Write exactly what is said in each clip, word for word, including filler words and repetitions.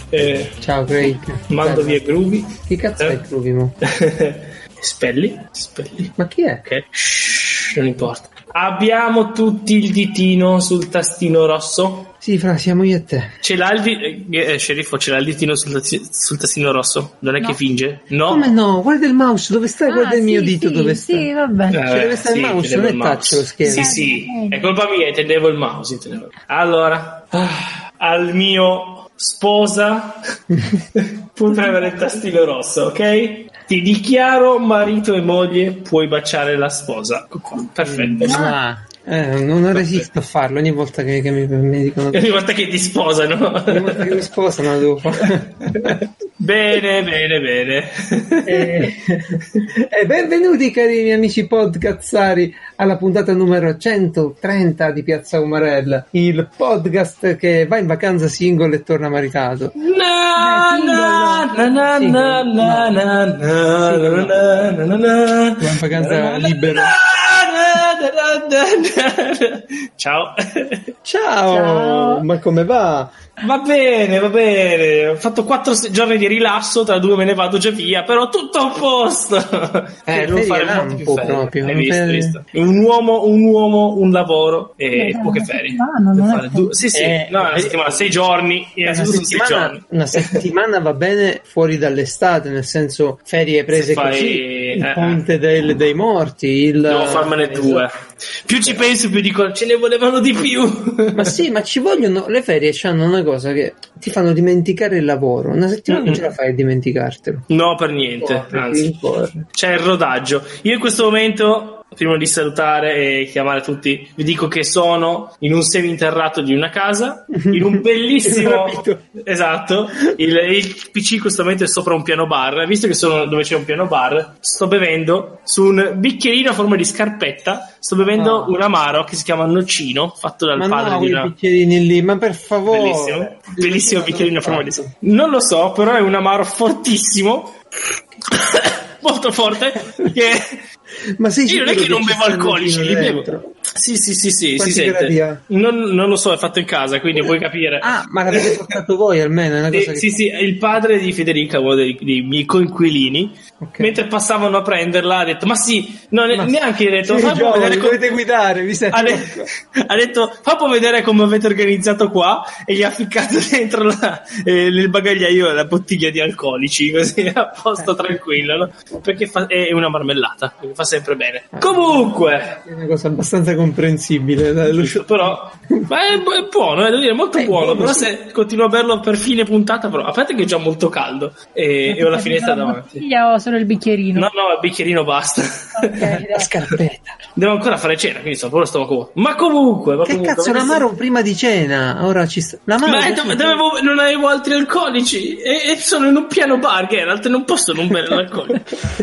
Eh, Ciao Craig. Mando via Groovy. Chi cazzo Eh? è Groovy mo? Spelli? Spelli. Ma chi è? Ok, shh, non importa. Abbiamo tutti il ditino sul tastino rosso? Sì, fra, siamo io e te. Ce l'ha il vi- eh, sceriffo, ce l'ha il ditino sul, tasti- sul tastino rosso? Non è No. che finge? No. Come no? Guarda il mouse, dove sta? Ah, Guarda il mio sì, dito sì, dove sta. Sì, vabbè. Eh, Cioè, deve stare il sì, mouse, intendevo non è il touch lo schermo. Sì, sì, è colpa mia, intendevo il mouse. Intendevo. Allora, ah, al mio sposa puoi premere il tastino rosso, ok? Ti dichiaro marito e moglie, puoi baciare la sposa. Ecco qua, perfetto. Ah, eh, non, non resisto a farlo ogni volta che, che mi, mi dicono. Ogni volta che ti sposano. Ogni volta che mi sposano lo devo fare. Bene, bene, bene. E, e benvenuti carini amici podcazzari alla puntata numero centotrenta di Piazza Umarella, il podcast che va in vacanza single e torna maritato. Na, na, na, na, na, na, na, na, na, na, na, na. Va in vacanza libero. Ciao. Ciao, Ciao. ma come va? Va bene, va bene. Ho fatto quattro giorni di rilasso, tra due me ne vado già via, però tutto a posto. Eh, devo fare ferie molto più lampo ferie. proprio, Hai visto, ferie. visto? Un uomo, un uomo, un lavoro e Eh, poche una ferie. settimana, Devo non è fare due- Sì, sì, Eh, no, una eh, settimana, sei giorni. Una Innanzitutto sei settimana, giorni. una settimana va bene fuori dall'estate, nel senso ferie prese Se fai- così, eh, il ponte del- dei morti, il... Devo farmene due. Più ci penso, più dico ce ne volevano di più. Ma sì, ma ci vogliono, le ferie hanno una cosa che ti fanno dimenticare il lavoro, una settimana non ce la fai a dimenticartelo. No, per niente. Corri, Anzi, corri. c'è il rodaggio. Io in questo momento, prima di salutare e chiamare tutti, vi dico che sono in un seminterrato di una casa, in un bellissimo... Capito. Esatto, il, il P C in questo momento è sopra un piano bar. Visto che sono dove c'è un piano bar, sto bevendo su un bicchierino a forma di scarpetta, sto bevendo Ah. un amaro che si chiama Nocino, fatto dal Ma padre no, di quei una... bicchierini lì, ma per favore. Bellissimo, bellissimo bicchierino a forma di... Non lo so, però è un amaro fortissimo, molto forte, che... Ma sei Io non è sicuro che non ci bevo stanno alcolici, li vino bevo. dentro? Sì, sì, sì, sì, si Quanti gradi ha? sente. Non, non lo so, è fatto in casa, quindi puoi capire. Ah, ma l'avete portato voi almeno, è una cosa Sì, che... sì, sì, il padre di Federica, uno dei, dei miei coinquilini, Ok. mentre passavano a prenderla, ha detto, ma sì, no, ne- Ma neanche ha detto, sì, fammi giovani, vedere co- dovete guidare, vi ha, serve. de- ha detto, fa un po' vedere come avete organizzato qua, e gli ha ficcato dentro la, eh, nel bagagliaio la bottiglia di alcolici, così a posto tranquillo, no? Perché fa- è una marmellata, quindi fa sempre bene. Comunque, È una cosa abbastanza comprensibile. dai, lo sci- però, ma è, è buono, eh, devo dire, molto È buono, buono, però sì. se continuo a berlo per fine puntata, però, a parte che è già molto caldo, e, e ho la finestra La davanti. bottiglia o solo il bicchierino? No, no, il bicchierino basta. Ok, dai. La scarpetta. Devo ancora fare cena, quindi sto pure stomaco vuoto. Ma comunque, ma Che comunque, cazzo, ma- l'amaro prima di cena? Ora ci sta. L'amaro Ma adesso- dove- dovevo, non avevo altri alcolici e, e sono in un piano bar, Geralt, non posso non bere l'alcol.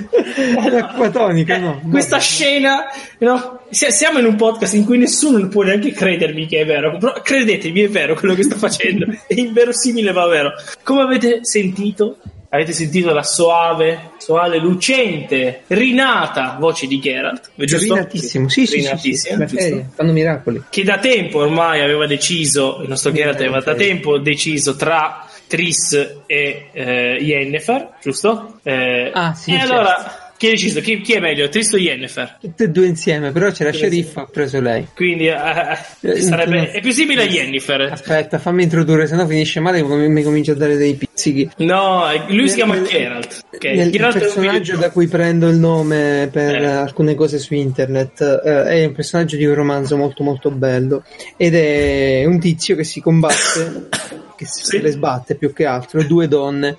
L'acqua tonica, no? Questa scena, no? Si- Siamo in un podcast in cui nessuno può neanche credermi che è vero, però credetemi, è vero quello che sto facendo, è inverosimile ma vero. Come avete sentito? Avete sentito la soave, soave, lucente, rinata voce di Geralt, giusto? Rinatissimo, sì, sì, sì, sì, Rinatissima, le giusto? ferie fanno miracoli. Che da tempo ormai aveva deciso, il nostro Geralt aveva da tempo deciso tra Triss e eh, Yennefer, giusto? Eh, Ah, sì, E certo. allora, chi ha deciso? Chi, chi è meglio, Triss o Yennefer? Tutte e due insieme, però c'era sceriffo, ha preso lei. Quindi eh, eh, sarebbe, è più simile a Yennefer. Aspetta, fammi introdurre, sennò finisce male e mi mi comincia a dare dei pizzichi. No, lui si chiama Nel- Geralt. Okay. Nel Geralt è un personaggio video- da cui prendo il nome per Eh. alcune cose su internet eh, è un personaggio di un romanzo molto molto bello ed è un tizio che si combatte che si Sì. le sbatte più che altro, due donne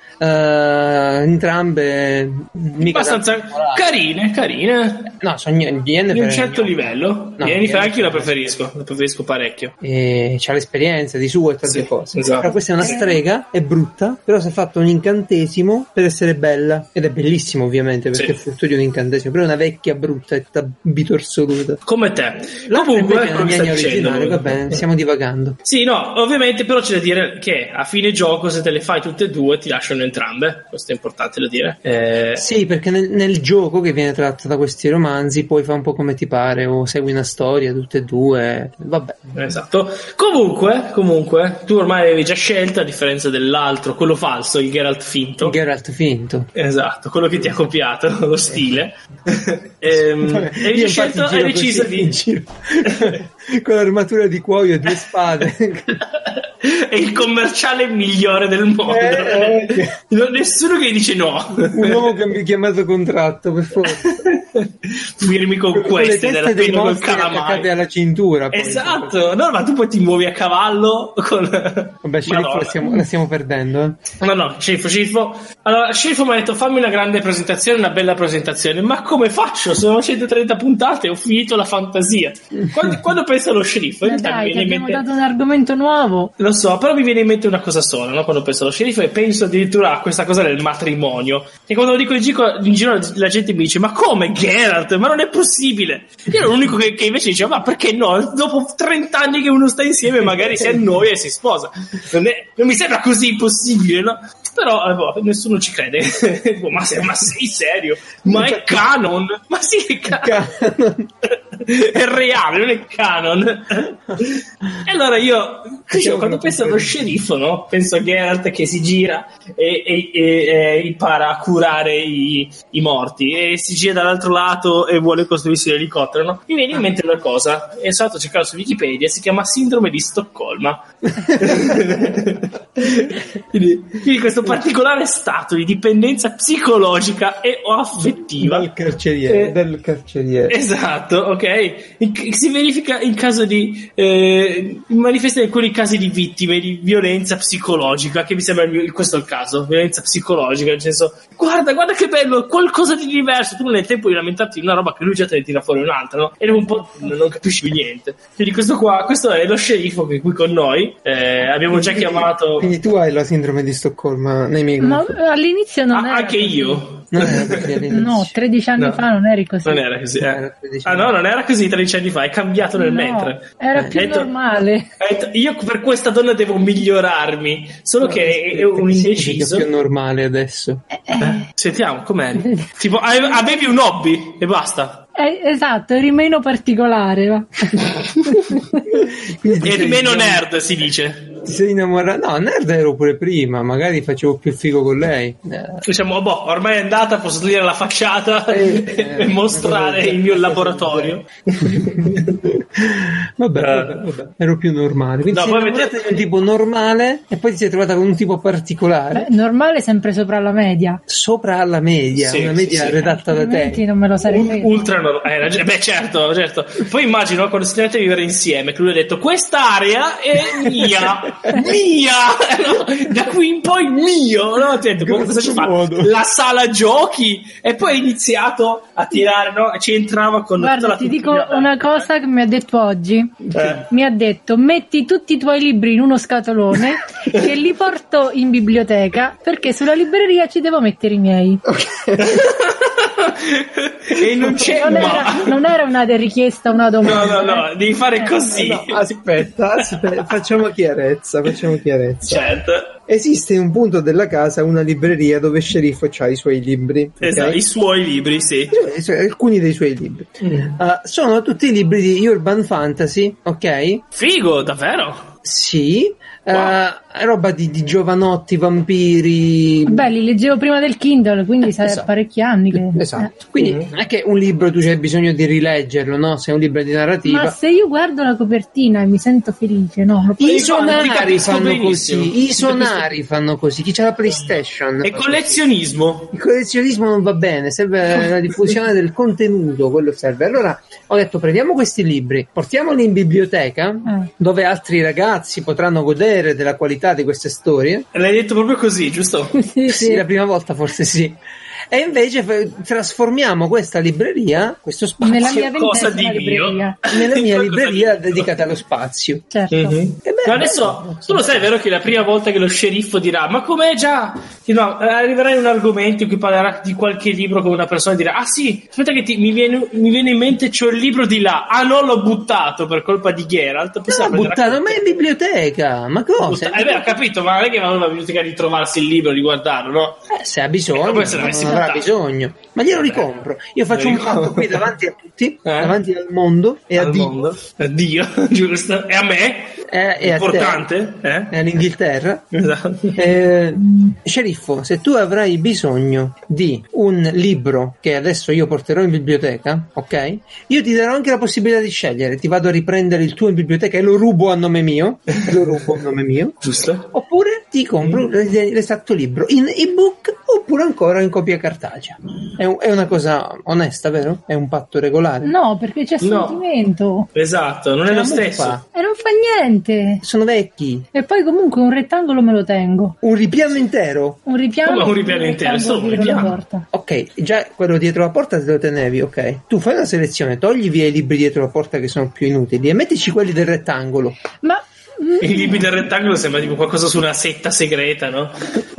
eh, entrambe mica abbastanza tanto popolari. carine, carine. No, sono Yennefer Di un è certo gnocca. livello. No, Yennefer anche io la Yennefer- preferisco, la preferisco parecchio. e c'ha l'esperienza di suo e tante Sì, cose. esatto. Però questa è una strega, è brutta, però si è fatto un incantesimo per essere bella ed è bellissimo ovviamente perché Sì. è frutto di un incantesimo, però è una vecchia brutta e bitorsoluta. Come te. L'altra Comunque, invece è una come gnagna stai originale, dicendo? va bene, stiamo divagando. Sì, no, ovviamente, però c'è da dire perché a fine gioco se te le fai tutte e due ti lasciano entrambe, questo è importante da dire. Eh... Sì, perché nel, nel gioco che viene tratto da questi romanzi puoi fare un po' come ti pare, o segui una storia tutte e due, vabbè. Esatto. Comunque, comunque, tu ormai avevi già scelto, a differenza dell'altro, quello falso, il Geralt finto. Il Geralt finto. Esatto, quello che ti ha copiato, lo stile. ehm, Vabbè, hai scelto, hai deciso di... con l'armatura di cuoio e due spade. È il commerciale migliore del mondo. Eh, eh, non, nessuno che dice no. Un uomo che mi ha chiamato contratto, per forza. Firmi con queste della pena col calamai alla cintura. Poi, esatto, no, ma tu poi ti muovi a cavallo con... Vabbè, Sceriffo la stiamo, la stiamo perdendo. Eh. No, no, Sceriffo, Sceriffo. Allora, Sceriffo mi ha detto fammi una grande presentazione, una bella presentazione. Ma come faccio? Sono centotrenta puntate, ho finito la fantasia. Quando, quando penso allo Sceriffo, Ma dai, ti abbiamo dato un argomento nuovo. Lo so, però mi viene in mente una cosa sola, no? Quando penso allo Sceriffo, e penso addirittura a questa cosa del matrimonio. E quando lo dico in giro, in giro la gente mi dice: ma come Geralt? Ma non è possibile. Io ero l'unico che, che invece diceva: ma perché no? Dopo trenta anni che uno sta insieme, magari si annoia e si sposa. Non, è, non mi sembra così impossibile, no? Però eh, boh, nessuno ci crede. ma, sei, ma sei serio? Ma è canon? Ma sì, è canon. È reale, non è canon. E allora io, io quando penso allo sceriffo, no? Penso a Geralt che si gira e, e, e, e impara a curare i, i morti, e si gira dall'altro lato e vuole costruirsi l'elicottero, no? Mi viene in mente una cosa, e sono andato a cercare su Wikipedia, si chiama sindrome di Stoccolma. quindi, quindi questo particolare stato di dipendenza psicologica e o affettiva del carceriere, eh, del carceriere. Esatto, ok. In, si verifica in caso di eh, manifesta in alcuni casi di vittime di violenza psicologica, che mi sembra il, questo è il caso, violenza psicologica, nel senso, guarda, guarda che bello, qualcosa di diverso, tu non hai tempo di lamentarti di una roba che lui già te ne tira fuori un'altra, no? E dopo un po' non capisci più niente. Quindi questo qua, questo è lo sceriffo che è qui con noi, eh, abbiamo già chiamato. Quindi tu hai la sindrome di Stoccolma nei miei Ma all'inizio non ah, era anche così. Io non era così all'inizio. No, tredici anni no. fa non eri così. Non era così, eh. era Ah no, non era così tredici anni fa, è cambiato nel No, mentre. era Eh, più hai detto- normale. hai detto, io per questa donna devo migliorarmi, solo che è, è un indeciso. È più normale adesso. Eh, sentiamo, com'è? Tipo, ave- avevi un hobby e basta. Eh, esatto, eri meno particolare. Va. Quindi ti Eri sei meno innamor- nerd, si dice. Ti sei innamorato? No, nerd ero pure prima, magari facevo più figo con lei. Eh. Diciamo, boh, ormai è andata, posso togliere la facciata Eh, e eh, mostrare il mio laboratorio. vabbè, vabbè, vabbè, ero più normale. Quindi No, sei poi innamorata avete- di un tipo normale e poi ti sei trovata con un tipo particolare. Beh, normale sempre sopra la media. Sopra alla media, Sì, una sì, media sì. redatta da Altrimenti te. non me lo sarei Un- preso. ultra normale. Eh, rag- beh, certo, certo. Poi immagino quando siete andati a vivere insieme che lui ha detto: quest'area è mia, mia, no? Da qui in poi mio, no? Ti ha detto, cosa ci fa? modo. La sala giochi, e poi ha iniziato a tirare, no? E ci entrava con tutta Guarda, la ti dico tuttina una aperta. cosa che mi ha detto oggi. Eh. Mi ha detto: metti tutti i tuoi libri in uno scatolone che li porto in biblioteca, perché sulla libreria ci devo mettere i miei. E non c'è Non ma. era, non era una richiesta, una No, domanda. no, no, devi fare così. No, aspetta, aspetta, facciamo chiarezza, facciamo chiarezza. Certo. Esiste in un punto della casa una libreria dove Sceriffo ha i suoi libri. Esatto, ok? i suoi libri, sì. Cioè, cioè, alcuni dei suoi libri. Uh, sono tutti libri di Urban Fantasy, ok? Figo, davvero? Sì. Uh, Wow. roba di, di giovanotti, vampiri. Beh, li leggevo prima del Kindle, quindi sai, Esatto. parecchi anni che... Esatto. Quindi Mm. non è che un libro tu c'hai bisogno di rileggerlo, no? Se è un libro di Eh. narrativa. Ma se io guardo la copertina e mi sento felice, no? Lo I Ti sonari capisco fanno benissimo. così, i sonari fanno così, chi c'ha la PlayStation. E collezionismo. Il collezionismo non va bene, serve la diffusione del contenuto, quello serve. Allora ho detto prendiamo questi libri, portiamoli in biblioteca Eh. dove altri ragazzi potranno godere della qualità di queste storie. L'hai detto proprio così, giusto? Sì, Sì, sì. la prima volta forse sì. E invece f- trasformiamo questa libreria, questo spazio, Nella mia cosa ventesima di Dio. libreria. nella mia Cosa libreria di Dio. dedicata allo spazio. Certo. Mhm. E beh, Ma adesso tu lo sai, vero, che la prima volta che lo sceriffo dirà ma com'è già, no, arriverà in un argomento in cui parlerà di qualche libro con una persona e dirà ah sì, aspetta che ti, mi, viene, mi viene in mente c'ho il libro di là, ah no l'ho buttato per colpa di Geralt, No, buttato, ma è in biblioteca, ma cosa? Eh beh, ho capito, ma non è che va alla biblioteca di trovarsi il libro, di guardarlo, no? Eh, se ha bisogno, Come se non l'avessi avrà buttato. bisogno, ma glielo ricompro. Io faccio un patto qui davanti a tutti, davanti al mondo e a Al Dio, mondo. A Dio, giusto? E a me? eh, e a te, Importante? Eh? e all'Inghilterra. Esatto. Eh, sceriffo, se tu avrai bisogno di un libro che adesso io porterò in biblioteca, ok? Io ti darò anche la possibilità di scegliere, ti vado a riprendere il tuo in biblioteca e lo rubo a nome mio, lo rubo a nome mio, Giusto? oppure ti compro l'esatto libro in ebook oppure ancora in copia cartacea. È, un- è una cosa onesta, vero? È un patto regolare. No, perché c'è No. sentimento. Esatto, non è C'è lo la stesso. muffa. E non fa niente. Sono vecchi. E poi comunque un rettangolo me lo tengo. Un ripiano intero. Un ripiano. Come un ripiano intero? rettangolo Solo un dietro la ripiano. porta. Ok, già quello dietro la porta te lo tenevi, ok. Tu fai una selezione, togli via i libri dietro la porta che sono più inutili e mettici quelli del rettangolo. Ma I libri del rettangolo sembra tipo qualcosa su una setta segreta, no?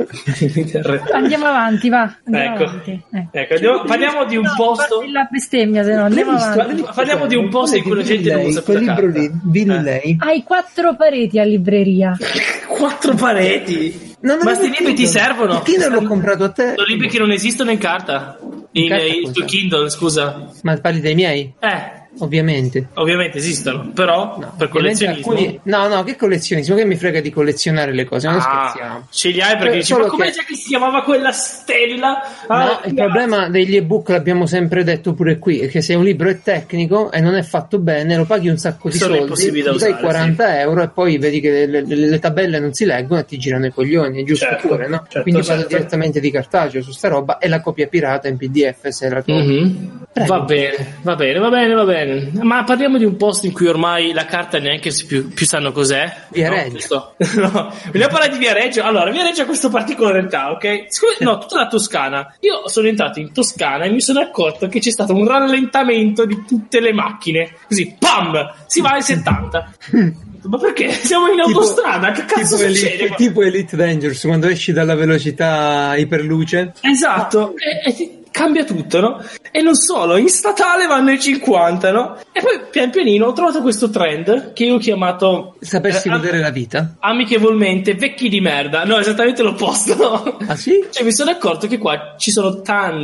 I libri del rettangolo. andiamo avanti, va. Andiamo Ecco. avanti. Eh. Ecco, andiamo- parliamo di un No, posto. parti la bestemmia, se no andiamo L'hai visto? avanti. Ma- parliamo di un posto in cui la gente non usa più quel la libro carta. lì, dillo Eh. lei. Hai quattro pareti a libreria. Quattro pareti. Non Ma avevo sti libri ti Kindle. servono? Il Kindle l'ho comprato a te. Sono libri che non esistono in carta. In, carta il cosa? tuo Kindle, scusa. Ma parli dei miei? Eh, Ovviamente. ovviamente esistono, però No, per ovviamente collezionismo. alcuni- No, no, che collezionismo? Che mi frega di collezionare le cose? Non Ah, scherziamo. ce li hai perché Cioè, dici, solo ma come che- già che si chiamava quella stella? No, Ah, il problema degli ebook l'abbiamo sempre detto pure qui, è che se un libro è tecnico e non è fatto bene, lo paghi un sacco di Sono soldi, impossibili da gli dai usare, quaranta euro e poi vedi che le, le- le tabelle non si leggono e ti girano i coglioni, è giusto Certo, pure, no? certo, Quindi certo. vado direttamente di cartaceo su sta roba e la copia pirata in P D F se la trovo. Mhm. Prego. Va bene, va bene, va bene, va bene. Ma parliamo di un posto in cui ormai la carta neanche si più, più sanno cos'è. Via no, Reggio. giusto? No, vogliamo parlare di Via Reggio? Allora, Via Reggio ha questa particolarità, ok? Siccome- no, tutta la Toscana. Io sono entrato in Toscana e mi sono accorto che c'è stato un rallentamento di tutte le macchine. Così, pam! Si va ai settanta. Ma perché? Siamo in Tipo- autostrada, che cazzo tipo succede? Elite, qua? tipo Elite Dangerous quando esci dalla velocità iperluce. Esatto, e, e cambia tutto, no? E non solo, in statale vanno ai cinquanta, no? E poi pian pianino ho trovato questo trend che io ho chiamato Sapessi eh, godere la vita. amichevolmente vecchi di merda. No, esattamente l'opposto, no? Ah sì? Cioè mi sono accorto che qua ci sono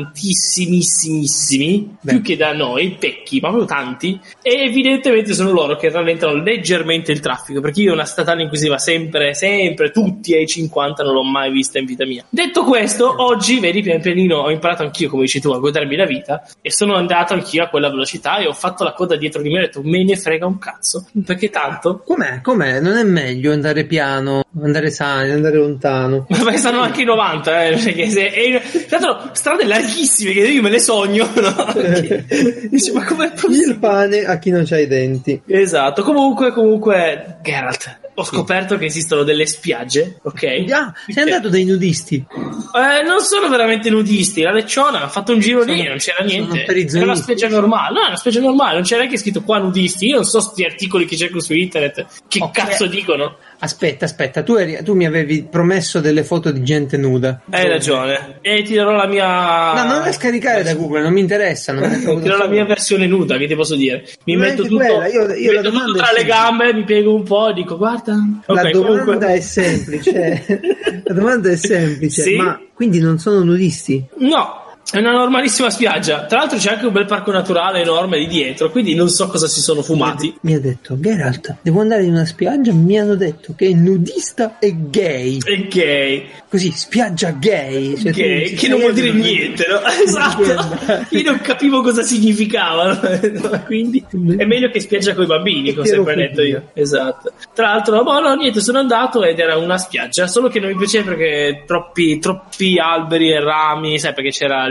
tantissimissimissimi, Beh. più che da noi, vecchi, ma proprio tanti, e evidentemente sono loro che rallentano leggermente il traffico, perché io una statale in cui si va sempre, sempre, tutti ai cinquanta non l'ho mai vista in vita mia. Detto questo, oggi, vedi, pian pianino ho imparato anch'io, come dici tu, a godermi la vita, e sono andato anch'io a quella velocità e ho fatto la coda dietro di me e ho detto me ne frega un cazzo, perché tanto... Com'è? Com'è? Non è meglio andare piano, andare sani, andare lontano? Ma stanno anche i novanta, eh, perché se, e, tra l'altro strade larghissime che io me le sogno, no? Perché- dici, ma com'è possibile? Il pane a chi non c'ha i denti. Esatto, comunque, comunque, Geralt, ho scoperto che esistono delle spiagge, ok? Ah, sei andato dai nudisti. Eh, non sono veramente nudisti, la Lecciona ha fatto un giro lì, Sono- non c'era sono niente. per i Era una zonisti. spiaggia normale, no, è una spiaggia normale, non c'era neanche scritto qua nudisti. Io non so sti articoli che cerco su internet, che Ok. cazzo dicono. Aspetta, aspetta, tu, eri- tu mi avevi promesso delle foto di gente nuda. Hai ragione. E ti darò la mia. No, non le scaricare da Google, non mi interessano. me ne frego Ti darò la solo. mia versione nuda, che ti posso dire? Mi Ma metto anche tutto, quella, io- io mi la metto domanda tutto è tra le semplice. gambe, mi piego un po' e dico guarda. La Ok, domanda comunque. è semplice. La domanda è semplice, Sì? ma quindi non sono nudisti? No. È una normalissima spiaggia. Tra l'altro c'è anche un bel parco naturale enorme lì dietro, quindi non so cosa si sono fumati. Mi ha detto Geralt, devo andare in una spiaggia, mi hanno detto che è nudista e gay. E gay. Così, spiaggia gay. Cioè, tu Gay, dici, che non vuol dire "Io- niente, no? Esatto. Io non capivo cosa significava, no? Quindi è meglio che spiaggia coi bambini, come ho sempre detto io. Esatto. Tra l'altro, boh, no, niente, sono andato ed era una spiaggia, solo che non mi piaceva perché troppi, troppi alberi e rami, sai, perché c'era il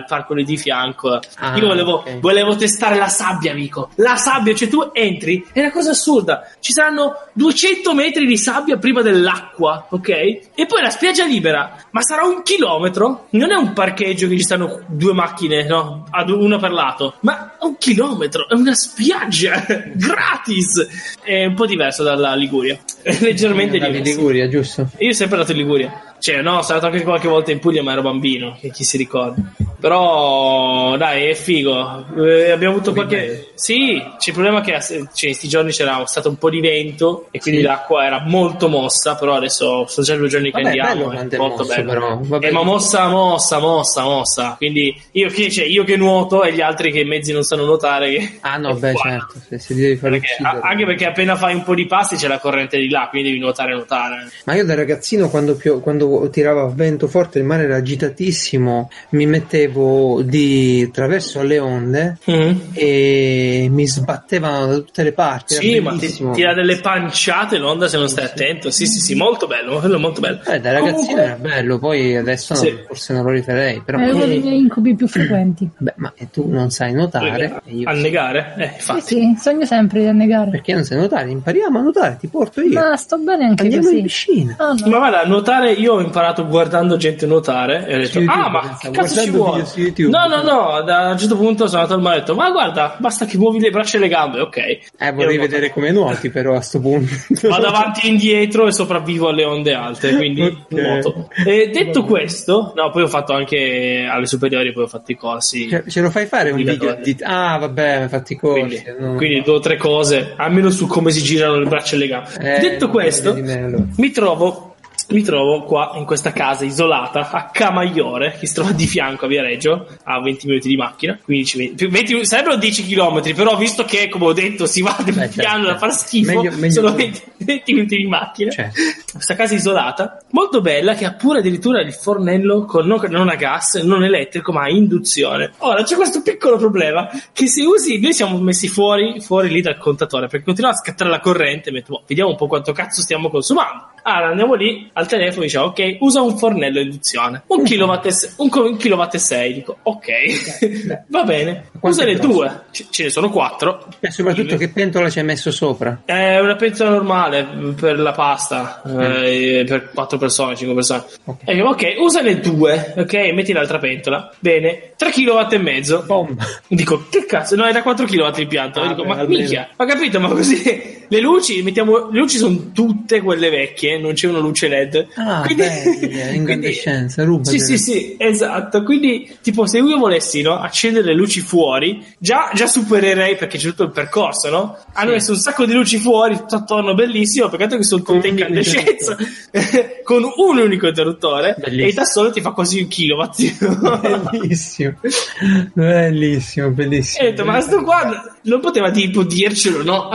il parco lì di fianco. Ah, Io volevo, okay. volevo testare la sabbia, amico. La sabbia, cioè tu entri, è una cosa assurda. Ci saranno duecento metri di sabbia prima dell'acqua, ok? E poi la spiaggia libera, ma sarà un chilometro. Non è un parcheggio che ci stanno due macchine, no? Ad una per lato, ma un chilometro, è una spiaggia gratis. È un po' diverso dalla Liguria, è leggermente Andavi in diverso. Liguria, giusto? Io ho sempre andato in Liguria. Cioè, no, sono andato anche qualche volta in Puglia, ma ero bambino, che chi si ricorda. Però, dai, è figo. Eh, abbiamo avuto qualche... Sì, c'è il problema che cioè, in questi giorni c'era stato un po' di vento e quindi Sì. l'acqua era molto mossa, però adesso sono già due giorni che Vabbè, andiamo. bello È quando è molto mosso, bello. però. Vabbè. Eh, ma mossa, mossa, mossa, mossa. Quindi io, cioè, io che nuoto e gli altri che mezzi non sanno nuotare. Che... Ah no, è beh, qua. certo, se, se ti devi fare Perché- uccidere. anche perché appena fai un po' di passi c'è la corrente di là, quindi devi nuotare, nuotare. Ma io da ragazzino quando, pio- quando tirava vento forte, il mare era agitatissimo, mi mettevo di traverso alle onde Mm-hmm. e mi sbattevano da tutte le parti. Sì, era ma ti bellissimo. tira delle panciate l'onda se non stai attento. Sì, sì, sì, molto bello, quello è molto bello. Eh, da ragazzino Comunque- era bello, poi adesso Sì. no, forse non lo rifarei, però È uno dei miei incubi più frequenti. Beh, ma e tu non sai nuotare e io sì. Annegare? Eh, Sì, infatti. sì, sogno sempre di annegare. Perché non sai nuotare? Impariamo a nuotare, ti porto io. Ma sto bene anche Andiamo così. in piscina. Ah, no. Ma guarda, a nuotare io ho imparato guardando gente nuotare e ho detto, Su YouTube, ah, ma pensavo, che cazzo ci guardando vuole? video su YouTube. No, no, no, da un certo punto sono andato al mare e ho detto, ma guarda, basta che muovi le braccia e le gambe, ok. Eh, vorrei Io vedere come nuoti però a sto punto. vado avanti e indietro e sopravvivo alle onde alte, quindi Ok. nuoto. E detto questo, no, poi ho fatto anche alle superiori, poi ho fatto i corsi. Cioè, ce lo fai fare un video Guidatore. di... Ah, vabbè, fatti corsi. Quindi, no. quindi due o tre cose, almeno su come si girano le braccia e le gambe. Eh, Detto questo, di me, allora. mi trovo mi trovo qua in questa casa isolata a Camaiore, che si trova di fianco a Viareggio, a venti minuti di macchina, quindici, venti, venti sarebbero dieci chilometri, però visto che, come ho detto, si va Beh, piano certo. da far schifo, Meglio- meglio sono così. venti, venti minuti di macchina. Certo. Questa casa isolata, molto bella, che ha pure addirittura il fornello con, non, non a gas, non elettrico, ma a induzione. Ora c'è questo piccolo problema, che se usi, noi siamo messi fuori, fuori lì dal contatore, perché continua a scattare la corrente, e metto, boh, vediamo un po' quanto cazzo stiamo consumando. Allora andiamo lì al telefono e diciamo, ok, usa un fornello a induzione, un kilowatt e se- un, co- un kilowatt e sei, dico, ok, va bene, Quanto usa è le grosso? due, ce, ce ne sono quattro. E soprattutto che pentola ci hai messo sopra? È una pentola normale per la pasta, eh, per quattro persone, cinque persone. Ok. E dico, ok, usane due, ok, metti l'altra pentola. Bene, tre kilowatt e mezzo. Bomba. Dico, che cazzo? No, era quattro kilowatt l'impianto. Ah, Dico, beh, ma almeno. minchia, ho capito, ma così le luci, mettiamo, le luci sono tutte quelle vecchie, non c'è una luce L E D. Ah, Quindi- belle, incandescenza, ruba. Sì, sì, sì, esatto. Quindi, tipo, se io volessi, no, accendere le luci fuori, già, già supererei, perché c'è tutto il percorso, no? Hanno Sì. messo un sacco di luci fuori, tutto attorno, bellissimo, peccato che sono tutte un incandescenza, con un unico interruttore, Bellissimo. e da solo ti fa quasi un kilowatt. Bellissimo, bellissimo, bellissimo. E ho detto, ma sto qua non poteva tipo dircelo, no?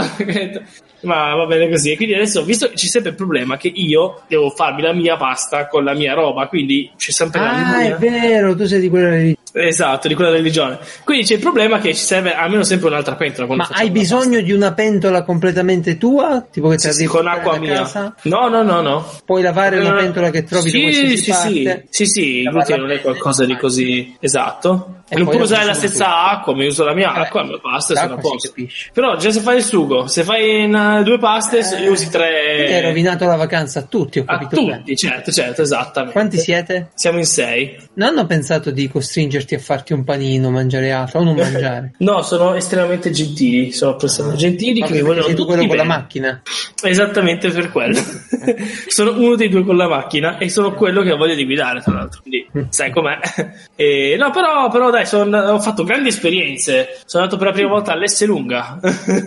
Ma va bene così. E quindi adesso, visto che c'è sempre il problema che io devo farmi la mia pasta con la mia roba, quindi c'è sempre la Ah, mia. è vero, tu sei di quella religione. Esatto, di quella religione. Quindi c'è il problema che ci serve almeno sempre un'altra pentola. quando Ma facciamo hai la bisogno di una pentola completamente tua? Tipo che te pasta. la Sì, devi sì, con portare acqua da mia. casa? No, no, no, no. Puoi lavare una Eh, pentola che trovi sì, da qualsiasi sì, parte? sì, sì, sì, Lavarla inutile, non è bene. qualcosa di così esatto. E non poi puoi la usare la consumi stessa acqua, mi uso la mia Vabbè, acqua, la mia pasta e sono a l'acqua si posto. capisce. Però già se fai il sugo, se fai una- due paste, se usi tre. Hai rovinato la vacanza a tutti, ho A capito tutti, bene. certo, certo, esattamente. Quanti siete? Siamo in sei. Non hanno pensato di costringerti a farti un panino, mangiare altro o non mangiare? No, sono estremamente gentili, sono persone gentili che mi Perché vogliono sei tu tutti quello con la bene. macchina? Esattamente per quello. Sono uno dei due con la macchina e sono quello che ha voglia di guidare, tra l'altro. Quindi sai com'è. E, no, però, però dai, sono, ho fatto grandi esperienze. Sono andato per la prima volta all'Esselunga.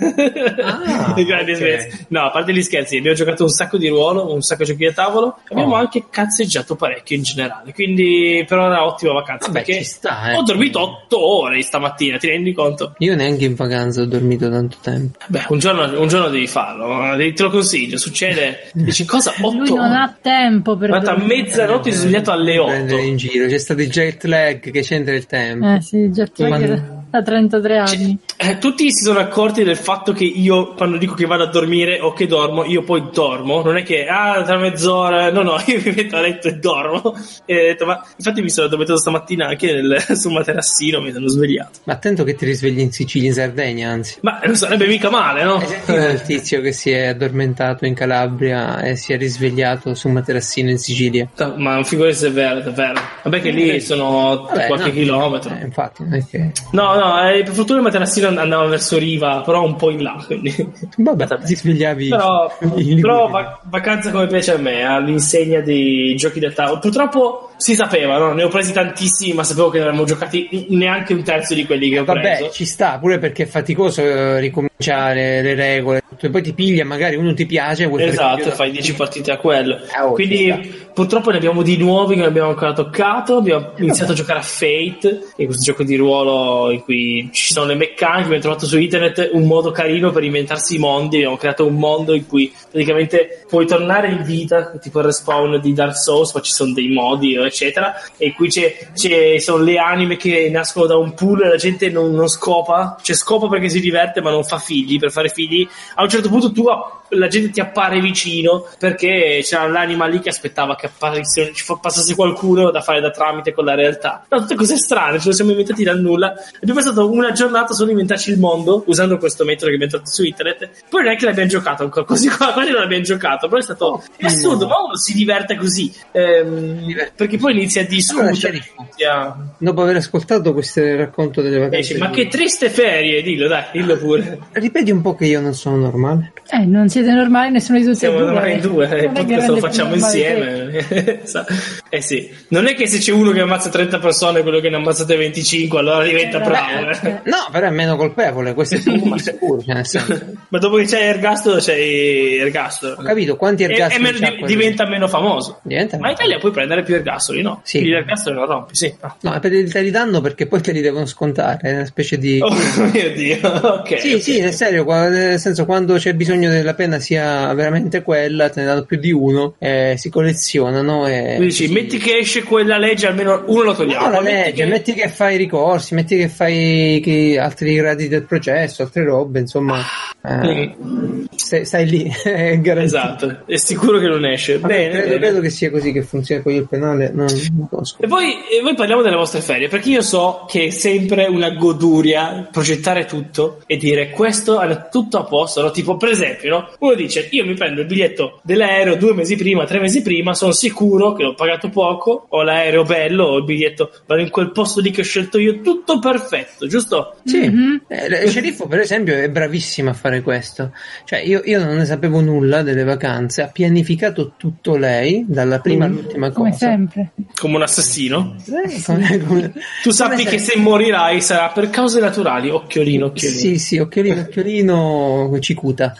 Ah, grandi ok. esperienze. No, a parte gli scherzi, abbiamo giocato un sacco di ruolo, un sacco di giochi da tavolo. Abbiamo Oh. anche cazzeggiato parecchio in generale. Quindi, però, era ottima vacanza. Vabbè, perché ci sta, eh. ho dormito otto ore stamattina, ti rendi conto? Io neanche in vacanza ho dormito tanto tempo. Beh, un giorno, un giorno devi farlo, eh, te lo consiglio. Succede, dici cosa? Lui otto non ore. ha tempo per Guarda, a dormire. mezzanotte ti sei svegliato alle Prendere otto. in giro, c'è stato il jet lag che c'entra il tempo. Eh sì, già Quando- da trentatré anni. Eh, tutti si sono accorti del fatto che io, quando dico che vado a dormire o che dormo, io poi dormo. Non è che, ah, tra mezz'ora, no, no, io mi metto a letto e dormo. E ho detto, ma infatti mi sono addormentato stamattina anche nel, sul materassino, mi sono svegliato. Ma attento che ti risvegli in Sicilia, in Sardegna, anzi. Ma non sarebbe mica male, no? Hai sentito il tizio che si è addormentato in Calabria e si è risvegliato su un materassino in Sicilia? No, ma non figurati se è vero, davvero. Vabbè che lì sono Vabbè, qualche no, chilometro. Eh, infatti, non è che... No, no, eh, per fortuna il materassino andava verso riva, però un po' in là, quindi... Vabbè, ti svegliavi... Però, in però Liguria. va- vacanza come piace a me, all'insegna dei giochi da tavolo. Purtroppo si sapeva, no? Ne ho presi tantissimi, ma sapevo che non avremmo giocati neanche un terzo di quelli che ho Vabbè, preso. ci sta, pure perché è faticoso eh, ricominciare le regole, tutto, e poi ti piglia, magari uno ti piace, vuoi fare Esatto, più- fai dieci partite a quello. Eh, oh, ci Quindi purtroppo ne abbiamo di nuovi che non abbiamo ancora toccato. Abbiamo iniziato a giocare a Fate, che è questo gioco di ruolo in cui ci sono le meccaniche. Abbiamo trovato su internet un modo carino per inventarsi i mondi. Abbiamo creato un mondo in cui praticamente puoi tornare in vita, tipo il respawn di Dark Souls, ma ci sono dei modi, eccetera. E qui c'è, c'è sono le anime che nascono da un pool e la gente non, non scopa, cioè scopa perché si diverte, ma non fa figli. Per fare figli, a un certo punto tu la gente ti appare vicino perché c'era l'anima lì che aspettava che apparisse, ci fa- passasse qualcuno da fare da tramite con la realtà. No, tutte cose strane, ce le siamo inventati dal nulla. Abbiamo passato una giornata solo a inventarci il mondo usando questo metodo che abbiamo trovato su internet. Poi non è che l'abbiamo giocato ancora, così qua, quasi non l'abbiamo giocato, però è stato Oh, è assurdo, ma uno si diverte così, ehm, perché poi inizia a discutere, Allora, sceriffo, inizia... dopo aver ascoltato questo racconto delle vacanze, Dici, ma di- che triste ferie, dillo dai, dillo pure. ripeti un po' che io non sono normale. Eh, non siete normali nessuno di tutti Siamo e due. normali in due, eh, il Non è che podcast lo rende facciamo più normale insieme. Sa- eh sì, non è che se c'è uno che ammazza trenta persone e quello che ne ammazzate venticinque allora diventa Eh, bravo. vabbè, eh. eh. No, però è meno colpevole, questo è tu, ma sicuro, cioè nel senso. Ma dopo che c'hai Ergastolo c'hai Ergastolo. Ho capito quanti E, ergastoli e meno- c'ha di- quello? diventa meno famoso. Diventa Ma in Italia puoi prendere più ergastoli, no? Sì. Gli ergastoli non rompi, sì. Ah. No, te li, te li danno perché poi te li devono scontare, è una specie di... Oh mio Dio, ok. Sì, ok. sì, nel serio, qua- nel senso, quando c'è bisogno della pena sia veramente quella, te ne danno più di uno, eh, si collezionano e... Quindi dici, sì. metti che esce quella legge, almeno uno lo togliamo. No, la Metti legge, che- metti che fai ricorsi, metti che fai che- altri gradi del processo, altre robe, insomma, eh, stai, stai lì, è garantito. Esatto, è sicuro che non esce. Vabbè, Bene, credo, bene. credo che sia così che funziona con il penale, non, non conosco. E poi, e poi parliamo delle vostre ferie, perché io so che è sempre una goduria progettare tutto e dire questo è tutto a posto, no? Tipo per esempio, no? Uno dice io mi prendo il biglietto dell'aereo due mesi prima, tre mesi prima, sono sicuro che ho pagato poco, ho l'aereo bello, ho il biglietto, vado in quel posto lì che ho scelto io, tutto perfetto, giusto? Sì, Mhm. eh, il sceriffo per esempio è bravissimo a fare questo, cioè io, io non ne sapevo nulla delle vacanze, ha pianificato tutto lei, dalla prima Mm. all'ultima Come cosa. sempre. Come un assassino. Eh, come- come- Tu sappi come che se- se morirai sarà per cause naturali, occhiolino, occhiolino. Sì, sì, occhiolino, occhiolino, cicuta.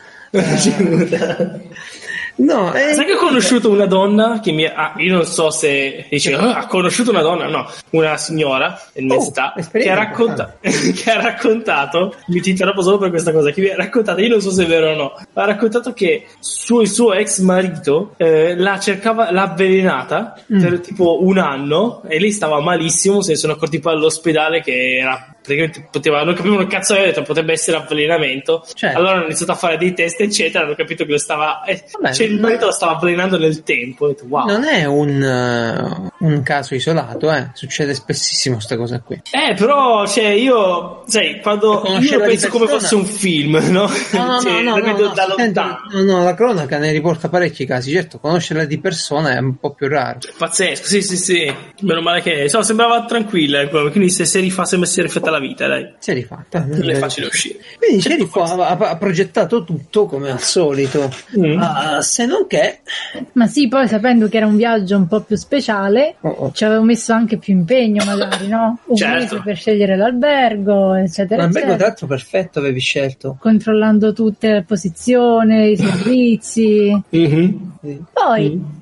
No, eh, Sai che ho conosciuto una donna che mi ha, io non so se dice "Ah, ha conosciuto una donna, no, una signora dell'università Oh, che, ha esperienza racconta, che ha raccontato, mi ti interrompo solo per questa cosa, che mi ha raccontato, io non so se è vero o no, ha raccontato che suo, il suo ex marito eh, la cercava, l'ha avvelenata Mm. per tipo un anno e lei stava malissimo, se ne sono accorti poi all'ospedale che era praticamente poteva, non capivano che cazzo aveva detto, potrebbe essere avvelenamento. Certo. Allora hanno iniziato a fare dei test eccetera, hanno capito che lo stava eh, Vabbè, cioè il non- marito lo stava avvelenando nel tempo. Ho detto, wow. non è un, eh, un caso isolato, eh. Succede spessissimo sta cosa qui. Eh, però, cioè, io, sai, quando io Conoscerla lo di penso come persona? fosse un film, no? No, no, Cioè, no, no, lo no, vedo no, da si sente- lontano. no, no, la cronaca ne riporta parecchi casi, certo, conoscerla di persona è un po' più raro. Pazzesco, sì, sì, sì. Meno male che, so, sembrava tranquilla, quindi se si rifà, sembra si è rifetta la vita, dai. Si è rifatta. Non è facile uscire. Quindi il sceriffo ha, ha- ha progettato tutto come al solito. Mm. Ah, se non che... Ma sì, poi sapendo che era un viaggio un po' più speciale, Oh, oh. ci avevo messo anche più impegno magari, no? Un Certo. mese per scegliere l'albergo, eccetera, L'albergo tra eccetera. l'altro perfetto avevi scelto. Controllando tutte le posizioni, i servizi. Mhm. Sì. Poi, Mm.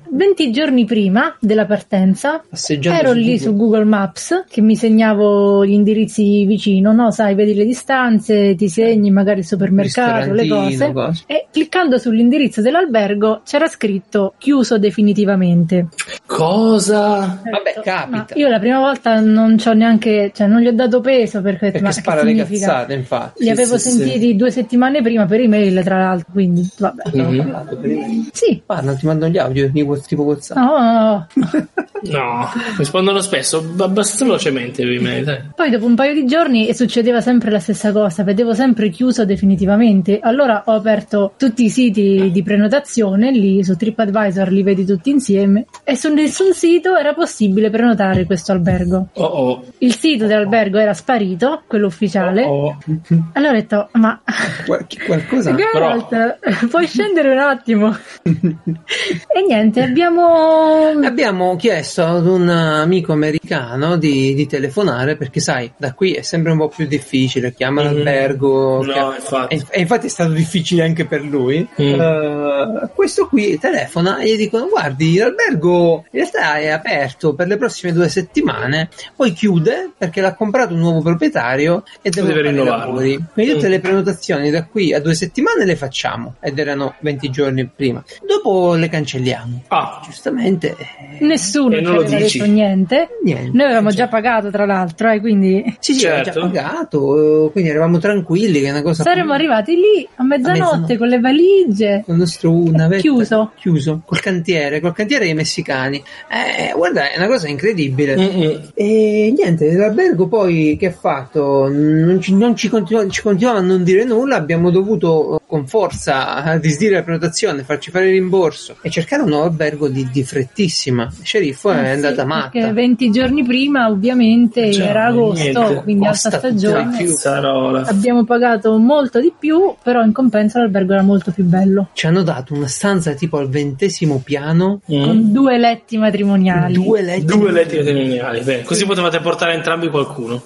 venti giorni prima della partenza Passeggiando ero su lì Google. su Google Maps che mi segnavo gli indirizzi vicino, no? Sai, vedi le distanze, ti segni magari il supermercato, le cose. cose. E cliccando sull'indirizzo dell'albergo c'era scritto chiuso definitivamente. Cosa? Vabbè, Ma capita. io la prima volta non c'ho neanche, cioè non gli ho dato peso perché, Perché ma spara che le significa? cazzate, infatti. Li avevo sì, sentiti sì. due settimane prima per email, tra l'altro, quindi vabbè. Abbiamo Mhm. parlato prima. Sì. Parla, ti mando gli audio di quel tipo WhatsApp. No, no, no. No, rispondono spesso, abbastanza velocemente per me, dai. Poi dopo un paio di giorni e succedeva sempre la stessa cosa, vedevo sempre chiuso definitivamente. Allora ho aperto tutti i siti di prenotazione, lì su TripAdvisor li vedi tutti insieme, e su nessun sito era possibile prenotare questo albergo. Oh oh. Il sito dell'albergo era sparito, quello ufficiale. Oh. Allora ho detto, ma Qual- qualcosa? Geralt, puoi scendere un attimo? E niente, abbiamo... Abbiamo chiesto ad un amico americano di, di telefonare perché sai, da qui è sempre un po' più difficile, chiama Mm. l'albergo, No, chiama- infatti. E, e infatti è stato difficile anche per lui. Mm. Eh, questo qui telefona e gli dicono guardi, l'albergo in realtà è aperto per le prossime due settimane, poi chiude perché l'ha comprato un nuovo proprietario e deve, Deve fare i rinnovarlo. lavori. Quindi tutte Mm. le prenotazioni da qui a due settimane le facciamo, ed erano venti giorni prima, dopo le cancelliamo. Ah, Giustamente eh, Nessuno E ci non lo aveva dici. detto niente. niente. Noi avevamo già pagato, tra l'altro, eh, quindi Sì, sì, aveva già Certo. pagato, eh, quindi eravamo tranquilli che è una cosa saremmo arrivati lì a mezzanotte, A mezzanotte. con le valigie. con il nostro navetta Chiuso. chiuso col cantiere, col cantiere dei messicani. Eh, guarda, è una cosa incredibile. Mm-mm. E niente, l'albergo poi che ha fatto? Non ci, non ci, continu- ci continuava a non dire nulla, abbiamo dovuto eh, con forza eh, disdire la prenotazione, farci fare il rimborso e cercare un nuovo albergo di, di frettissima. Il sceriffo è Eh sì, andata matta. perché venti giorni prima ovviamente Cioè, era agosto, niente. quindi Costa alta tutta di stagione. più. Cazzarola. Abbiamo pagato molto di più, però in compenso l'albergo era molto più bello, Ci hanno dato una stanza tipo al ventesimo piano, Mm. con due letti matrimoniali. due letti. Due letti matrimoniali, bene, così potevate portare entrambi qualcuno.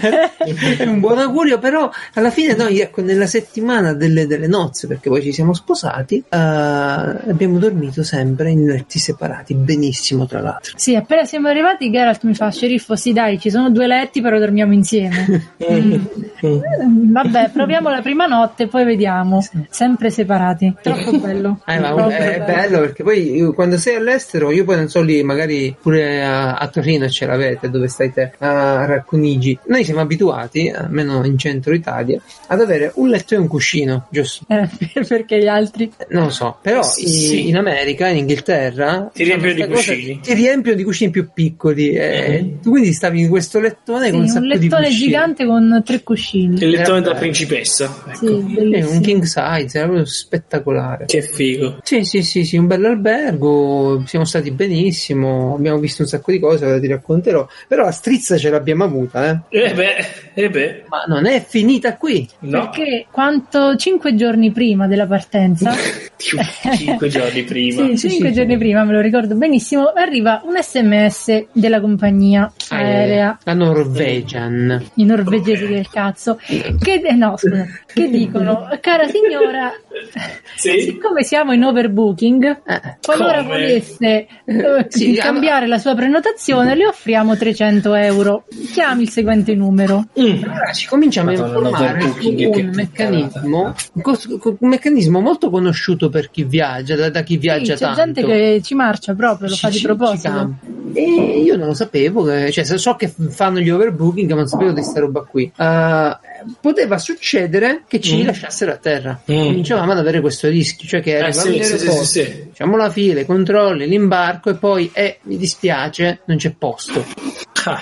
È un buon augurio, però alla fine noi, ecco, nella settimana delle, delle nozze, perché poi ci siamo sposati, eh, abbiamo dormito sempre in letti separati, benissimo tra l'altro. Sì, appena siamo arrivati Geralt mi fa, sceriffo, sì dai, ci sono due letti però dormiamo insieme. Mm. Mm. Eh, Vabbè, proviamo la prima notte, poi vediamo. Sempre separati. Troppo bello. Eh, ma Troppo è bello perché poi io, quando sei all'estero, io poi non so lì, magari pure a, a Torino ce l'avete, dove stai te, a Racconigi. Noi siamo abituati, almeno in centro Italia, ad avere un letto e un cuscino, giusto? Eh, perché gli altri? Non lo so, però Sì, in, sì. in America, in Inghilterra, Ti riempiono di questa cosa- cuscini. ti riempiono di cuscini più piccoli. E Mm. tu quindi stavi in questo lettone Sì, con un un sacco di lettone cuscini. gigante con tre cuscini. Il lettone Era da bello. principessa. Sì, Ecco. Eh, bellissimo. un king size, era proprio spettacolare. Che figo. Sì, sì, sì, sì, un bell'albergo, siamo stati benissimo, abbiamo visto un sacco di cose, ora ti racconterò, però la strizza ce l'abbiamo avuta, eh. Eh beh, eh beh. Ma non è finita qui. No. Perché quanto cinque giorni prima della partenza, Cinque giorni prima. sì, Sì, cinque sì, giorni sì. prima, me lo ricordo benissimo, arriva un sms della compagnia aerea, La Norwegian. i norvegesi del cazzo, che, eh, no, scusa, che dicono, cara signora, Sì. siccome siamo in overbooking, Eh. qualora Come? volesse eh, Sì, cambiare la sua prenotazione, le offriamo trecento euro. Chiami il seguente numero. Mm. Allora ci cominciamo Madonna, a informare su l'overbooking, che un meccanismo, cos- co- un meccanismo molto conosciuto per chi viaggia, da, da chi Sì, viaggia c'è tanto. gente che ci marcia proprio, lo fa di Ci- ci- proposito. ci cambia. E io non lo sapevo, che- cioè se- so che fanno gli overbooking, ma non sapevo di sta roba qui. Eh, poteva succedere che ci Mm. lasciassero a terra. Mm. Cominciavamo ad avere questo rischio, cioè che Eh, arrivava sì, in sì, aeroporto, sì, sì, sì. facciamo la fila, i controlli, l'imbarco e poi, eh, mi dispiace, non c'è posto. Ah.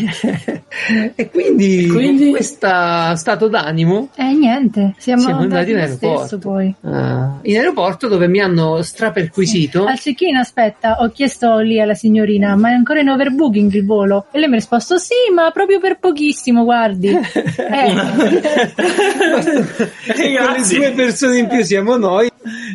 E quindi, Quindi? con questo stato d'animo Eh niente, siamo, siamo andati in lo aeroporto. stesso poi. eh, in aeroporto dove mi hanno straperquisito. Al check-in, aspetta, ho chiesto lì alla signorina, ma è ancora in overbooking il volo? E lei mi ha risposto, sì, ma proprio per pochissimo, guardi. Eh, Con le Grazie. due persone in più siamo noi.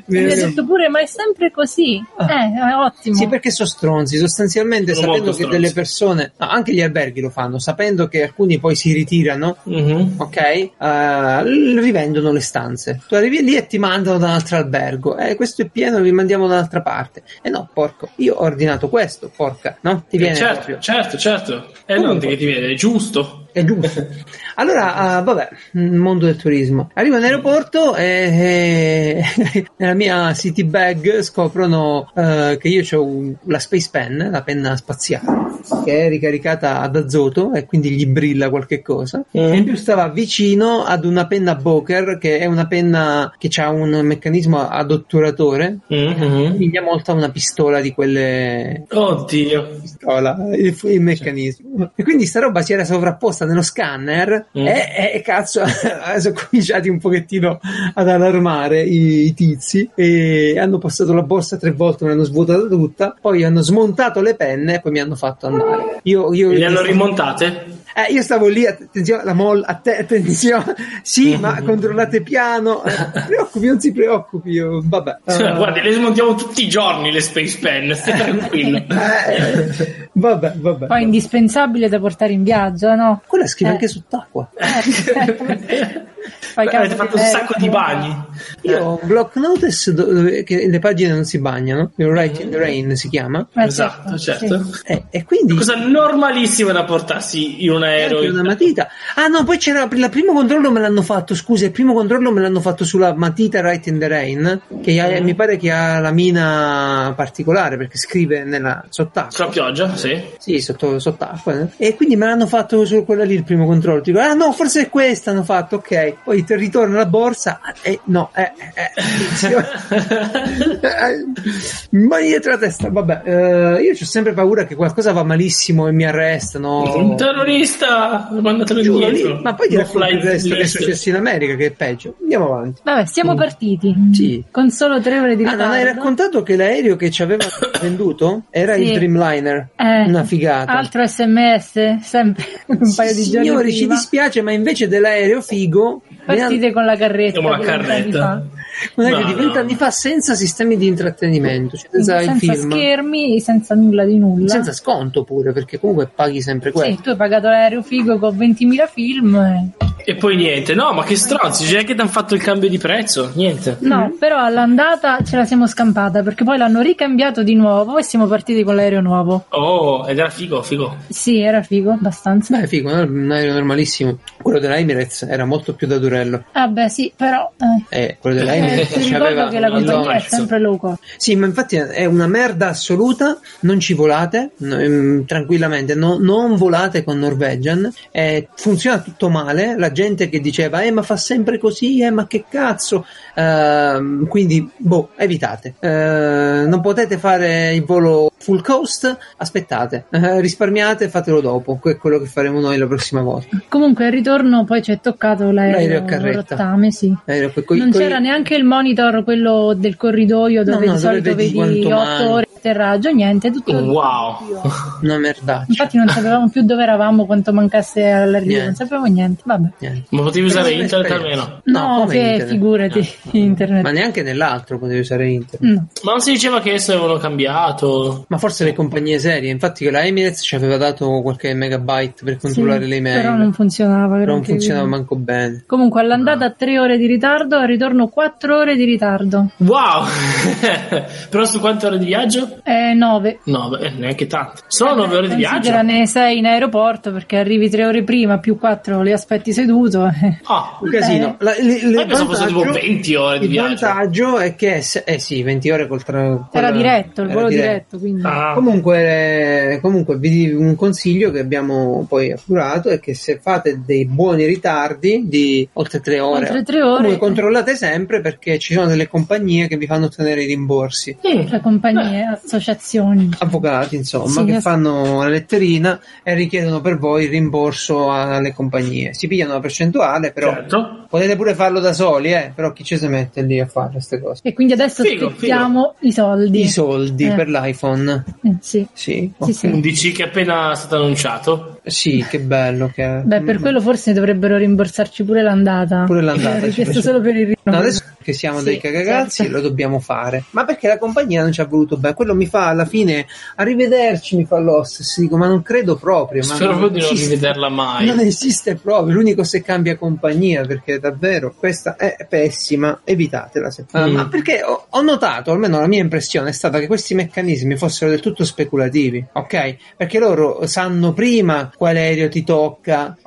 Mi ha detto pure, ma è sempre così. Ah. Eh, è ottimo. Sì, perché sono stronzi, sostanzialmente sono sapendo che stronzi. Delle persone, no, anche gli alberghi lo fanno, sapendo che alcuni poi si ritirano, mm-hmm. ok, uh, rivendono le stanze. Tu arrivi lì e ti mandano da un altro albergo, eh, questo è pieno, vi mandiamo da un'altra parte. E eh no, porco, io ho ordinato questo, porca, no? Ti viene eh certo, proprio. certo, certo. E eh, non che ti viene, è giusto. È giusto. Allora, uh, vabbè, mondo del turismo. Arrivo in aeroporto e, e nella mia city bag scoprono uh, che io ho la Space Pen, la penna spaziale, che è ricaricata ad azoto e quindi gli brilla qualche cosa. Mm. E in più stava vicino ad una penna Boker, che è una penna che ha un meccanismo ad otturatore, mm-hmm. Somiglia molto a una pistola di quelle... Oddio! Pistola, il, il meccanismo. E quindi sta roba si era sovrapposta nello scanner mm. e, e cazzo sono cominciati un pochettino ad allarmare i, i tizi e hanno passato la borsa tre volte, me l'hanno svuotata tutta, poi hanno smontato le penne e poi mi hanno fatto andare. Io, io le hanno rimontate? Eh, io stavo lì, attenzione, la moll, att- attenzione, sì, ma controllate piano, eh, preoccupi, non si preoccupi, io, vabbè. Cioè, uh, guardi, le smontiamo tutti i giorni le Space Pen, stai tranquillo. eh, vabbè, vabbè. Poi indispensabile da portare in viaggio, no? Quella scrive eh. anche sott'acqua. Eh, Fai Beh, avete fatto un sacco di bagni. Io ho un block notice dove che le pagine non si bagnano, il Write in the Rain si chiama. Eh, esatto, certo. Sì. Eh, e quindi cosa normalissima da portarsi in un aereo. Una matita. Ah no, poi c'era il primo controllo me l'hanno fatto, scusa, il primo controllo me l'hanno fatto sulla matita Write in the Rain, che ha, mm. mi pare che ha la mina particolare perché scrive nella sott'acqua. Sulla pioggia, sì. Sì, sotto sott'acqua. Eh. E quindi me l'hanno fatto su quella lì il primo controllo. Dico, ah no, forse è questa hanno fatto, ok. Poi ti ritorna la borsa e no, eh, eh, ma dietro la testa, vabbè, eh, io ho sempre paura che qualcosa va malissimo e mi arrestano. Un terrorista, mandatelo Giuro, indietro. Lì, ma poi ti racconto il resto che è successo in America, che è peggio. Andiamo avanti. Vabbè, siamo mm. partiti. Sì. Con solo tre ore di ah, ritardo. Non hai raccontato che l'aereo che ci aveva venduto era sì. il Dreamliner? Eh, una figata. Altro sms, sempre un paio di giorni Signori, prima. ci dispiace, ma invece dell'aereo figo partite con la carretta. Con la carretta. Un aereo no, di vent'anni no. fa senza sistemi di intrattenimento, cioè senza, senza il film. schermi, senza nulla di nulla. Senza sconto pure, perché comunque paghi sempre quello. Sì, tu hai pagato l'aereo figo con ventimila film. E... e poi niente, no, ma che stronzi, c'è che ti hanno fatto il cambio di prezzo, niente. No, mm. però all'andata ce la siamo scampata perché poi l'hanno ricambiato di nuovo e siamo partiti con l'aereo nuovo. Oh, ed era figo, figo. Sì, era figo, abbastanza. Beh, figo, un aereo normalissimo. Quello della Emirates era molto più da durello. Ah beh, sì, però... Eh, eh quello della Emirates eh, ti ricordo che la compagnia è sempre low cost. Sì, ma infatti è una merda assoluta, non ci volate, no, tranquillamente, no, non volate con Norwegian, eh, funziona tutto male, la gente che diceva, eh ma fa sempre così, eh ma che cazzo, uh, quindi, boh, evitate, uh, non potete fare il volo full cost, aspettate, uh, risparmiate, fatelo dopo, que- quello che faremo noi la prossima volta. Comunque al ritorno poi ci è toccato l'aereo, l'aereo a carretta. Rottame, sì. L'aereo coi, non coi... c'era neanche il monitor, quello del corridoio dove no, no, di solito vedi, vedi otto ore di atterraggio, niente, tutto wow, una merdaccia. Infatti non sapevamo più dove eravamo, quanto mancasse all'arrivo, niente. non sapevamo niente, vabbè. Niente. Ma potevi usare internet esperienza. Almeno? No, no che internet? Figurati, no. Internet. Ma neanche nell'altro potevi usare internet. No. Ma non si diceva che esso avevano cambiato? Ma forse le compagnie serie, infatti che la Emirates ci aveva dato qualche megabyte per controllare sì, le email. Però non funzionava. Però non funzionava quindi. Manco bene. Comunque all'andata no. tre ore di ritardo, al ritorno quattro ore di ritardo. Wow! Però su quante ore di viaggio? Eh, nove. Nove, eh, neanche tanto. Sono nove ore di viaggio? Ne sei in aeroporto perché arrivi tre ore prima più quattro li aspetti seduto. Ah, un casino. La, le, le Ma pensavo fosse tipo venti ore di il viaggio. Il vantaggio è che eh sì, venti ore col tra, era diretto, il volo diretto, diretto quindi. Ah. Comunque, comunque vi dico un consiglio che abbiamo poi appurato è che se fate dei buoni ritardi di oltre tre ore, oltre tre ore comunque controllate sempre perché ci sono delle compagnie che vi fanno ottenere i rimborsi. Mm. Cioè compagnie, Beh. associazioni, avvocati insomma sì, che es- fanno la letterina e richiedono per voi il rimborso alle compagnie. Si pigliano una percentuale, però certo. potete pure farlo da soli, eh, però chi ci si mette lì a fare queste cose? E quindi adesso figo, aspettiamo figo. i soldi. I soldi eh. per l'iPhone. Eh, sì. Sì, okay. sì, sì. Un D C che è appena stato annunciato. Sì, che bello che è. Beh, per quello forse dovrebbero rimborsarci pure l'andata. Pure l'andata. Ho richiesto solo per il rinnovo. No, adesso che siamo Sì, dei cagagazzi certo. lo dobbiamo fare. Ma perché la compagnia non ci ha voluto bene? Quello mi fa alla fine arrivederci, mi fa l'hostess. Dico, ma non credo proprio. Ma Spero non proprio di non esiste- rivederla mai. Non esiste proprio. L'unico se cambia compagnia, perché davvero questa è pessima. Evitatela. Se... Mm. Ma perché ho, ho notato, almeno la mia impressione è stata che questi meccanismi fossero del tutto speculativi, ok? Perché loro sanno prima quale aereo ti tocca,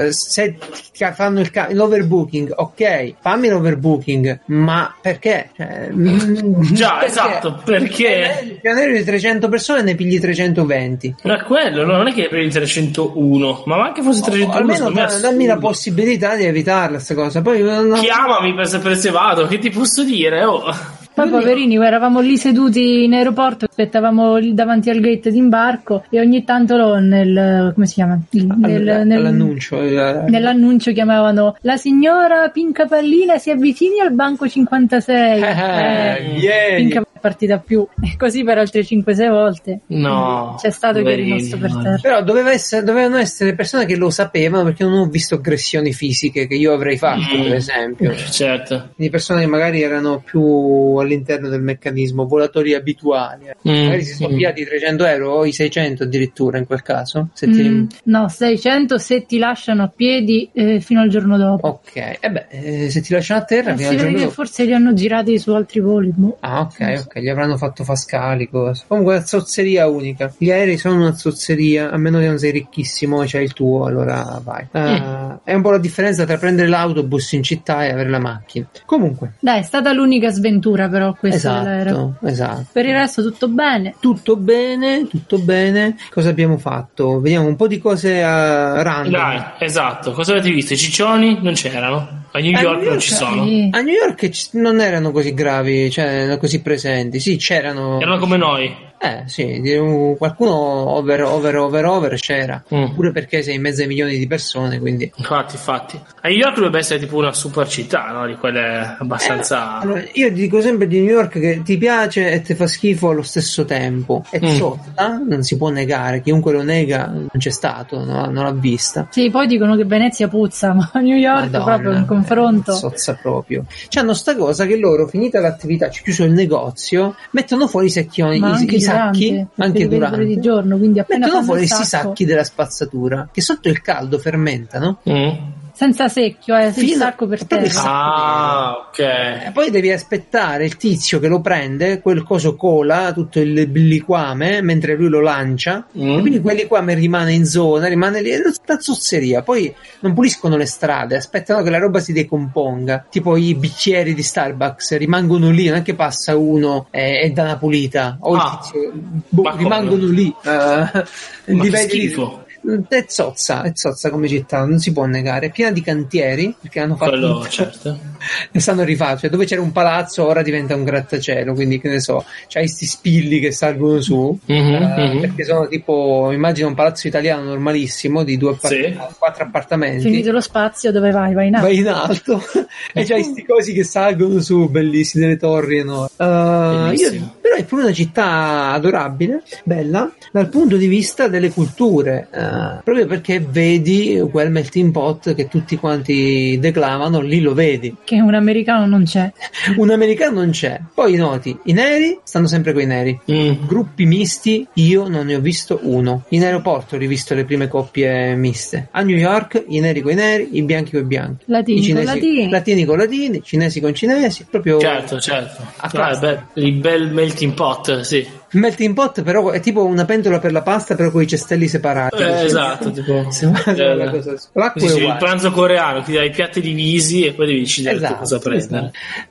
se ti fanno il ca- l'overbooking, ok, fammi l'overbooking, ma perché? Cioè, Già, perché? esatto, perché? Un aereo di trecento persone ne pigli trecentoventi. Ma quello, no, non è che per il trecentouno, ma anche fosse trecentouno. Almeno secondo me è da- dammi la assurdo. possibilità di evitarla questa cosa. Poi no, Chiamami per sapere se vado, che ti posso dire? Oh. Poi poverini, eravamo lì seduti in aeroporto, aspettavamo lì davanti al gate d'imbarco e ogni tanto lo- nel come si chiama? Il- Nel, All- nel- all'annuncio eh, nell'annuncio chiamavano la signora Pinca Pallina si avvicini al banco cinquantasei. Eh, vieni. Pinca è partita più e così per altre cinque sei volte. No. C'è stato che è poverini, rimasto per no. terra. Però doveva essere, dovevano essere persone che lo sapevano, perché non ho visto aggressioni fisiche che io avrei fatto, Mm. per esempio. Certo. Quindi persone che magari erano più all'interno del meccanismo, volatori abituali. eh. Mm. Magari si sono Mm. pigliati i trecento euro o i seicento addirittura in quel caso. Se ti- Mm, no, seicento se ti lasciano a piedi eh, fino al giorno dopo. Ok, e beh, eh, se ti lasciano a terra Eh, fino si al vede giorno che dopo. forse li hanno girati su altri voli. boh. Ah, ok, ok, gli avranno fatto fascali, cose. Comunque, una zozzeria unica. Gli aerei sono una zozzeria, a meno che non sei ricchissimo e c'hai il tuo, allora vai. Uh, È un po' la differenza tra prendere l'autobus in città e avere la macchina. Comunque, Dai, è stata l'unica sventura però questa dell'aereo. esatto, esatto. Per il resto tutto bene. Tutto bene, tutto bene. Cosa abbiamo fatto? Vediamo un po' di cose a random. Dai, esatto. Cosa avete visto? I ciccioni non c'erano. A New A York New non York, ci sono. Sì. A New York c- non erano così gravi, cioè così presenti. Sì, c'erano. Erano come noi. Eh sì, di- uh, qualcuno over over over over c'era, Mm. pure perché sei in mezzo ai milioni di persone, quindi Infatti, infatti. A New York dovrebbe essere tipo una super città, no? Di quelle abbastanza. allora, io dico sempre di New York che ti piace e ti fa schifo allo stesso tempo. È Mm. zotta, non si può negare, chiunque lo nega non c'è stato, no? Non l'ha vista. Sì, poi dicono che Venezia puzza, ma a New York Madonna, proprio in confronto. eh, Zozza proprio. C'hanno sta cosa che loro, finita l'attività, c'è chiuso il negozio, mettono fuori i secchioni, Ma i, anche i sacchi, durante, anche perché devi durante. vedere di giorno, quindi appena Mettono fanno fuori il questi sacco, sacchi della spazzatura che sotto il caldo fermentano. Mm. senza secchio, eh, il Fino- sacco per proprio il terra. sacco. Ah, ok. E poi devi aspettare il tizio che lo prende, quel coso cola tutto il liquame mentre lui lo lancia, Mm. e quindi quel liquame rimane in zona, rimane lì, è una zozzeria. Poi non puliscono le strade, aspettano che la roba si decomponga, tipo i bicchieri di Starbucks rimangono lì, non è che passa uno e è da una pulita, o il Ah. tizio, boh, Ma come? rimangono lì. eh, Ma li che vedi lì. schifo. È zozza, è zozza come città, non si può negare, è piena di cantieri perché hanno fatto Quello, un- certo. e stanno rifacendo, cioè, dove c'era un palazzo ora diventa un grattacielo, quindi che ne so, c'hai sti spilli che salgono su, Mhm, eh, mhm. perché sono tipo, immagino un palazzo italiano normalissimo di due appart- Sì. quattro appartamenti. Finito lo spazio, dove vai? Vai in alto. Vai in alto e c'hai sti cosi che salgono su, bellissimi, delle torri enormi. Uh, Bellissimo. io, però è proprio una città adorabile, bella, dal punto di vista delle culture, uh, proprio perché vedi quel melting pot che tutti quanti declamano, lì lo vedi. Che un americano non c'è. Un americano non c'è. Poi noti, i neri stanno sempre coi neri. Mm. Gruppi misti, io non ne ho visto uno. In aeroporto ho rivisto le prime coppie miste. A New York, i neri coi neri, i bianchi coi bianchi. Latini I con cinesi, latini. latini con latini, cinesi con cinesi, proprio Certo, certo. A Ah, classe. beh, il bel melting pot, sì. melting pot, però è tipo una pentola per la pasta, però con i cestelli separati. Eh, esatto, tipo Sì, ma- eh, la cosa- l'acqua così è c'è il uguale. pranzo coreano, ti dai i piatti divisi e poi devi decidere tu Esatto, cosa prendere. esatto.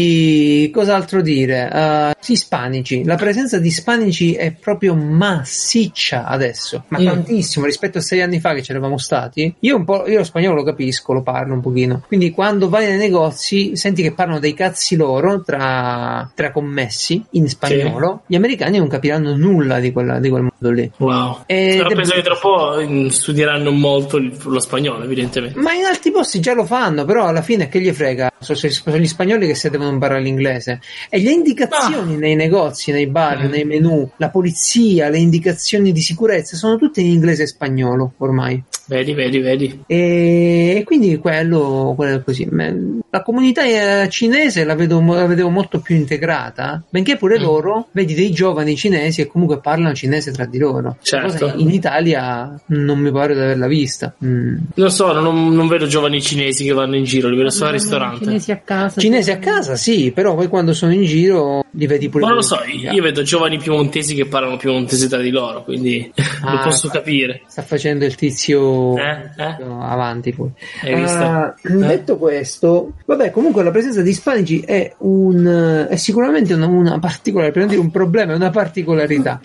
Poi cos'altro dire? Uh, gli ispanici, la presenza di ispanici è proprio massiccia adesso, ma Mm. tantissimo rispetto a sei anni fa che c'eravamo stati. Io un po', io lo spagnolo lo capisco, lo parlo un pochino, quindi quando vai nei negozi senti che parlano dei cazzi loro tra, tra commessi in spagnolo, gli americani non capiranno nulla di quella, di quel lì. Wow. E Però devo- penso che tra un po' studieranno molto il- lo spagnolo, evidentemente. Ma in altri posti già lo fanno, però alla fine che gli frega? Sono, sono gli spagnoli che si devono imparare l'inglese. E le indicazioni Ah. nei negozi, nei bar, Mm. nei menù, la polizia, le indicazioni di sicurezza sono tutte in inglese e spagnolo ormai. Vedi, vedi, vedi. E quindi quello, quello è così. Me- La comunità eh, cinese la vedo, la vedevo molto più integrata, benché pure Mm. loro, vedi dei giovani cinesi che comunque parlano cinese tra di loro. Certo. Cosa in Italia non mi pare di averla vista. Mm. Non so, non, non vedo giovani cinesi che vanno in giro, li vedo solo al No, ristorante. Cinesi a casa. Cinesi a casa sì, però poi quando sono in giro li vedi pure. Ma non lo con so, le io figlie. vedo giovani piemontesi che parlano piemontese tra di loro, quindi lo Ah, posso capire. Sta facendo il tizio Eh? Eh? avanti lui. Hai visto? Ah, Eh? detto questo, vabbè, comunque la presenza di ispanici è un è sicuramente una, una particolare, per non dire un problema, è una particolarità.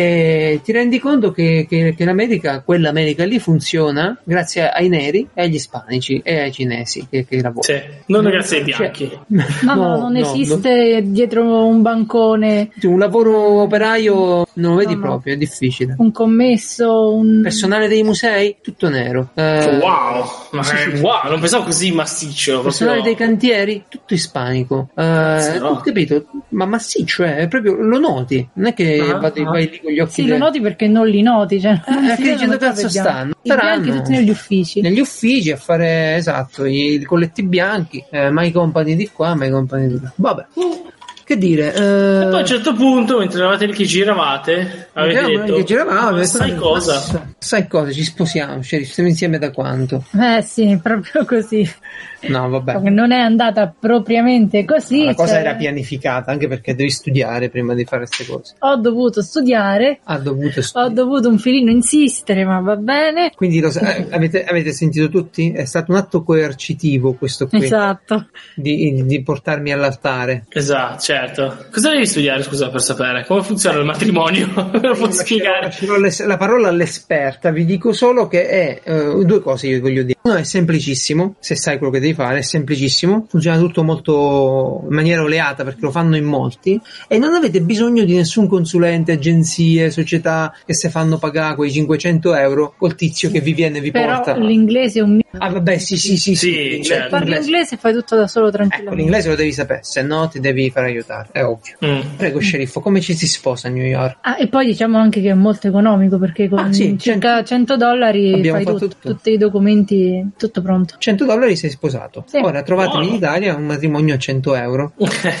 E ti rendi conto che, che, che l'America, quell'America lì funziona grazie ai neri e agli ispanici e ai cinesi che, che lavorano. Sì, non grazie ai Cioè- bianchi. No, no, non esiste dietro un bancone un lavoro operaio non lo vedi No, no. proprio, è difficile. un commesso, un... Personale dei musei, tutto nero. Eh, Wow, ma wow, non pensavo così massiccio. personale Proprio... dei cantieri, tutto ispanico. Eh, Sì, no. tu capito? Ma massiccio, è proprio lo noti. Non è che Ah, vado- ah. vai lì con gli occhi. Sì, de- lo noti perché non li noti, cioè non Eh, si che vedono dicendo proprio cazzo i bianchi. stanno? I bianchi Staranno tutti negli uffici. negli uffici a fare esatto i, i colletti bianchi, eh, mai company di qua, mai company di là. Vabbè, che dire? E poi a un Eh, certo punto, mentre eravate lì che giravate, avete Giravamo, detto: che giravamo, "Ma avete sai detto, cosa? "Ma sai cosa? Ci sposiamo, cioè, stiamo insieme da quanto?" Eh sì, proprio così. No, vabbè. Perché non è andata propriamente così. La cosa cioè, era pianificata, anche perché devi studiare prima di fare queste cose. Ho dovuto studiare, Ha dovuto ho studiare. dovuto un filino insistere, ma va bene. Quindi lo sa- eh, avete, avete sentito tutti? È stato un atto coercitivo questo qui, Esatto. di, di portarmi all'altare. Esatto, certo. Cosa devi studiare, scusa, per sapere? Come funziona il matrimonio? Me lo puoi spiegare? Lascerò l'es- la parola all'esperta, vi dico solo che è eh, due cose io vi voglio dire. Uno è semplicissimo, se sai quello che devi fare, è semplicissimo, funziona tutto molto in maniera oleata perché lo fanno in molti e non avete bisogno di nessun consulente, agenzie, società che se fanno pagare quei cinquecento euro col tizio che vi viene e vi Però porta. l'inglese è un... Ah vabbè sì sì sì, Sì, l'inglese- certo. Parli l'inglese- inglese e fai tutto da solo Ecco, tranquillamente. l'inglese lo devi sapere, se no ti devi fare aiutare, è ovvio. Mm. Prego sceriffo, come ci si sposa a New York? Ah, e poi diciamo anche che è molto economico perché con Ah, sì, circa cento dollari Abbiamo fai fatto tutto, tutto. tutti i documenti, tutto pronto. cento dollari sei sposato. Sì. Ora trovatemi in Buono. Italia un matrimonio a cento euro.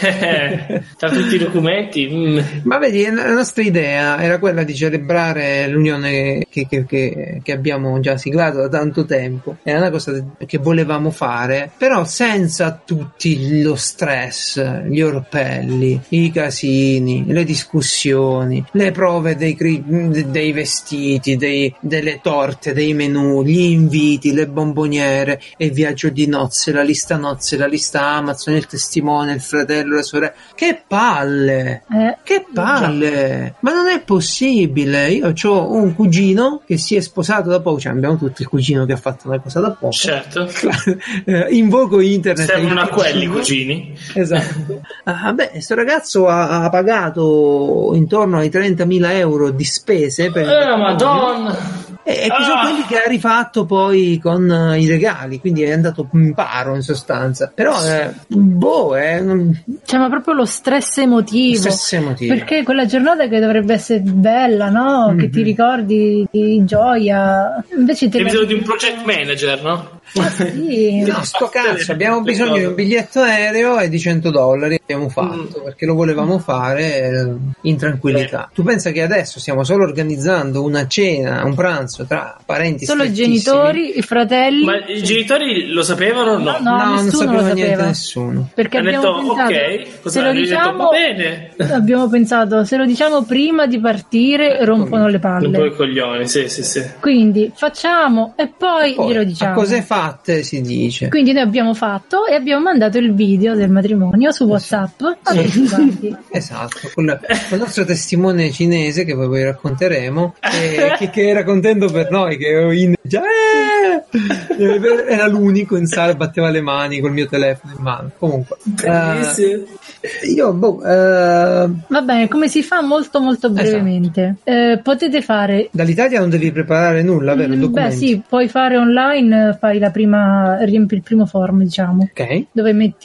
Tra tutti i documenti. mm. Ma vedi, la nostra idea era quella di celebrare l'unione che, che- che- che abbiamo già siglato da tanto tempo. Era una cosa che volevamo fare, però senza tutti lo stress, gli orpelli, i casini, le discussioni, le prove dei, cri- dei vestiti, dei- delle torte, dei menù, gli inviti, le bomboniere e il viaggio di nozze, la lista nozze, la lista Amazon, il testimone, il fratello, la sorella. Che palle! Eh, Che palle! Ma non è possibile! Io ho un cugino che si è sposato da poco, cioè abbiamo tutti il cugino che ha fatto una cosa da poco. Certo. Eh, Invoco internet. Servono a il quelli, cugino. cugini. Esatto. Ah, beh, questo ragazzo ha, ha pagato intorno ai trentamila euro di spese per il Eh, matrimonio. madonna! E, e che sono Ah. quelli che ha rifatto poi con eh, i regali, quindi è andato in paro in sostanza. Però, eh, boh, è un cioè, ma proprio lo stress emotivo. stesso emotivo. Perché quella giornata che dovrebbe essere bella, no? Che Mhm. ti ricordi di gioia. Invece te Hai la- bisogno di un project manager, no? Ah, sì. No, sto cazzo, abbiamo bisogno di un biglietto aereo e di cento dollari. Abbiamo fatto perché lo volevamo fare eh, in tranquillità. Tu pensa che adesso stiamo solo organizzando una cena, un pranzo tra parenti Solo i strettissimi? genitori, i fratelli. Ma i genitori lo sapevano o no? No, No, non nessuno sapeva lo niente sapeva. nessuno. Perché Hanno abbiamo detto, pensato, ok, cosa se lo hanno detto? diciamo, Va bene. abbiamo pensato, se lo diciamo prima di partire rompono le Un po' i palle. coglioni, sì, sì, sì. Quindi facciamo e poi, Poi, glielo a diciamo. cosa è fatte, si dice. Quindi noi abbiamo fatto e abbiamo mandato il video del matrimonio su WhatsApp a tutti quanti. Esatto, con, la, con il nostro testimone cinese che poi vi racconteremo, che, che, che era contento per noi, che in, già, eh, era l'unico in sala, batteva le mani col mio telefono in mano. Comunque, uh, io boh, uh, va bene, come si fa molto molto brevemente. Esatto. Eh, potete fare dall'Italia, non devi preparare nulla, vero? Mm, beh sì, puoi fare online, fai la prima, riempi il primo form, diciamo, okay, dove metti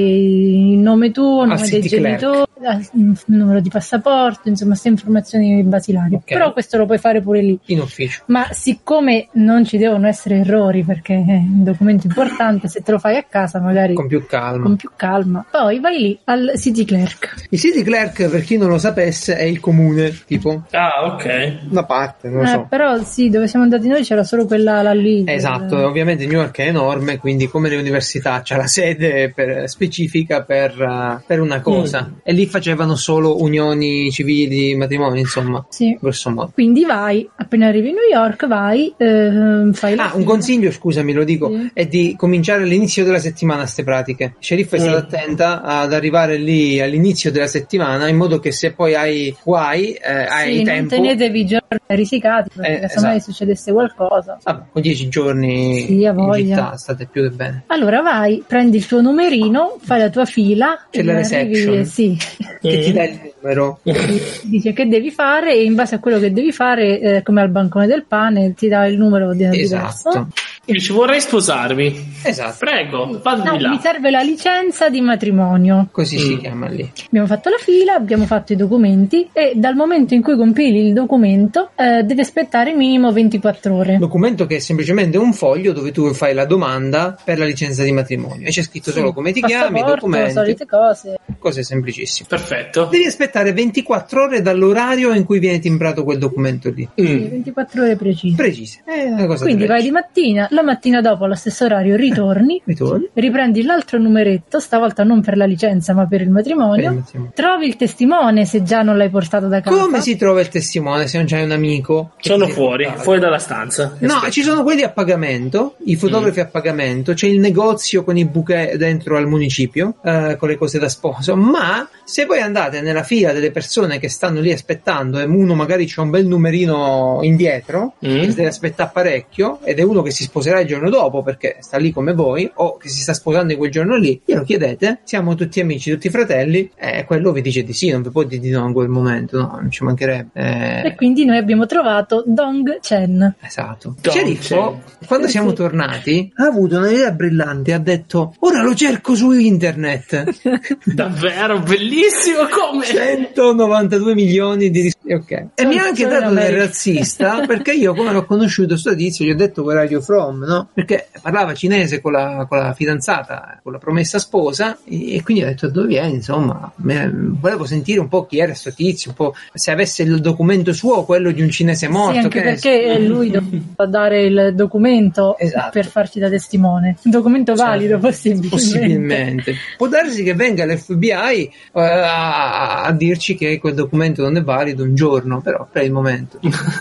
il nome tuo, nome dei genitori, il numero di passaporto, insomma queste informazioni basilari, okay. Però questo lo puoi fare pure lì in ufficio, ma siccome non ci devono essere errori perché è un documento importante, se te lo fai a casa magari con più calma con più calma poi vai lì al City Clerk. Il City Clerk, per chi non lo sapesse, è il comune, tipo, ah ok, una parte, non lo eh, so, però sì, dove siamo andati noi c'era solo quella là lì. Esatto, per... ovviamente New York è enorme, quindi come le università c'è la sede per, specifica per, uh, per una cosa, mm. e lì facevano solo unioni civili, matrimoni, insomma, sì, grosso modo. Quindi vai, appena arrivi a New York vai, eh, fai la ah, fila. Un consiglio, scusami, lo dico, sì, è di cominciare all'inizio della settimana ste pratiche. Sceriff è stata mm. attenta ad arrivare lì all'inizio della settimana, in modo che se poi hai guai, eh, hai sì, tempo, non tenetevi giorni risicati, perché eh, se mai esatto. succedesse qualcosa. Vabbè, con dieci giorni sì, in città state più che bene. Allora vai, prendi il tuo numerino, fai la tua fila, c'è la reception, arrivi, sì, che ti dà il numero, dice che devi fare e in base a quello che devi fare, eh, come al bancone del pane, ti dà il numero di esatto. diverso. Dici vorrei sposarmi, esatto, prego, vado no, di là. Mi serve la licenza di matrimonio, così mm. si chiama lì. Abbiamo fatto la fila, abbiamo fatto i documenti e dal momento in cui compili il documento eh, deve aspettare minimo ventiquattro ore. Documento che è semplicemente un foglio dove tu fai la domanda per la licenza di matrimonio e c'è scritto sì, solo come ti chiami, documenti, solite cose cose semplicissime. Perfetto. Devi aspettare ventiquattro ore dall'orario in cui viene timbrato quel documento lì. Mm. Sì, ventiquattro ore precise. Precise. È una cosa Quindi vai legge. Di mattina, la mattina dopo allo stesso orario ritorni, ritorni, riprendi l'altro numeretto, stavolta non per la licenza ma per il matrimonio, per il matrimonio. Trovi il testimone se già non l'hai portato da casa. Come si trova il testimone se non c'hai un amico? Sono fuori, fuori dalla stanza. No, aspetta. Ci sono quelli a pagamento, i fotografi mm. a pagamento, c'è il negozio con i bouquet dentro al municipio, eh, con le cose da sposo, ma se voi andate nella fila delle persone che stanno lì aspettando e uno magari c'ha un bel numerino indietro, mm. che deve aspettare parecchio, ed è uno che si sposerà il giorno dopo perché sta lì come voi, o che si sta sposando in quel giorno lì, glielo chiedete, siamo tutti amici, tutti fratelli, e quello vi dice di sì, non vi può dire di no in quel momento, no, non ci mancherebbe. Eh... E quindi noi abbiamo trovato Dong Chen. Esatto. Sceriffo, quando siamo sì. tornati, ha avuto un'idea brillante, ha detto ora lo cerco su internet. Davvero, bellissimo, come? centonovantadue milioni di ris- ok. E Sono, mi ha anche dato del razzista, perché io come l'ho conosciuto sto tizio, gli ho detto where are you from, no? Perché parlava cinese con la, con la fidanzata, con la promessa sposa, e, e quindi ho detto dove vieni, insomma, me, volevo sentire un po' chi era sto tizio, un po' se avesse il documento suo o quello di un cinese morto. Sì, anche che perché lui doveva dare il documento esatto. per farci da testimone, un documento valido, certo. possibilmente. possibilmente può darsi che venga l'F B I uh, a, a dirci che quel documento non è valido un giorno, però per il momento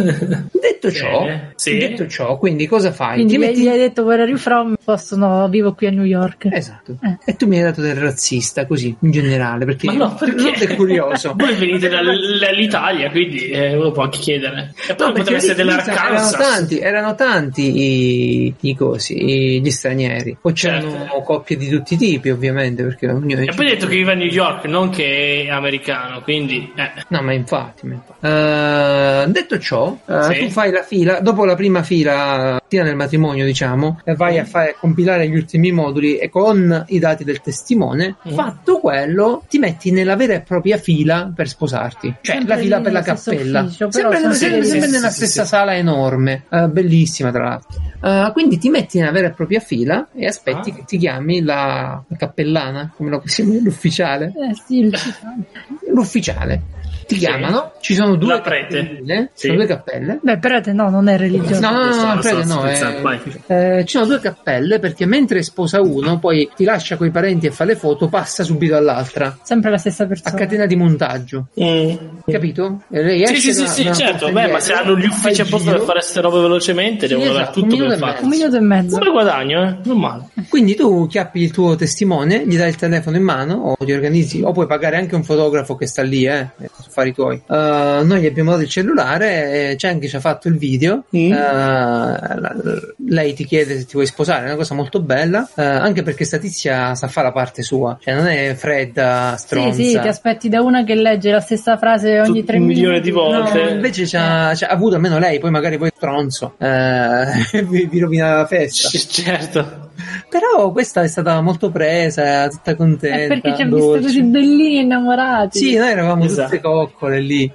detto ciò eh, sì. detto ciò quindi cosa fai? Quindi Ti metti... gli hai detto where are you from? Posso, no, vivo qui a New York. Esatto. Eh. E tu mi hai dato del razzista così in generale, perché ma no, perché è curioso. Voi venite dall'Italia, quindi eh, uno può anche chiedere. E poi no, potrebbe essere dell'Arkansas. Erano tanti, erano tanti i, i cosi, gli stranieri. Poi c'erano certo. coppie di tutti i tipi, ovviamente, perché ognuno. E poi hai detto che vive a New York, non che è americano, quindi. Eh. No, ma infatti. Ma infatti. Uh, detto ciò, uh, sì. tu fai la fila, dopo la prima fila, sia nel matrimonio, diciamo, vai a fare compilare gli ultimi moduli e con i dati del testimone. Mm. Fatto quello, ti metti nella vera e propria fila per sposarti, cioè sempre la fila per la cappella. Ufficio, sempre sempre, sempre, sempre nella sì, stessa sì, sala sì. enorme, uh, bellissima tra l'altro. Uh, quindi ti metti nella vera e propria fila e aspetti ah. che ti chiami la, la cappellana, come lo chiamiamo, l'ufficiale. Eh sì, l'ufficiale. L'ufficiale. ti Sì. chiamano, ci sono due La prete. cappelle, ci Sì. sono due cappelle. Beh, prete no, non è religioso. No, no, no, no, Lo so, prete sto no, scherzando, eh, vai. eh, ci sono due cappelle perché mentre sposa uno, poi ti lascia coi parenti e fa le foto, passa subito all'altra, Sempre la stessa a persona. catena di montaggio. Mm. Capito? E lei Sì, esce sì, sì, da- sì, da una certo. porta Beh, ma indietro, se hanno gli fa uffici il apposta per giro. fare queste robe velocemente, Sì, devono avere esatto, un tutto minuto ben e fatto. Un minuto e mezzo. Come guadagno, eh? Non male. Quindi tu chiappi il tuo testimone, gli dai il telefono in mano o ti organizzi, o puoi pagare anche un fotografo che sta lì, eh, affari tuoi. Uh, noi gli abbiamo dato il cellulare, e c'è anche ci ha fatto il video. Mm. Uh, la- lei ti chiede se ti vuoi sposare, è una cosa molto bella, uh, anche perché sta tizia sa fare la parte sua, cioè non è fredda, Sì, stronza. sì, ti aspetti da una che legge la stessa frase ogni Tut- tre un minuti. milione di volte. No, invece c'ha, c'ha avuto almeno lei, poi magari poi stronzo, eh, vi, vi rovina la festa. C- certo. Però questa è stata molto presa, tutta contenta. È perché ci ha dolce. visto così bellini e innamorati. Sì, noi eravamo Esatto. tutte coccole lì.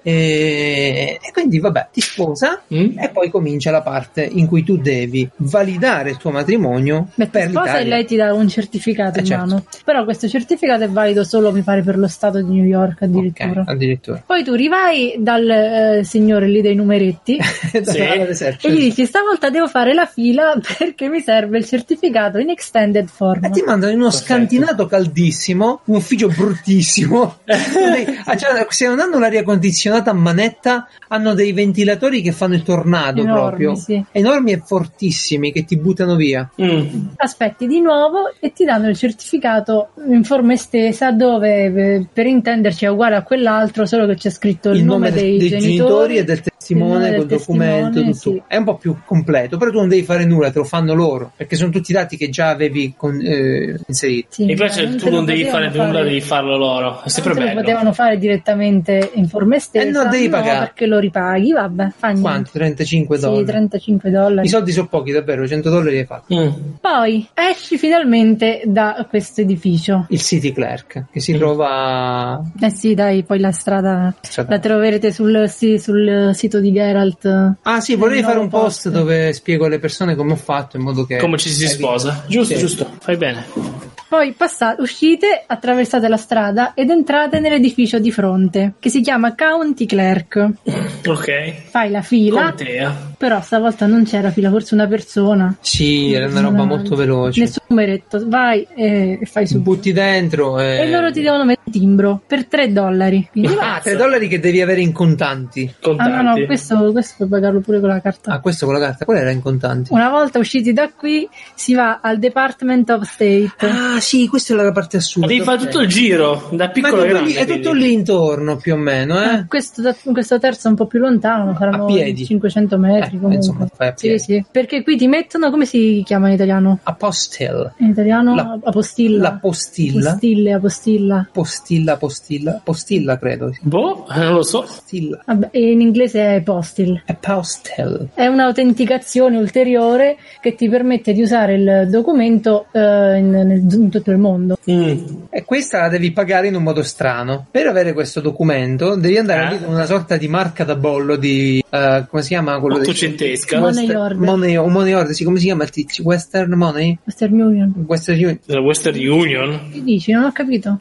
E, e quindi vabbè, ti sposa Mm. e poi comincia la parte in cui tu devi validare il tuo matrimonio Beh, ti per sposa l'Italia. e lei ti dà un certificato Eh, in certo. mano. Però questo certificato è valido solo, mi pare, per lo stato di New York addirittura. Ok, addirittura. Poi tu rivai dal eh, signore lì dei numeretti Sì. All'esercito. e gli dici stavolta devo fare la fila perché mi serve il certificato in extended form. E ti mandano in uno Perfetto. scantinato caldissimo, un ufficio bruttissimo. Dei- ah, cioè, se non hanno l'aria condizionata a manetta, hanno dei ventilatori che fanno il tornado Enormi, proprio. sì. Enormi e fortissimi che ti buttano via. Mm. Aspetti di nuovo e ti danno il certificato in forma estesa dove eh, per intenderci è uguale a quell'altro, solo che c'è scritto il, Il nome del- dei, dei genitori e del il testimone nome col del documento, testimone, tutto. sì. È un po' più completo, però tu non devi fare nulla, te lo fanno loro, perché sono tutti dati che già avevi con- eh, inseriti. Sì, Mi piace ma tu te lo non devi fare potevano nulla, devi farlo loro. È sempre non te lo bello. potevano fare direttamente in forma estesa. Eh no, devi pagare. perché lo ripaghi, vabbè, fa niente. Quanti? trentacinque Sì, dollari. trentacinque dollari. I soldi sono pochi, davvero, cento dollari hai fatto. Mm. Poi esci finalmente da questo edificio. Il City Clerk, che si Mm. trova... Eh sì, dai, poi la strada Strada- la troverete sul, sì, sul sito di Geralt. Ah sì, vorrei Nel fare un nuovo post dove spiego alle persone come ho fatto in modo che... Come ci si sposa. Giusto, Sì. giusto. Fai bene. Poi passate, uscite, attraversate la strada ed entrate nell'edificio di fronte, che si chiama County Clerk. Ok. Fai la fila, Contea. però stavolta non c'era fila, forse una persona. Sì, era una roba molto veloce. Nessun numeretto, vai e, e fai su. Butti dentro e... E loro ti devono mettere il timbro per tre dollari. Quindi vai. Ah, tre dollari che devi avere in contanti. Ah no, Contanti. no, questo, questo puoi pagarlo pure con la carta. Ah, questo con la carta, quella era in contanti. Una volta usciti da qui si va al Department of State. Ah sì, questa è la parte assurda. Ma devi fare ok. tutto il giro, da Ma è piccolo a tutto, grande. lì, è tutto quindi. lì intorno più o meno, eh? Eh, questo, questo terzo è un po' più lontano, saranno A piedi. cinquecento metri Eh, comunque. insomma, fai a Sì, piedi. sì, perché qui ti mettono, come si chiama in italiano? Apostel. In italiano La- apostilla. La postilla. Postille, apostilla. Postilla, postilla. Postilla, credo. Boh, eh, non lo so. Postilla. Vabbè, e in inglese è postil. È postel. È un'autenticazione ulteriore che ti permette di usare il documento eh, in, nel- in tutto il mondo. Mm. E questa la devi pagare in un modo strano. Per avere questo documento devi andare Eh? lì con una sorta di marca da bollo di... eh, come si chiama quello dei- Ottocentesca. Money Western- order. Money, un money order, sì, come si chiama il tizio? Western Money? Western Union. Western Union. Della Western Union. Che dici? Non ho capito.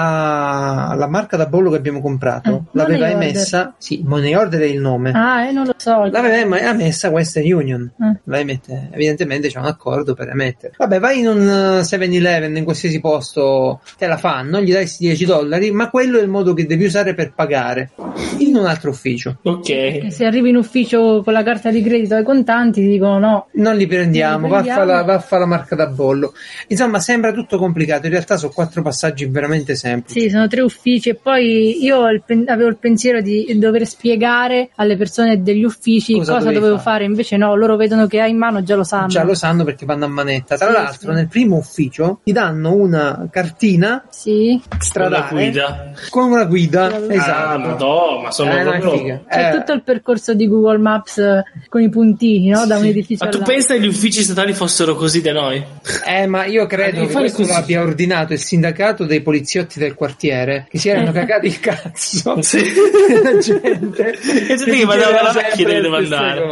La, la marca da bollo che abbiamo comprato Eh, l'aveva Money order. emessa, sì, Money Order è il nome. Ah, eh, non lo so. L'aveva em- emessa Western Union. Eh. La emette, evidentemente c'è un accordo per emettere. Vabbè, vai in un uh, seven eleven, in qualsiasi posto te la fanno, gli dai questi dieci dollari, ma quello è il modo che devi usare per pagare in un altro ufficio. Ok. E se arrivi in ufficio con la carta di credito ai contanti ti dicono no. Non li prendiamo, Non li va a prendiamo. fare la, va a fare la marca da bollo. Insomma, sembra tutto complicato, in realtà sono quattro passaggi veramente semplici. Sì, sono tre uffici e poi io ho il pen- avevo il pensiero di dover spiegare alle persone degli uffici Cosa cosa, dovevi dovevo fare. fare, invece no, loro vedono che hai in mano, già lo sanno. Già lo sanno perché vanno a manetta. Tra Sì, l'altro, sì. nel primo ufficio ti danno una cartina Sì, Con la stradale guida. con una guida. Con la guida. Esatto. Ah, no, ma sono Eh, no, è proprio... figa. c'è Eh, tutto il percorso di Google Maps eh, con i puntini, no? Da un edificio Ma tu all'altro. pensa che gli uffici statali fossero così da noi? Eh, ma io credo Eh, che fare questo così. lo abbia ordinato il sindacato dei poliziotti del quartiere, che si erano cagati il cazzo. Sì. La gente E gente che mandava la macchina e deve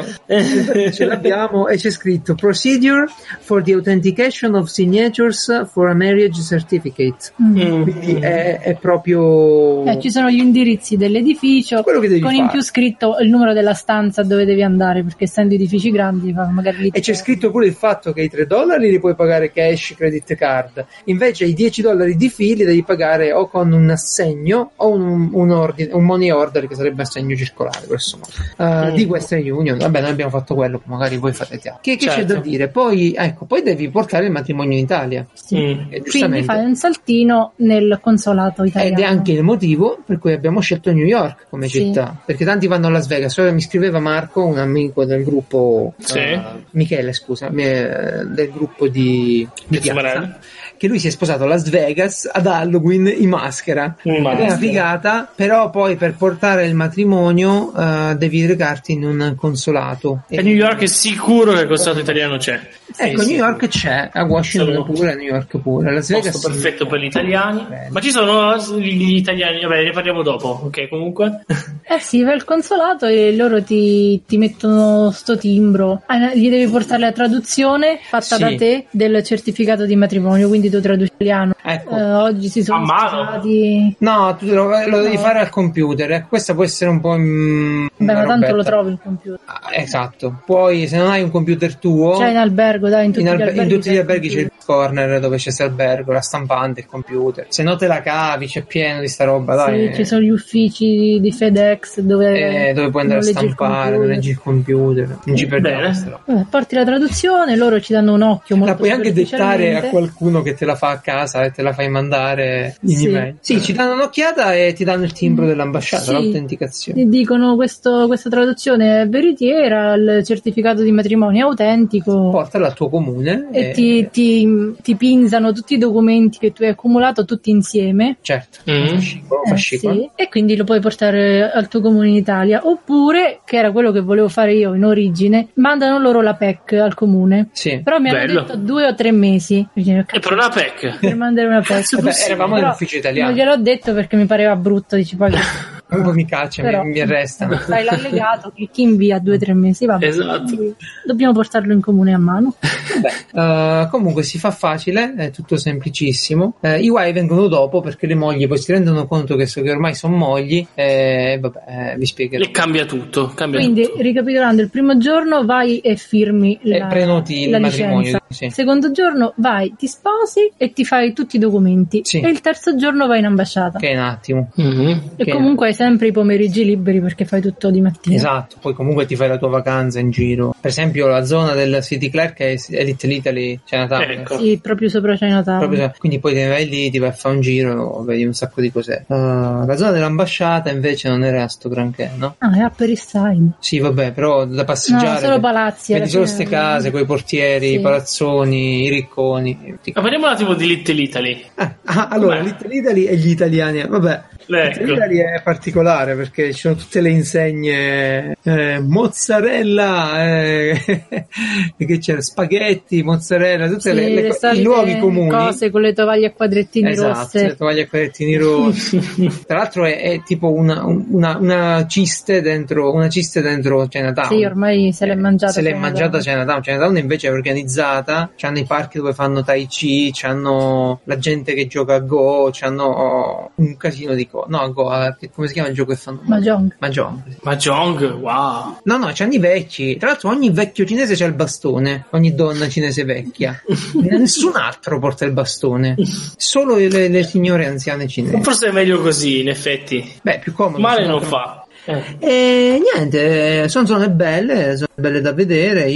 andare. Ce l'abbiamo e c'è scritto procedure for the authentication of signatures for a marriage certificate. Mm. Quindi è, è proprio Eh, ci sono gli indirizzi dell'edificio quello che devi con fare. in più scritto il numero della stanza dove devi andare, perché essendo edifici grandi fa- magari lì E c'è scritto pure il fatto che i tre dollari li puoi pagare cash, credit card, invece i dieci dollari di fee li devi pagare o con un assegno o un, un, ordine, un money order, che sarebbe assegno circolare, grosso modo, uh, Mm. di Western Union. Vabbè, noi abbiamo fatto quello, magari voi fate teatro. Che, che c'è Certo. da dire? Poi, ecco, poi devi portare il matrimonio in Italia. Sì. Mm. E Quindi giustamente. fai un saltino nel consolato italiano. Ed è anche il motivo per cui abbiamo scelto New York come Sì. città, perché tanti vanno a Las Vegas. Ora mi scriveva Marco, un amico del gruppo, Sì. eh, Michele, scusa, eh, del gruppo di, di Piazza Piazza, Marella. che lui si è sposato a Las Vegas ad Halloween in maschera. In Ed è maschera. una figata, però poi per portare il matrimonio eh, devi recarti in un consolato. A New York è sicuro che il consolato italiano c'è. Ecco, Sì, New York c'è, a Washington Sono- pure, a New York pure, a Las Vegas Posto sì. perfetto per gli italiani. Bene. Ma ci sono gli italiani, vabbè, ne parliamo dopo. Ok, comunque. Eh sì, vai al consolato e loro ti, ti mettono sto timbro. Ah, gli devi portare la traduzione fatta Sì. da te del certificato di matrimonio, quindi tu traduci italiano. Ecco. Eh, oggi si sono A mano? stati... No, tu lo, lo devi No. fare al computer. eh. Questa può essere un po'. Mm, Beh, una ma tanto lo robetta. trovi il computer. Ah, esatto. Poi, se non hai un computer tuo, Cioè in albergo, dai, in tutti in, gli albe- alberghi, in tutti gli c'è il alberghi c'è il computer. corner dove c'è l'albergo, la stampante, il computer. Se no te la cavi, c'è pieno di sta roba. Dai. Sì, ci sono gli uffici di FedEx dove, Eh, dove puoi andare a non leggi il stampare, dove computer. leggi il computer. Non ci perdiamo Bene. questa roba. Vabbè, porti la traduzione, loro ci danno un occhio molto La puoi anche dettare a superficialmente. qualcuno che te la fa a casa e te la fai mandare in Sì. email. Sì, ci danno un'occhiata e ti danno il timbro dell'ambasciata, Sì. l'autenticazione. Ti dicono questo, questa traduzione è veritiera, il certificato di matrimonio è autentico. Portala al tuo comune E ti, ti, ti pinzano tutti i documenti che tu hai accumulato tutti insieme. certo, Mm. fascicolo, Eh, fascicolo. sì, e quindi lo puoi portare al tuo comune in Italia. Oppure, che era quello che volevo fare io in origine, mandano loro la P E C al comune. Sì. Però mi hanno Bello. detto due o tre mesi. Quindi, E per una P E C. per mandare una P E C. Eh beh, eravamo Però nell'ufficio italiano. non gliel'ho detto perché mi pareva brutto. Dici poi Un po' mi caccia, però, mi, mi arrestano. fai l'allegato, clicchi invia due o tre mesi. Vabbè. Esatto. Quindi dobbiamo portarlo in comune a mano. Vabbè, eh, comunque si fa facile, è tutto semplicissimo. Eh, I guai vengono dopo perché le mogli poi si rendono conto che, so, che ormai sono mogli e vabbè, eh, vi spiegherò. E cambia tutto. Cambia Quindi, tutto. ricapitolando, il primo giorno vai e firmi E la, prenoti il la matrimonio, licenza. sì. Il secondo giorno vai, ti sposi e ti fai tutti i documenti. Sì. E il terzo giorno vai in ambasciata. Che è un attimo. Mhm. E che- comunque hai sempre i pomeriggi liberi perché fai tutto di mattina. Esatto, poi comunque ti fai la tua vacanza in giro. Per esempio la zona del City Clerk è Elite Italy, Chinatown. Ecco. Sì, proprio sopra Chinatown. Proprio- quindi poi te ne vai lì, ti vai a fare un giro, vedi un sacco di cose. Uh, la zona dell'ambasciata invece non era sto granché, no? Ah, è Upper East Side. Sì, vabbè, però da No, passeggiare solo palazzi. vedi alla solo fine. ste case, coi portieri, Sì. i palazzoni, i ricconi. Ti- Ma parliamo un attimo di Little Italy. Ah, ah, allora, Com'è? Little Italy e gli italiani, vabbè, Ecco. Little Italy è particolare perché ci sono tutte le insegne, eh, mozzarella, eh, che c'era, spaghetti, mozzarella, tutte Sì, le, le le co- i solite luoghi comuni. cose con le tovaglie a quadrettini Esatto, le rosse. tovaglie a quadrettini rossi. Tra l'altro è, è tipo una, una, una ciste dentro una ciste dentro Chinatown. Sì, ormai se l'è mangiata. Se l'è Chinatown. mangiata Chinatown. Chinatown invece è organizzata, c'hanno i parchi dove fanno Tai Chi, c'hanno la gente che gioca a Go, c'hanno un casino di cose. No, a Go, a- che- come si chiama il gioco che fanno? Mahjong. Mahjong. sì. Mahjong, wow. No, no, c'hanno i vecchi. Tra l'altro ogni vecchio cinese c'ha il bastone, ogni donna cinese vecchia. Nessun altro porta il bastone, solo le, le signore anziane cinesi. Forse è meglio così, in effetti. Beh, più comodo. Male sono- non fa. Eh. E niente, sono zone belle, sono belle da vedere. Io boh,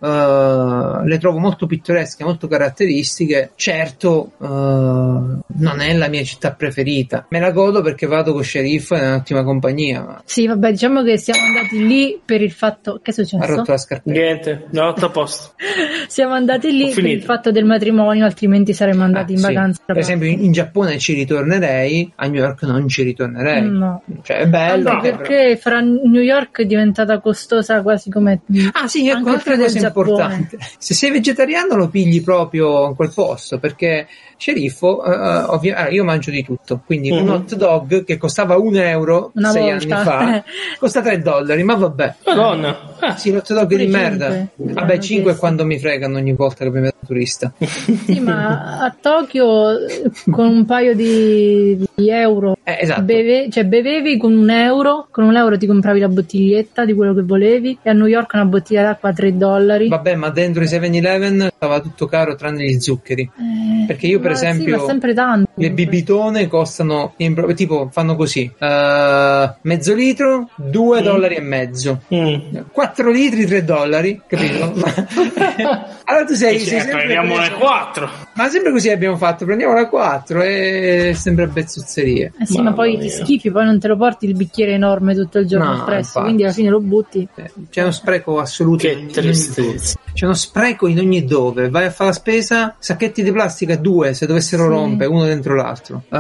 uh, le trovo molto pittoresche, molto caratteristiche. Certo, uh, non è la mia città preferita, me la godo perché vado con Sceriffo, è un'ottima compagnia. Ma... Sì, vabbè, diciamo che siamo andati lì per il fatto... Che è successo? Ha rotto la scarpetta. Niente, no, tutto a posto. Siamo andati lì per il fatto del matrimonio, altrimenti saremmo andati ah, in sì. vacanza. Per esempio in, in Giappone ci ritornerei, a New York non ci ritornerei. No. Cioè è bello. Anche perché però... fra New York è diventata costosa quasi come... Ah sì, ecco un'altra cosa importante. Se sei vegetariano lo pigli proprio in quel posto, perché Sceriffo, uh, ovvi- allora, io mangio di tutto, quindi mm-hmm. un hot dog che costava un euro Una sei volta. anni fa costa tre dollari, ma vabbè. Madonna. Ah sì, l'hot dog di merda. Vabbè, cinque è quando mi fregano ogni volta che mi vedo turista. Sì, ma a Tokyo con un paio di, di euro eh, esatto. beve, cioè bevevi con un euro, con un euro ti compravi la bottiglietta di quello che volevi, e a New York una bottiglia d'acqua a tre dollari. Vabbè, ma dentro i seven eleven stava tutto caro tranne gli zuccheri. Eh, perché io per esempio sì, ma sempre tanto. Le bibitone costano in, tipo fanno così uh, mezzo litro due mm. dollari e mezzo mm. quattro litri tre dollari, capito? Allora tu sei, sei sempre prendiamone quattro, ma sempre così abbiamo fatto, prendiamola quattro e sempre bezzuzzerie. Eh sì, ma, ma poi ti schifi, poi non te lo porti il bicchiere enorme tutto il giorno no, espresso, infatti. Quindi alla fine lo butti. C'è uno spreco assoluto, che tristezza. C'è uno spreco in ogni dove. Vai a fare la spesa, sacchetti di plastica due, se dovessero sì. rompere uno dentro l'altro. Uh,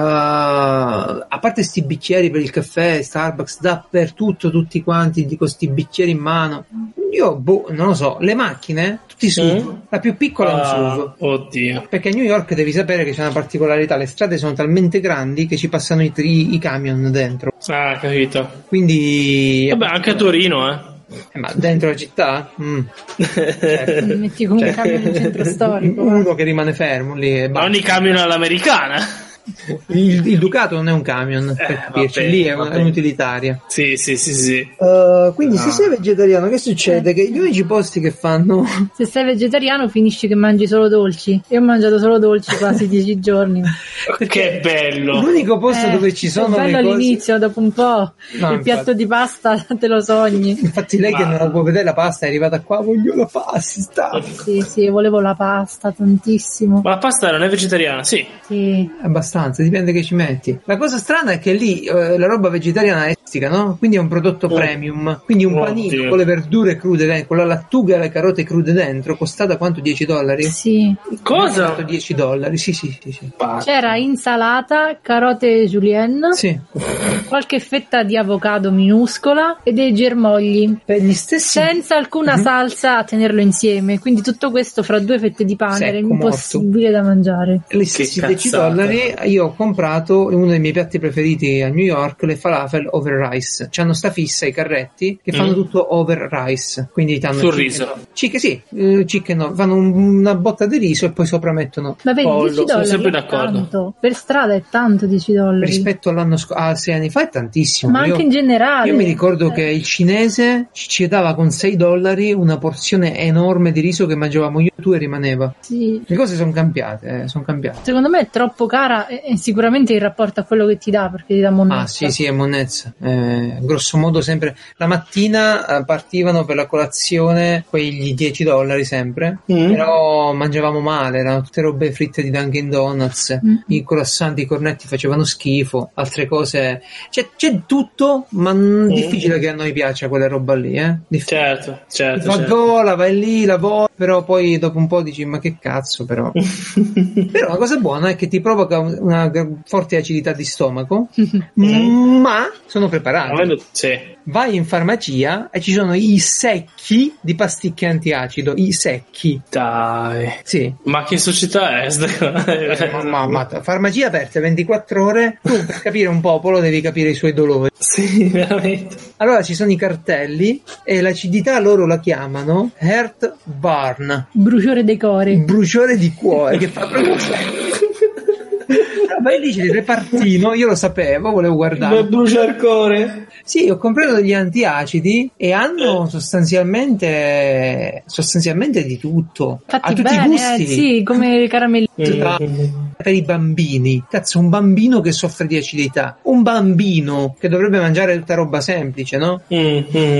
a parte sti bicchieri per il caffè, Starbucks dappertutto, tutti quanti di questi bicchieri in mano. Io, boh, non lo so, le macchine, tutti S U V, mm. la più piccola è un S U V. Ah, oddio. Perché a New York devi sapere che c'è una particolarità, le strade sono talmente grandi che ci passano i, i, i camion dentro. Ah, capito. Quindi... Vabbè, anche a Torino, eh. Eh, ma dentro la città? Mm. Certo. Metti come un camion in centro storico. Uno va. Che rimane fermo lì. E ma ogni camion all'americana. Il, il Ducato non è un camion, eh, per capirci, vabbè, lì è, un, è un'utilitaria. Sì, sì, sì, sì. Uh, quindi no. Se sei vegetariano, che succede? Che gli unici posti che fanno... Se sei vegetariano finisci che mangi solo dolci. Io ho mangiato solo dolci quasi dieci giorni. Che bello! L'unico posto eh, dove ci sono bello le cose... all'inizio, dopo un po' no, il infatti. piatto di pasta te lo sogni. Infatti lei ma... che non la può vedere la pasta è arrivata qua, voglio la pasta. Sì, sì, volevo la pasta tantissimo. Ma la pasta non è vegetariana, sì. Sì. Abbastanza. Dipende che ci metti. La cosa strana è che lì eh, la roba vegetariana è estica, no? Quindi è un prodotto oh. premium. Quindi un oh, panino Dio. con le verdure crude dentro, con la lattuga e le carote crude dentro, costata quanto? dieci dollari? Sì. Cosa? dieci dollari, sì, sì, sì, sì. C'era insalata, carote julienne, sì. qualche fetta di avocado minuscola e dei germogli. Per gli stessi... Senza alcuna mm-hmm. salsa a tenerlo insieme. Quindi tutto questo fra due fette di pane era impossibile morto. da mangiare. Gli stessi dieci dollari. Io ho comprato uno dei miei piatti preferiti a New York, le falafel over rice. C'hanno sta fissa i carretti che fanno mm. tutto over rice, quindi tanno sul riso. Chicken, sì, uh, chicken no, fanno un, una botta di riso e poi sopra mettono Vabbè, pollo. dieci dollari sono sempre d'accordo. Tanto. Per strada è tanto dieci dollari. Rispetto all'anno scorso, ah, sei anni fa è tantissimo. Ma io, anche in generale. Io mi ricordo eh. che il cinese ci dava con sei dollari una porzione enorme di riso che mangiavamo io e tu e rimaneva. Sì. Le cose sono cambiate, eh, sono cambiate. Secondo me è troppo cara e sicuramente in rapporto a quello che ti dà, perché ti dà monnezza. Ah sì sì, è monnezza, eh, grosso modo sempre la mattina eh, partivano per la colazione quegli dieci dollari sempre, mm. però mangiavamo male, erano tutte robe fritte di Dunkin' Donuts, mm. i croissant, i cornetti facevano schifo, altre cose, c'è, c'è tutto, ma mm. difficile che a noi piaccia quella roba lì, eh? Difficile. Certo, certo. Va certo. gola, vai lì, lavori, però poi dopo un po' dici ma che cazzo però. Però la cosa buona è che ti provoca una forte acidità di stomaco, ma sono preparato. Sì. Vai in farmacia e ci sono i secchi di pasticche antiacido, i secchi. Dai. Sì. Ma che società è? ma, ma, farmacia aperta ventiquattro ore, tu per capire un popolo devi capire i suoi dolori. Sì, veramente. Allora ci sono i cartelli e l'acidità loro la chiamano heartburn. Bruciore dei cuori. Bruciore di cuore, che fa proprio vai lì c'è il repartino, io lo sapevo, volevo guardare. Per bruciare il cuore. Sì, ho comprato degli antiacidi e hanno sostanzialmente sostanzialmente di tutto. Fatti a tutti bene, i gusti. Eh, sì, come i caramelli. Mm. Per i bambini, cazzo, un bambino che soffre di acidità, un bambino che dovrebbe mangiare tutta roba semplice, no? Mm-hmm.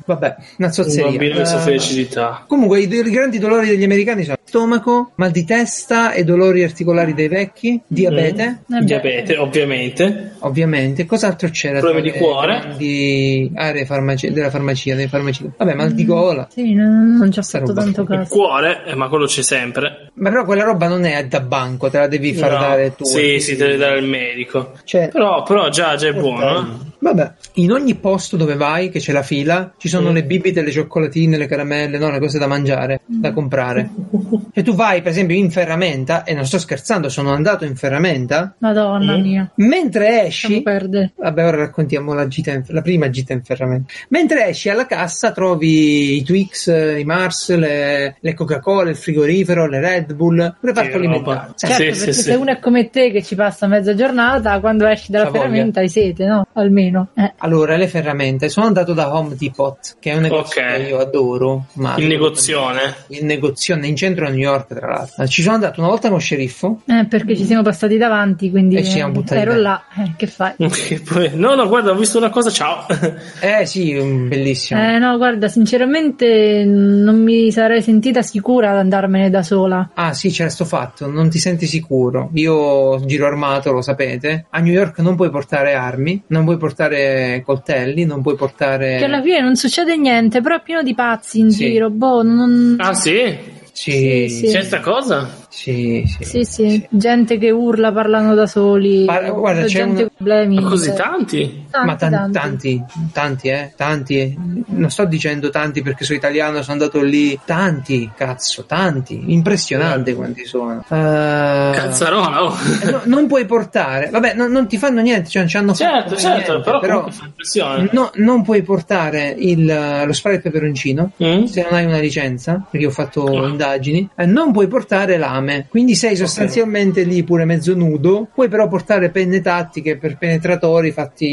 Vabbè, una Un zozzeria. bambino che Uh, soffre di acidità. Comunque i, i grandi dolori degli americani sono stomaco, mal di testa e dolori articolari dei vecchi, diabete, Eh beh. Diabete, ovviamente. ovviamente. Cos'altro c'era? Problemi tra di le cuore. grandi aree farmaci- della farmacia, dei farmaci. Vabbè, mal di gola. Sì, non, non ci ho Sta fatto roba. tanto Il caso. cuore, eh, ma quello c'è sempre. Ma però quella roba non è da banco, te la devi far No. dare tu. Sì, sì, te le dare il medico. Cioè, Però, però già, già è buono. eh. vabbè, in ogni posto dove vai, che c'è la fila, ci sono Mm. le bibite, le cioccolatine, le caramelle, no, le cose da mangiare, da comprare. E tu vai, per esempio, in ferramenta, e non sto scherzando, sono andato in ferramenta, Madonna Mm. mia. mentre Lasciamo esci... perdere. Vabbè, ora raccontiamo la gita in, la prima gita in ferramenta. Mentre esci alla cassa trovi i Twix, i Mars, le, le Coca-Cola, il frigorifero, le Red Bull, il reparto Che alimentare. roba. Sì. Certo, Sì, perché sì, se sì. uno è come te che ci passa mezza giornata, quando esci dalla C'ha voglia. ferramenta hai sete, no? Almeno. Eh. Allora, le ferramente. Sono andato da Home Depot, che è un negozio Ok. che io adoro. Ma Il negozione. Il negozione in centro a New York, tra l'altro. Ci sono andato una volta con sceriffo. Eh, perché ci siamo passati davanti, quindi E ci siamo eh, buttati ero dentro. là. Eh, che fai? Che poi- No, no, guarda, ho visto una cosa, ciao. Eh sì, mm, bellissimo. Eh no, guarda, sinceramente non mi sarei sentita sicura ad andarmene da sola. Ah sì, c'era sto fatto, non ti senti sicuro. Io giro armato, lo sapete. A New York non puoi portare armi, non puoi portare coltelli, non puoi portare... Che alla fine non succede niente, però è pieno di pazzi in Sì. giro. Boh, non... Ah, sì? Sì, Sì, sì. C'è sta cosa? sì, sì. Sì, sì, gente che urla parlando da soli, Guarda, guarda, c'è gente un- con problemi. Ma così Eh, tanti? tanti, Ma tan- tanti. tanti, tanti, eh, tanti. Non sto dicendo tanti perché sono italiano, sono andato lì. Tanti, cazzo, tanti. Impressionante quanti sono. Eh, Cazzarola, oh. eh, no, non puoi portare, vabbè, no- non ti fanno niente, cioè non ci hanno Certo, fatto certo, niente, però, però comunque fa impressione. no- non puoi portare il, lo spray al peperoncino Mm? se non hai una licenza, perché ho fatto Ah. indagini. Eh, non puoi portare lame, quindi sei sostanzialmente lì pure mezzo nudo. Puoi però portare penne tattiche per penetratori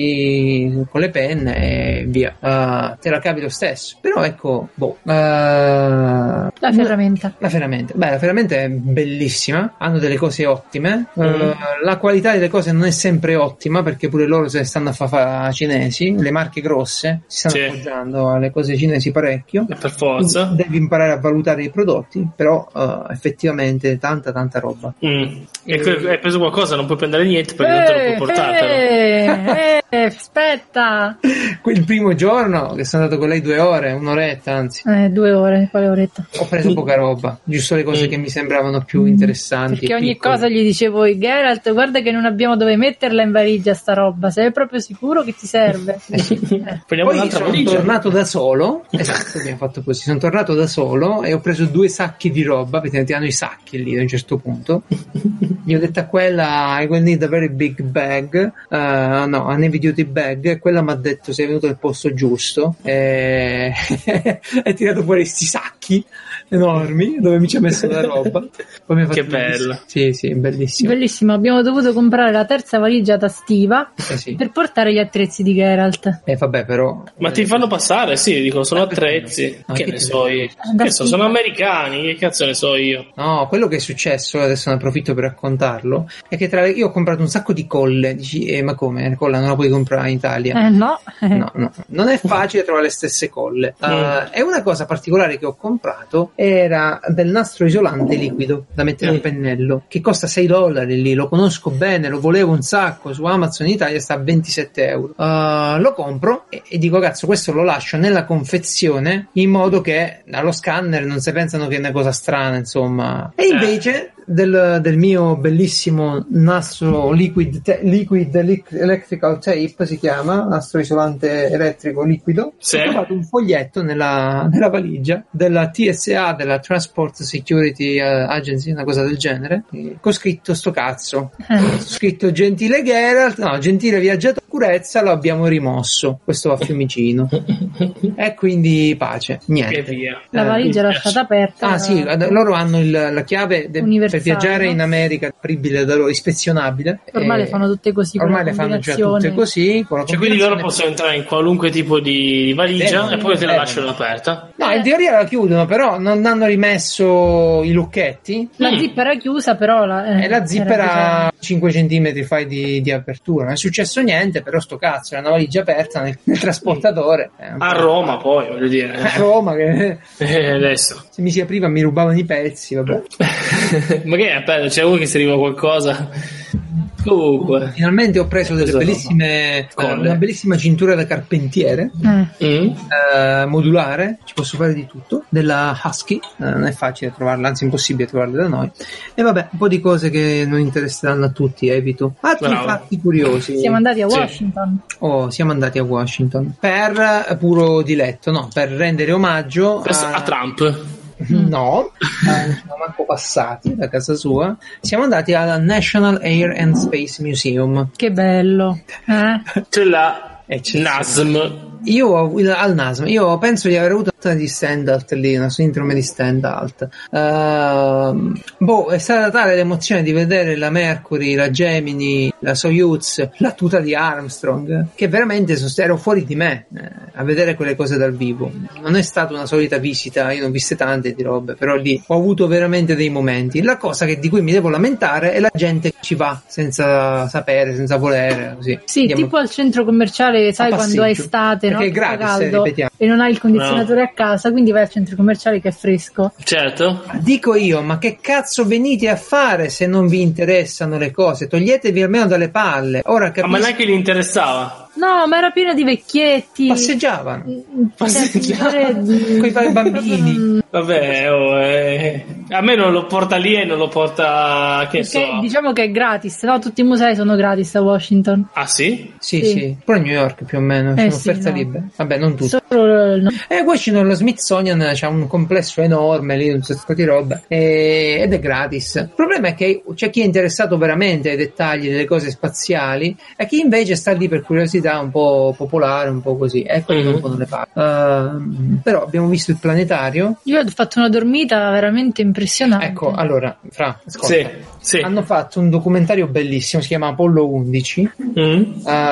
fatti con le penne e via. Eh, te la cavi lo stesso. Però ecco, boh. eh, La ferramenta. la ferramenta, beh, la ferramenta è bellissima, hanno delle cose ottime. Mm. Eh, la qualità delle cose non è sempre ottima perché pure loro se ne stanno a fa cinesi, le marche grosse si stanno Sì. appoggiando alle cose cinesi parecchio. Per forza. Devi imparare a valutare i prodotti, però eh, effettivamente tanta tanta roba. Mm. E que- hai preso qualcosa, non puoi prendere niente perché non te lo puoi portartelo. eh, eh, aspetta. Il primo giorno che sono andato con lei due ore, un'oretta anzi, Eh, due ore, quale oretta? ho preso poca roba, giusto le cose che mi sembravano più interessanti. Perché e ogni piccole. cosa gli dicevo, Geralt, guarda che non abbiamo dove metterla in valigia sta roba, sei proprio sicuro che ti serve? Eh. Prendiamo Poi un'altra sono valigia. tornato da solo, esatto, abbiamo fatto così, sono tornato da solo e ho preso due sacchi di roba, perché ti hanno i sacchi lì a un certo punto. Gli ho detto a quella, I will need a very big bag, uh, no, a heavy duty bag, e quella mi ha detto sei venuto al posto giusto, e è tirato fuori questi sacchi enormi dove mi ci ha messo la roba. Poi mi ha fatto Che bello. Sì, sì, bellissimo. Bellissimo, abbiamo dovuto comprare la terza valigia da stiva Eh sì. per portare gli attrezzi di Geralt. E vabbè, però... Ma ti fanno passare? Sì, dico, sono attrezzi. Ma Che che ne ti- so io? Da Che so, sì. sono americani, che cazzo ne so io? No, quello che è successo, adesso ne approfitto per raccontarlo, è che tra le- io ho comprato un sacco di colle. Dici, eh, ma come? La colla non la puoi comprare in Italia? Eh no, eh. No, no, non è facile trovare le stesse colle. Uh, Mm. E una cosa particolare che ho comprato era del nastro isolante liquido da mettere Mm. al pennello, che costa sei dollari lì, lo conosco bene, lo volevo un sacco, su Amazon in Italia sta a ventisette euro. Uh, lo compro e, e dico, cazzo, questo lo lascio nella confezione in modo che allo scanner non si pensano che è una cosa strana, insomma. E invece del, del mio bellissimo nastro liquid, te- liquid lic- electrical tape, si chiama, nastro isolante elettrico liquido, Sì. ho trovato un foglietto nella, nella valigia della T S A, della Transport Security eh, Agency, una cosa del genere, eh, con scritto sto cazzo, Eh. scritto gentile Geralt, no, gentile viaggiatore, sicurezza, lo abbiamo rimosso, questo va a Fiumicino. E quindi pace, niente. E via. La Eh, valigia mi lasciata aperta. Ah sì, ad- loro hanno il- la chiave de- per Universale, viaggiare no? in America, apribile da loro, ispezionabile. Ormai Eh, le fanno tutte così. con Ormai la le fanno già combinazione. tutte sì, con la cioè quindi loro possono entrare in qualunque tipo di valigia Beh, e poi te la beh. lasciano aperta. No, in teoria la chiudono, però non hanno rimesso i lucchetti. La Mm. zip era chiusa, però la, eh, E la zip era era cinque centimetri fai di, di apertura. Non è successo niente, però sto cazzo, era una valigia aperta nel, nel trasportatore. Eh, un A po'. Roma poi, voglio dire. A Roma, che Eh, adesso. se mi si apriva mi rubavano i pezzi, vabbè. Ma che è? C'è uno che si arriva qualcosa. Comunque. Finalmente ho preso delle Cosa bellissime, eh, Colle. una bellissima cintura da carpentiere. Eh. Mm? eh, modulare, ci posso fare di tutto, della Husky, eh, non è facile trovarla, anzi impossibile trovarla da noi, e vabbè, un po' di cose che non interesseranno a tutti, evito. Altri Bravo. fatti curiosi. Siamo andati a Sì. Washington. Oh, siamo andati a Washington per puro diletto, no, per rendere omaggio Questo a, a Trump. no, eh, non siamo manco passati da casa sua. Siamo andati alla National Air and Space Museum. Che bello. Eh? C'è la Eccezionale. N A S M. Io ho, al N A S M, io penso di aver avuto una di Stendhalt lì, una sindrome di Stendhalt. Uh, boh, è stata tale l'emozione di vedere la Mercury, la Gemini, la Soyuz, la tuta di Armstrong, che veramente sono, ero fuori di me eh, a vedere quelle cose dal vivo. Non è stata una solita visita, io ne ho viste tante di robe, però lì ho avuto veramente dei momenti. La cosa che, di cui mi devo lamentare è la gente che ci va senza sapere, senza volere, così. Sì, Andiamo tipo al centro commerciale, sai, a quando è passeggio. estate, no? Perché è Fa gratis, eh, caldo ripetiamo. e non hai il condizionatore a casa, quindi vai al centro commerciale che è fresco. Certo. Dico io, ma che cazzo venite a fare se non vi interessano le cose? Toglietevi almeno dalle palle. Ora Ah, capisco. ma neanche gli interessava. No, ma era pieno di vecchietti. Passeggiavano Passeggiavano. coi vari bambini. Vabbè, oh, eh, a me non lo porta lì e non lo porta, che Perché so. diciamo che è gratis, no? Tutti i musei sono gratis a Washington. Ah sì? Sì, Sì. sì, pure a New York più o meno, Eh sono sì, offerta no. libera. Vabbè, non tutti. Solo no. E Washington, lo Smithsonian c'ha un complesso enorme lì, un sacco di roba, e- ed è gratis. Il problema è che c'è chi è interessato veramente ai dettagli delle cose spaziali e chi invece sta lì per curiosità un po' popolare, un po' così, e quelli Mhm. un po' non le paga. Uh, però abbiamo visto il planetario. Io ho fatto una dormita veramente impressionante. Ecco, allora, Fra, ascolta. Sì, sì. Hanno fatto un documentario bellissimo, si chiama Apollo undici, Mm?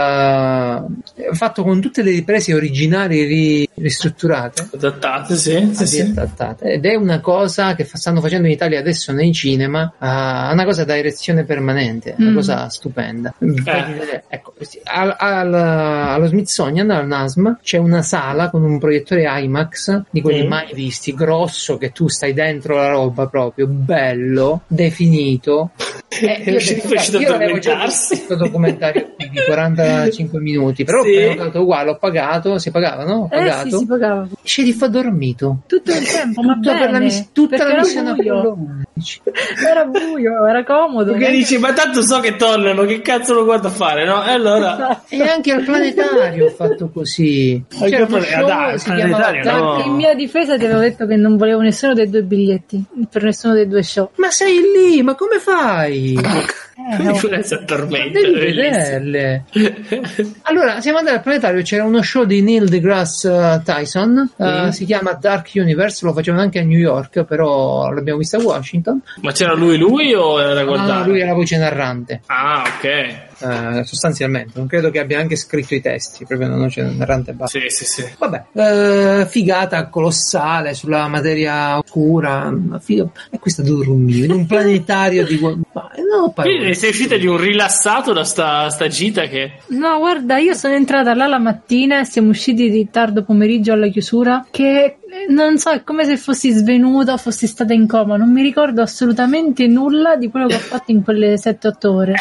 uh, fatto con tutte le riprese originali ri- ristrutturate. Adattate, sì, sì, sì. Adattate. Ed è una cosa che fa- stanno facendo in Italia adesso nei cinema, uh, una cosa da erezione permanente, una Mm. cosa stupenda. Ecco, sì, al, al- allo Smithsonian, al N A S M, c'è una sala con un proiettore IMAX di quelli Mm. mai visti, grosso, che tu stai dentro la roba proprio, bello, definito. Eh, È io, riuscito- è riuscito a io l'avevo già addormentarsi. visto questo documentario qui di quarantacinque minuti, però Sì. ho prenotato uguale, ho pagato, si pagava, no? Ho Eh pagato. sì, si pagava. Sceriffo ha dormito. Tutto il tempo, ma Tutta per la, bene, mis- tutta perché la era missione buio. Apollo undici. Era buio, era comodo. Perché dici, ma tanto so che tornano, che cazzo lo guardo a fare, no? E allora... E anche al planetario ho fatto così. Anche C'era al uno plane- show, dai, si al chiamava planetario, Dark- no. In mia difesa ti avevo detto che non volevo nessuno dei due biglietti per nessuno dei due show. Ma sei lì, ma come fai? Eh, Come no. si addormenta? Devi bellissimo. vederle. Allora, siamo andati al planetario, c'era uno show di Neil deGrasse Tyson, eh, Mm. si chiama Dark Universe, lo facevano anche a New York, però l'abbiamo visto a Washington. Ma c'era lui lui o era Ah, guardato? lui è la voce narrante, Ah, ok. eh, sostanzialmente, non credo che abbia anche scritto i testi, proprio una voce narrante e basta. Sì, sì, sì. Vabbè, eh, figata colossale sulla materia oscura, figo. E questo dormivo in un planetario di... gu- Ma, no, parole. Quindi sei uscita di un rilassato da sta, sta gita che... No, guarda, io sono entrata là la mattina e siamo usciti di tardo pomeriggio alla chiusura, che eh, non so, è come se fossi svenuta o fossi stata in coma, non mi ricordo assolutamente nulla di quello che ho fatto in quelle sette otto ore.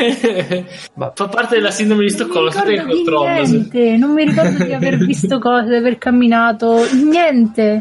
Ma- Fa parte della sindrome di Non Stoccolma, mi sai che ricordo di controllo. sì. niente, non mi ricordo di aver visto cose, di aver camminato, niente.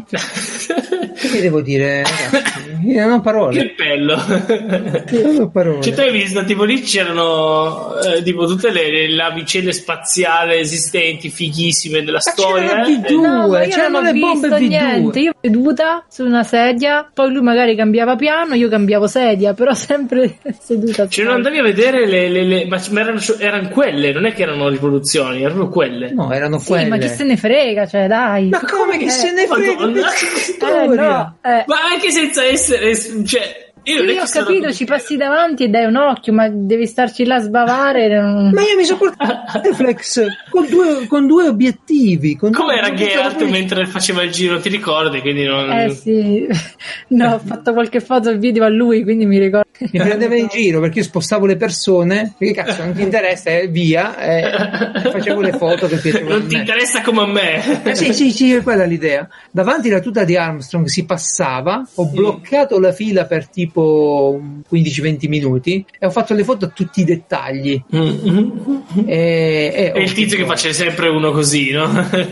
Che vi devo dire, ragazzi? Io non ho parole. Che bello. Non ho parole. Cioè, tu hai visto, tipo lì c'erano eh, tipo tutte le, le navicelle spaziali esistenti, fighissime della Ma c'era storia. la eh. B due. No, ma io c'erano non ho le bombe visto V due. niente, io seduta su una sedia, poi lui magari cambiava piano, io cambiavo sedia, però sempre seduta. Cioè, non andavi a vedere le, le, le ma ma erano, erano quelle, non è che erano riproduzioni, erano quelle. No, erano Sì, quelle. ma chi se ne frega, cioè dai. Ma come che se ne frega? Madonna. Pezzo di Eh, storia. no, eh. Ma anche senza essere, cioè, Io, Io ho capito, ci passi davanti e dai un occhio, ma devi starci là a sbavare. Non... Ma io mi sono portato reflex con due, con due obiettivi. Con Come due, era Geralt mentre faceva il giro, ti ricordi? Quindi non... Eh sì, no, ho fatto qualche foto e video a lui, quindi mi ricordo. Mi prendeva in giro perché io spostavo le persone, perché cazzo non ti interessa, eh, via, eh, facevo le foto che piacevano. Non ti interessa come a me. Eh, sì, sì, sì, quella è l'idea. Davanti alla tuta di Armstrong si passava, ho bloccato la fila per tipo quindici venti minuti e ho fatto le foto a tutti i dettagli. Mm-hmm. E, e, e il tizio che faceva sempre uno così, no?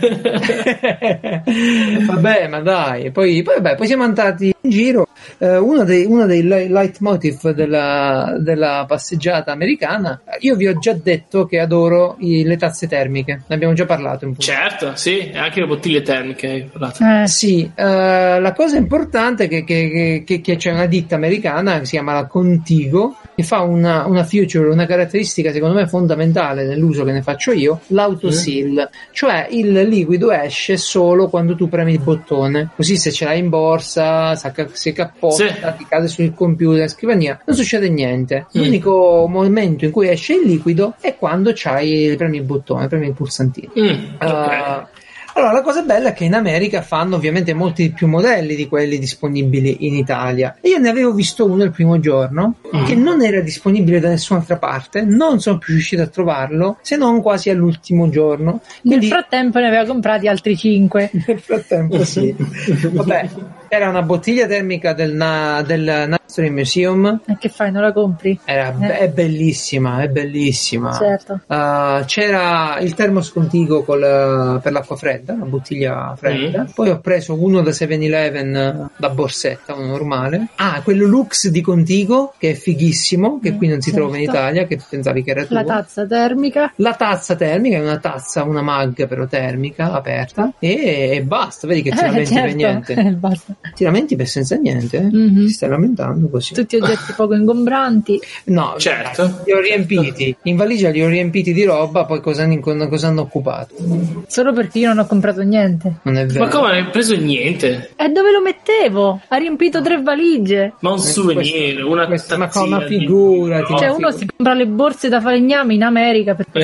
Vabbè, ma dai, poi, poi, vabbè, poi siamo andati in giro. Uh, uno dei, uno dei leitmotiv della, della passeggiata americana, io vi ho già detto che adoro i, le tazze termiche, ne abbiamo già parlato un po'. Certo, sì, e anche le bottiglie termiche hai parlato. Eh. Sì, uh, la cosa importante è che, che, che, che c'è una ditta americana che si chiama la Contigo, che fa una, una feature, una caratteristica secondo me fondamentale nell'uso che ne faccio io, l'autoseal, mm. cioè il liquido esce solo quando tu premi il bottone, così se ce l'hai in borsa, si cappotta, sì. ti cade sul computer, scrivania, non succede niente. Mm. L'unico momento in cui esce il liquido è quando c'hai, premi il bottone, premi il pulsantino. Mm. Okay. Uh, Allora, la cosa bella è che in America fanno ovviamente molti più modelli di quelli disponibili in Italia. E io ne avevo visto uno il primo giorno, mm. che non era disponibile da nessun'altra parte, non sono più riuscito a trovarlo, se non quasi all'ultimo giorno. Quindi... Nel frattempo ne aveva comprati altri cinque. Nel frattempo sì. Vabbè, era una bottiglia termica del, na- del Natural Museum. E che fai, non la compri? Era be- eh. È bellissima, è bellissima. Certo. Uh, c'era il termos contigo col, per l'acqua fredda, una bottiglia fredda. Mm. Poi ho preso uno da seven eleven da borsetta, uno normale. Ah, quello Lux di Contigo, che è fighissimo, che mm, qui non si certo. trova in Italia, che pensavi che era tuo. La tazza termica. La tazza termica è una tazza, una mug però termica, aperta. E, e basta, vedi che ti eh, lamenti certo. per niente. Eh, basta. Ti lamenti per senza niente, eh? Mm-hmm. Ti stai lamentando così. Tutti oggetti poco ingombranti. No, certo. Li ho riempiti. In valigia li ho riempiti di roba, poi cosa, cosa hanno occupato? Solo perché io non ho comprato niente. Non è vero. Ma come, non hai preso niente? E dove lo mettevo? Ha riempito tre valigie. Ma un souvenir, questo, una questo, ma come una figura di... Cioè uno si compra le borse da falegname in America per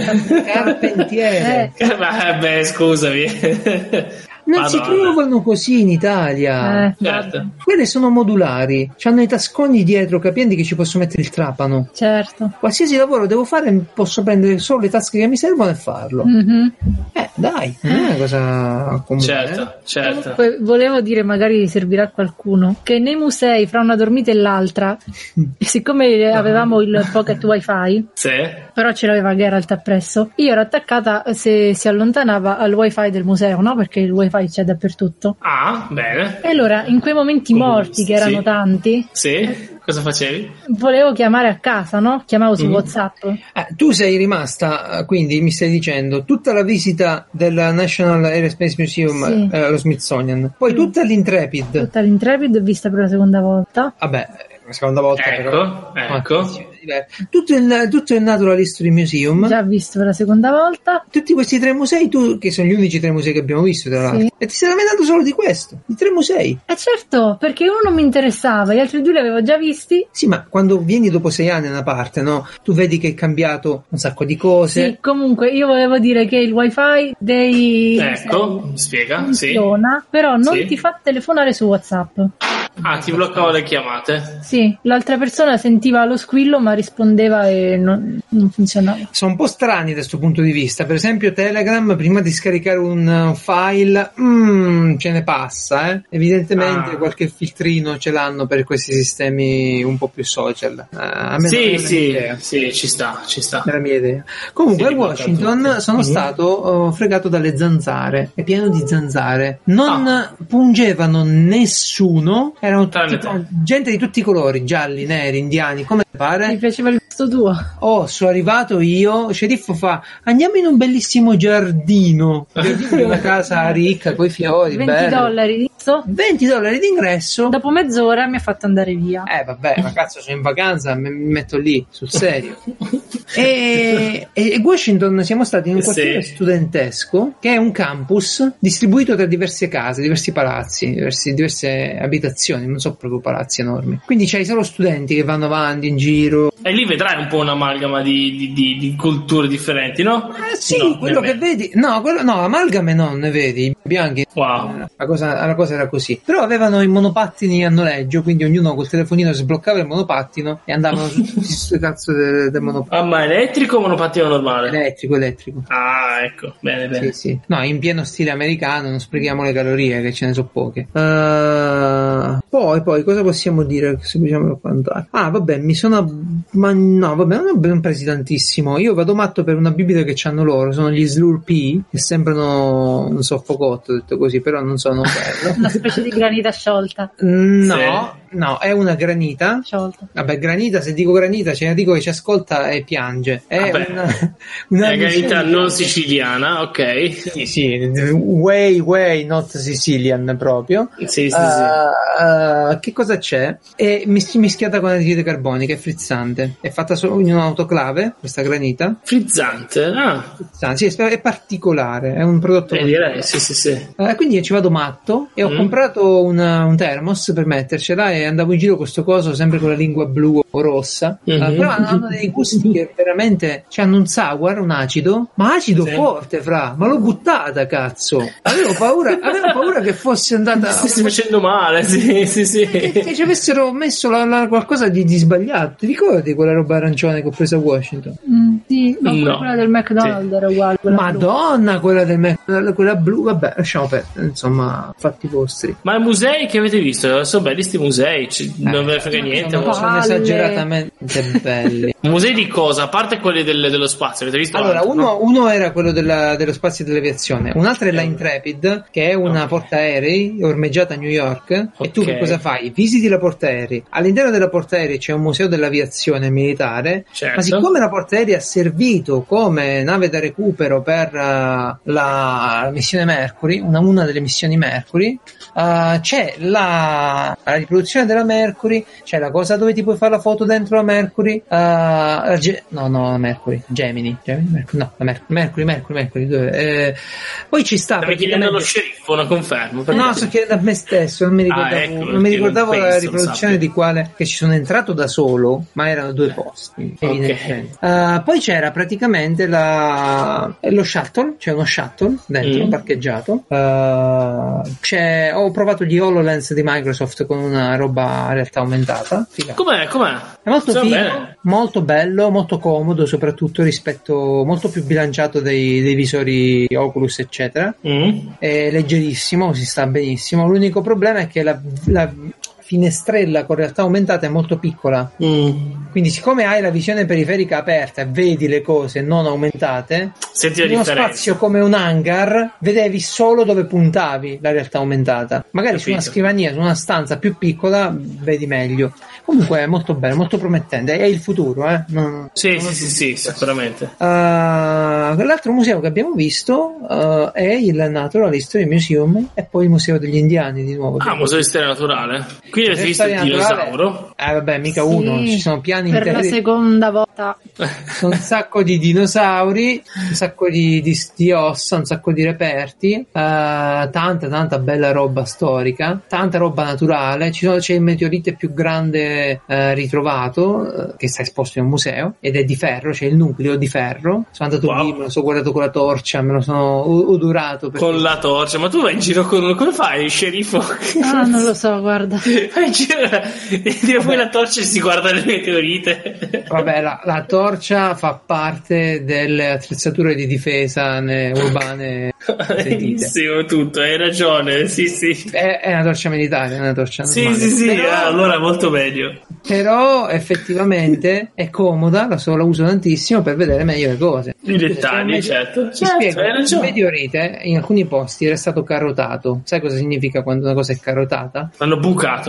carpentiere. eh. Ma beh, scusami. Non Madonna. Si trovano così in Italia. Eh, certo. Quelle sono modulari, c'hanno i tasconi dietro capienti che ci posso mettere il trapano. Certo. Qualsiasi lavoro devo fare posso prendere solo le tasche che mi servono e farlo. Mm-hmm. Eh dai, non è una cosa comune. Certo, eh? certo. Comunque, volevo dire, magari servirà a qualcuno, che nei musei fra una dormita e l'altra, siccome avevamo il pocket wifi, sì. però ce l'aveva Geralt appresso, io ero attaccata se si allontanava al wifi del museo, no? Perché il wifi c'è dappertutto. Ah, bene. E allora, in quei momenti morti, che erano sì. tanti, sì, cosa facevi? Volevo chiamare a casa, no? Chiamavo su mm. WhatsApp. Eh, tu sei rimasta, quindi mi stai dicendo, tutta la visita del National Aerospace Museum, sì. eh, lo Smithsonian, poi mm. tutta l'Intrepid. Tutta l'Intrepid vista per la seconda volta. Vabbè, la seconda volta. Ecco, però. ecco. Tutto il, tutto il Natural History Museum. Già visto per la seconda volta. Tutti questi tre musei, tu, che sono gli unici tre musei che abbiamo visto, tra l'altro. Sì. E ti stai lamentando solo di questo, di tre musei. Eh certo, perché uno non mi interessava, gli altri due li avevo già visti. Sì, ma quando vieni dopo sei anni da una parte, no? Tu vedi che è cambiato un sacco di cose. Sì, comunque io volevo dire che il wifi dei ecco, musei spiega, funziona, sì. però non sì. ti fa telefonare su WhatsApp. Ah, ti bloccava le chiamate? Sì, l'altra persona sentiva lo squillo ma rispondeva e non, non funzionava. Sono un po' strani da questo punto di vista. Per esempio Telegram, prima di scaricare un file, mm, ce ne passa, eh? Evidentemente ah. qualche filtrino ce l'hanno per questi sistemi un po' più social. Uh, a me sì, non sì, sì, ci sta, ci sta. È la mia idea. Comunque sì, a Washington sono mm-hmm. stato uh, fregato dalle zanzare. È pieno di zanzare. Non ah. pungevano nessuno. Erano tutti, gente di tutti i colori, gialli, neri, indiani, come pare. Mi piaceva il gusto tuo. Oh, sono arrivato io, sceriffo fa, andiamo in un bellissimo giardino, giardino di una casa ricca, coi fiori, venti bello. dollari. d'ingresso. venti dollari d'ingresso. Dopo mezz'ora mi ha fatto andare via. Eh vabbè, ma cazzo, sono in vacanza, mi metto lì, sul serio. e, e Washington siamo stati in un quartiere sì. studentesco che è un campus distribuito tra diverse case, diversi palazzi, diversi, diverse abitazioni, non so, proprio palazzi enormi. Quindi c'hai solo studenti che vanno avanti in giro. E lì vedrai un po' un'amalgama di, di, di, di culture differenti, no? Eh sì, no, quello che vedi, no, quello, no, amalgame non ne vedi, i bianchi. Wow. La cosa, la cosa era così. Però avevano i monopattini a noleggio, quindi ognuno col telefonino sbloccava il monopattino e andavano su questo cazzo del, del monopattino. Ah, ma elettrico o monopattino normale? Elettrico, elettrico. Ah, ecco, bene, bene. Sì, sì. No, in pieno stile americano, non sprechiamo le calorie, che ce ne so poche. Uh, poi, poi, cosa possiamo dire? Se possiamo raccontare? Ah, vabbè, mi sono... Ma no, vabbè, non abbiamo presi tantissimo. Io vado matto per una bibita che c'hanno loro, sono gli Slurpee, che sembrano un soffocotto, detto così, però non sono bello. Una specie di granita sciolta. No, Sì. no, è una granita. Sciolta. Vabbè, granita, se dico granita, ce ne dico che ci ascolta e piange. È Vabbè. una, una È granita allusione- non siciliana, ok. Sì, sì, way, way not Sicilian proprio. Sì, sì, sì. Uh, uh, che cosa c'è? È mis- mischiata con anidride carbonica, è frizzante. È fatta solo in un'autoclave, questa granita. Frizzante, ah, Sì, è, è particolare, è un prodotto. eh, direi, sì, sì, sì. Uh, quindi ci vado matto e ho Mm. comprato una- un thermos per mettercela e andavo in giro con sto coso sempre con la lingua blu o rossa. Uh, Mhm. però hanno dei gusti che veramente hanno un sour, un acido, ma acido Sì. forte, fra. Ma l'ho buttata, cazzo. Avevo paura, avevo paura che fosse andata. Stai facendo male, sì, sì, sì. Che, che ci avessero messo la- la- qualcosa di, di sbagliato. Ti ricordi quella roba arancione che ho preso a Washington? Mm, sì, no, No. quella del McDonald's era uguale. quella blu. Madonna, quella del Mac, quella blu, vabbè, lasciamo perdere, insomma, fatti vostri. Ma i musei che avete visto? Sono belli sti musei, ci- non ve ne frega niente. Sono, ma- sono Palle. esageratamente belli. Musei di cosa? A parte quelli del- dello spazio, avete visto? Allora, altro, uno, no? uno era quello della- dello spazio e dell'aviazione, un altro è la Intrepid, che è una Ok. portaerei ormeggiata a New York. E tu Ok. che cosa fai? Visiti la portaerei. All'interno della portaerei c'è un museo dell'aviazione militare, Certo. ma siccome la portaerei ha servito come nave da recupero per uh, la, la missione Mercury, una, una delle missioni Mercury, uh, c'è la, la riproduzione della Mercury, c'è la cosa dove ti puoi fare la foto dentro la Mercury, uh, la Ge- no, no, la Mercury, Gemini, Gemini Mercury, no, la Mer- Mercury, Mercury, Mercury, dove? Eh, poi ci sta Stavi chiedendo allo praticamente... sceriffo una conferma. perché- No, sto chiedendo a me stesso, non mi ricordavo, Ah, ecco, non mi perché ricordavo non la penso, riproduzione sappia. di quale, che ci sono entrato da solo, ma erano due posti, evidentemente. Uh, poi c'era praticamente la, lo shuttle, c'è uno shuttle dentro, Mm. parcheggiato. Uh, c'è, ho provato gli HoloLens di Microsoft con una roba a realtà aumentata. Figa. Com'è? Com'è? È molto Sta figo, bene. molto bello, molto comodo, soprattutto rispetto, molto più bilanciato dei, dei visori Oculus, eccetera. Mm. È leggerissimo, si sta benissimo. L'unico problema è che la, la finestrella con realtà aumentata è molto piccola. Mm. Quindi, siccome hai la visione periferica aperta e vedi le cose non aumentate, Senti la in uno differenza. spazio come un hangar vedevi solo dove puntavi la realtà aumentata. Magari su una Capito. scrivania, su una stanza più piccola, vedi meglio. Comunque è molto bello, molto promettente. È il futuro, eh? Non- Sì, sì, sì, sì, sicuramente. Uh, l'altro museo che abbiamo visto uh, è il Natural History Museum e poi il Museo degli Indiani di nuovo. Ah, museo di storia naturale. Quindi avete visto il Storia naturale. dinosauro? Eh vabbè, mica Sì, uno, ci sono piani per la interi. seconda volta. Un sacco di dinosauri, un sacco di, di, di ossa, un sacco di reperti, uh, tanta tanta bella roba storica, tanta roba naturale. Ci sono, c'è il meteorite più grande uh, ritrovato, uh, che sta esposto in un museo, ed è di ferro, c'è il nucleo di ferro. Sono andato Wow. lì, me lo sono guardato con la torcia, me lo sono o- odurato. perché- Con la torcia. Ma tu vai in giro con uno. Come fai, sceriffo? Ah, non lo so, guarda. Vai in giro e tira fuori la torcia e si guarda le meteorite. Vabbè, la, la torcia fa parte delle attrezzature di difesa ne- urbane sentite. Benissimo, tutto, hai ragione. Sì, sì. È, è una torcia militare, è una torcia Sì, normale. sì, sì, Però, ah, allora è molto meglio. però effettivamente è comoda, la, so, la uso tantissimo per vedere meglio le cose. I dettagli, Ti certo. Ti Certo, spiego, hai il ragione. meteorite in alcuni posti era stato carrotato. Sai cosa significa quando una cosa è carrotata? L'hanno bucato.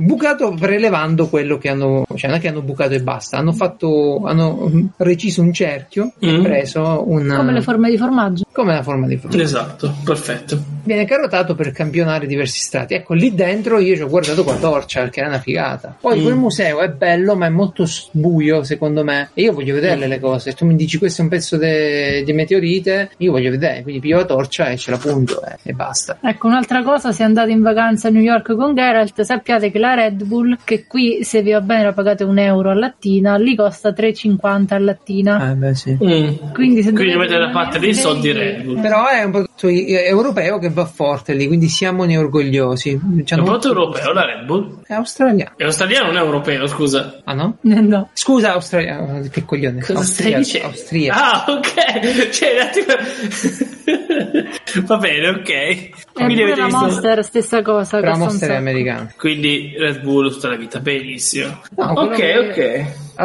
bucato prelevando quello che hanno, cioè non è che hanno bucato e basta, hanno fatto, hanno reciso un cerchio Mm. e preso un... Come le forme di formaggio. come la forma di formaggio. Esatto, perfetto. Viene carotato per campionare diversi strati. Ecco, lì dentro io ci ho guardato con la torcia perché era una figata. Poi Mm. quel museo è bello, ma è molto s- buio secondo me. E io voglio vederle le cose. Se tu mi dici questo è un pezzo de- di meteorite, io voglio vedere. Quindi piglio la torcia e ce la punto eh, e basta. Ecco, un'altra cosa, se andate in vacanza a New York con Geralt, sappiate che la Red Bull, che qui se vi va bene la pagate un euro a lattina, lì costa tre e cinquanta a lattina. Ah, beh, sì. Mm. Quindi se Quindi dovete avete da parte dei rimanere soldi svegli- Red Bull. Però è un prodotto i- europeo che va forte lì, quindi siamone orgogliosi. È C'hanno un prodotto molto- europeo la Red Bull? È australiano. È australiano, non è europeo, scusa. Ah no? No. Scusa, australiano. Che coglione. Cosa stai Austriaco, dicendo? austriaco. Ah, ok. Cioè, un attimo... Va bene, ok. E Quindi pure avete la visto... Monster, stessa cosa. Però costa un Monster è sacco. americano. Quindi Red Bull tutta la vita, benissimo. No, ok, quello ok. Uh,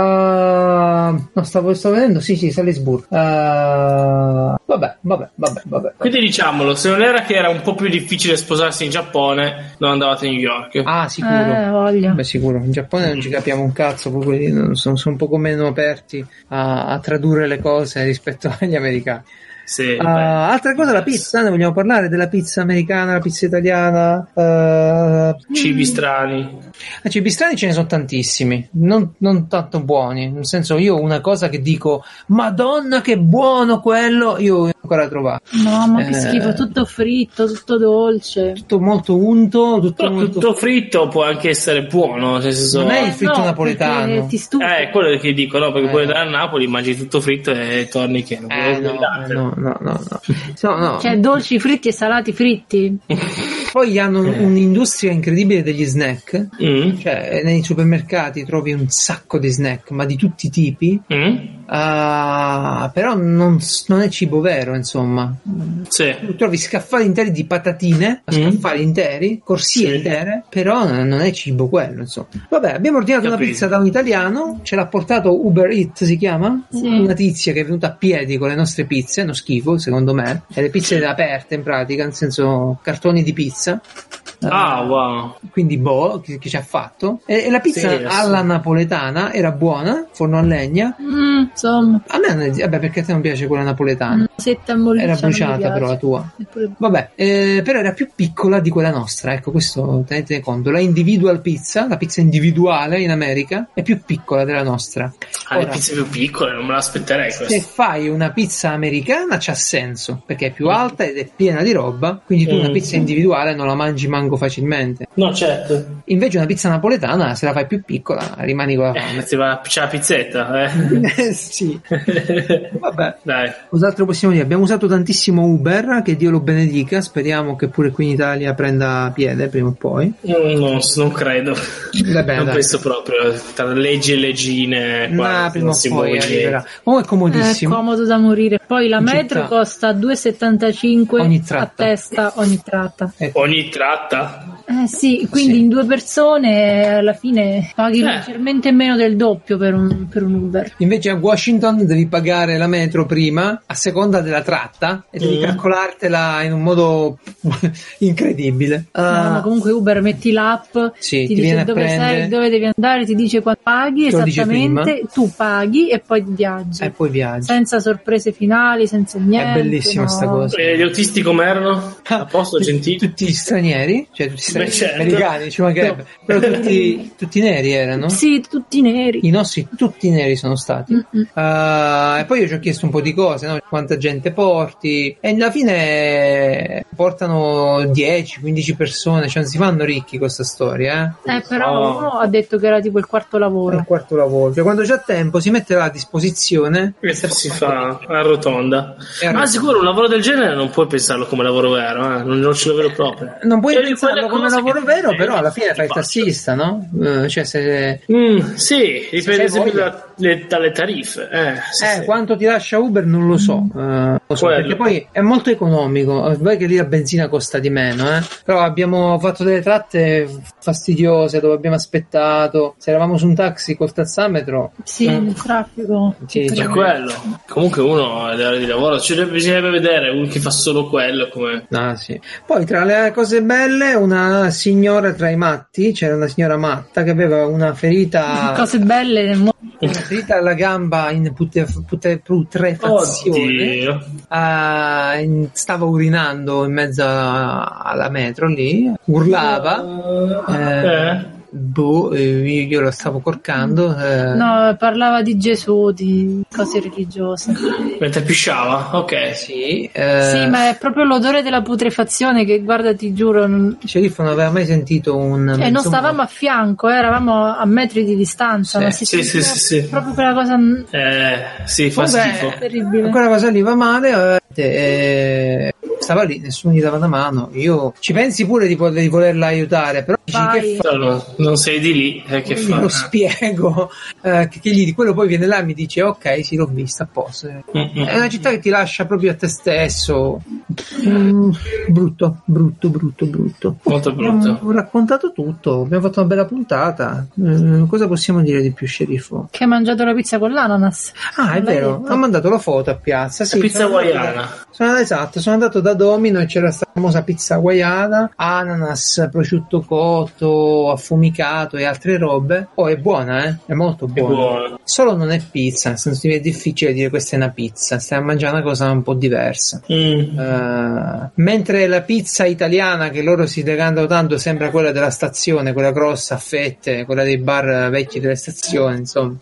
no, stavo, stavo vedendo, sì, sì, Salisburgo. Uh, vabbè, vabbè, vabbè, vabbè. Quindi diciamolo, se non era che era un po' più difficile sposarsi in Giappone, non andavate a New York. Ah, sicuro. Eh, voglia. Beh, sicuro. In Giappone non ci capiamo un cazzo, proprio lì non- sono, sono un poco meno aperti a, a tradurre le cose rispetto agli americani. Sì, Uh, beh. altra cosa, la pizza, ne vogliamo parlare della pizza americana, la pizza italiana. Uh, Cibi strani. I cibi strani ce ne sono tantissimi, non, non tanto buoni. Nel senso, io una cosa che dico, Madonna, che buono quello, io ho ancora trovato. No, ma che Eh. schifo, tutto fritto, tutto dolce. Tutto molto unto, tutto Però molto. tutto fritto può anche essere buono, nel senso... Non è il fritto No, napoletano. perché ti stufa. Eh, quello che dico, no? Perché Eh. puoi andare a Napoli, mangi tutto fritto e torni che non Eh, vuoi no, andare. no, no, no, no. No, no. Cioè, dolci fritti e salati fritti. Poi hanno un'industria incredibile degli snack. Mm? Cioè, nei supermercati trovi un sacco di snack, ma di tutti i tipi. Mm? Ah, però non, non è cibo vero, insomma. Sì. Tu trovi scaffali interi di patatine, Mm. scaffali interi, corsie Sì. intere, però non è cibo quello, insomma. Vabbè, abbiamo ordinato una Capito. pizza da un italiano, ce l'ha portato Uber Eats, si chiama? Sì. Una tizia che è venuta a piedi con le nostre pizze, no schifo, secondo me. E le pizze aperte, in pratica, nel senso cartoni di pizza. Ah, wow. Quindi boh, che, che ci ha fatto. E, e la pizza Sì, alla assolutamente. napoletana era buona, forno a legna. Mm, insomma, A me non è- vabbè, perché a te non piace quella napoletana. setta e molliccia Era non mi bruciata piace. però la tua. Eppure- Vabbè, eh, però era più piccola di quella nostra, ecco, questo tenete conto. La individual pizza, la pizza individuale in America, è più piccola della nostra. Ah, le Ora, pizze più piccole, non me l'aspetterei se questo. fai una pizza americana c'ha senso, perché è più alta ed è piena di roba, quindi tu una Mm. pizza individuale non la mangi manco facilmente. No, certo. Invece una pizza napoletana, se la fai più piccola, rimani con la Eh, fame. ti va, c'è la pizzetta, eh. Eh, sì. Vabbè. Dai. Cos'altro possiamo dire? Abbiamo usato tantissimo Uber, che Dio lo benedica, speriamo che pure qui in Italia prenda piede prima o poi. Non, non, non credo. Vabbè, non dai. penso proprio. Tra leggi e leggine, qua No, prima non o si poi muove arriverà. niente. Comunque è È comodissimo. comodo da morire. Poi la In metro città. costa due e settantacinque Ogni a tratta. testa ogni tratta. Ecco. Ogni tratta. Eh sì, quindi Sì. in due persone alla fine paghi Eh. leggermente meno del doppio per un, per un Uber. Invece a Washington devi pagare la metro prima, a seconda della tratta, e devi Mm. calcolartela in un modo incredibile. No, Ah, ma comunque Uber metti l'app, sì, ti, ti dice viene a dove prendere. sei, dove devi andare, ti dice quanto paghi Te lo dice esattamente, tu paghi e poi viaggi. e poi viaggi. Senza sorprese finali, senza niente. bellissima no. sta cosa. E gli autisti com'erano? A posto, gentili? Tutti stranieri, cioè tutti stranieri, Beh, certo. americani, ci mancherebbe. Però tutti, tutti neri erano. Sì, tutti neri. I nostri tutti neri sono stati. Mm-mm. Uh, e poi io ci ho chiesto un po' di cose, no? Quanta gente porti, e alla fine portano dieci quindici persone, cioè non si fanno ricchi con questa storia, eh? Eh, però Oh. uno ha detto che era tipo il quarto È lavoro. un quarto lavoro, cioè quando c'ha tempo si mette là a disposizione. Questo si fa a rotonda. E Ma sicuro un lavoro del genere non puoi pensarlo come lavoro vero, eh? non, non ce lo vedo proprio. Non puoi Cioè, pensarlo quelle come cose lavoro che- vero, però alla fine ti fai il faccio. tassista, no? Eh, cioè se Mm, sì, dipende c'hai sempre voglia. da... le, dalle tariffe. Eh, sì, eh sì. quanto ti lascia Uber non lo so, eh, lo so perché poi è molto economico. Vai che lì la benzina costa di meno, eh. Però abbiamo fatto delle tratte fastidiose dove abbiamo aspettato. Se eravamo su un taxi col tassametro, sì, mm. il traffico. Sì, C'è quello. Comunque uno alle ore di lavoro ci deve, bisognerebbe vedere uno che fa solo quello come. Ah, sì. Poi tra le cose belle, una signora tra i matti, c'era una signora matta che aveva una ferita, cose belle nel mondo. una ferita alla gamba in pute, pute, putrefazione. Uh, in, stava urinando in mezzo a, alla metro lì, urlava. Uh, eh, eh. Boh, io, io lo stavo corcando. Eh. No, parlava di Gesù, di cose religiose. Mentre pisciava? Ok. Sì, eh. Sì, ma è proprio l'odore della putrefazione che, guarda, ti giuro. Non... Sceriffo non aveva mai sentito un. E non stavamo a fianco, eh, eravamo a metri di distanza. Sì, ma si sì, sì, sì, sì. Proprio quella cosa. Eh, sì, fa Vabbè, schifo. Terribile. Quella cosa lì va male. Eh, eh, stava lì, nessuno gli dava una mano. Io ci pensi pure di, poter, di volerla aiutare, però dici che fa? No, non sei di lì, eh, che fa? Lo spiego, eh, che, che gli, quello poi viene là e mi dice ok, sì, l'ho vista a posto. Mm-mm. È una città che ti lascia proprio a te stesso. Mm, brutto, brutto, brutto, brutto. Molto brutto. Ho raccontato tutto, abbiamo fatto una bella puntata. Eh, cosa possiamo dire di più, sceriffo? Che hai mangiato la pizza con l'ananas. Ah, è Non l'hai vero, detto? ha mandato la foto a piazza. Sì, La pizza sono andato- hawaiana. Sono, esatto, sono andato da Domino e c'era questa famosa pizza hawaiana, ananas, prosciutto cotto, affumicato e altre robe. Oh, è buona, eh? È molto È buona. buono. Solo non è pizza, nel senso che è difficile dire questa è una pizza, stai a mangiare una cosa un po' diversa. Mm. Uh, mentre la pizza italiana che loro si decantano tanto sembra quella della stazione, quella grossa a fette, quella dei bar vecchi delle stazioni, insomma.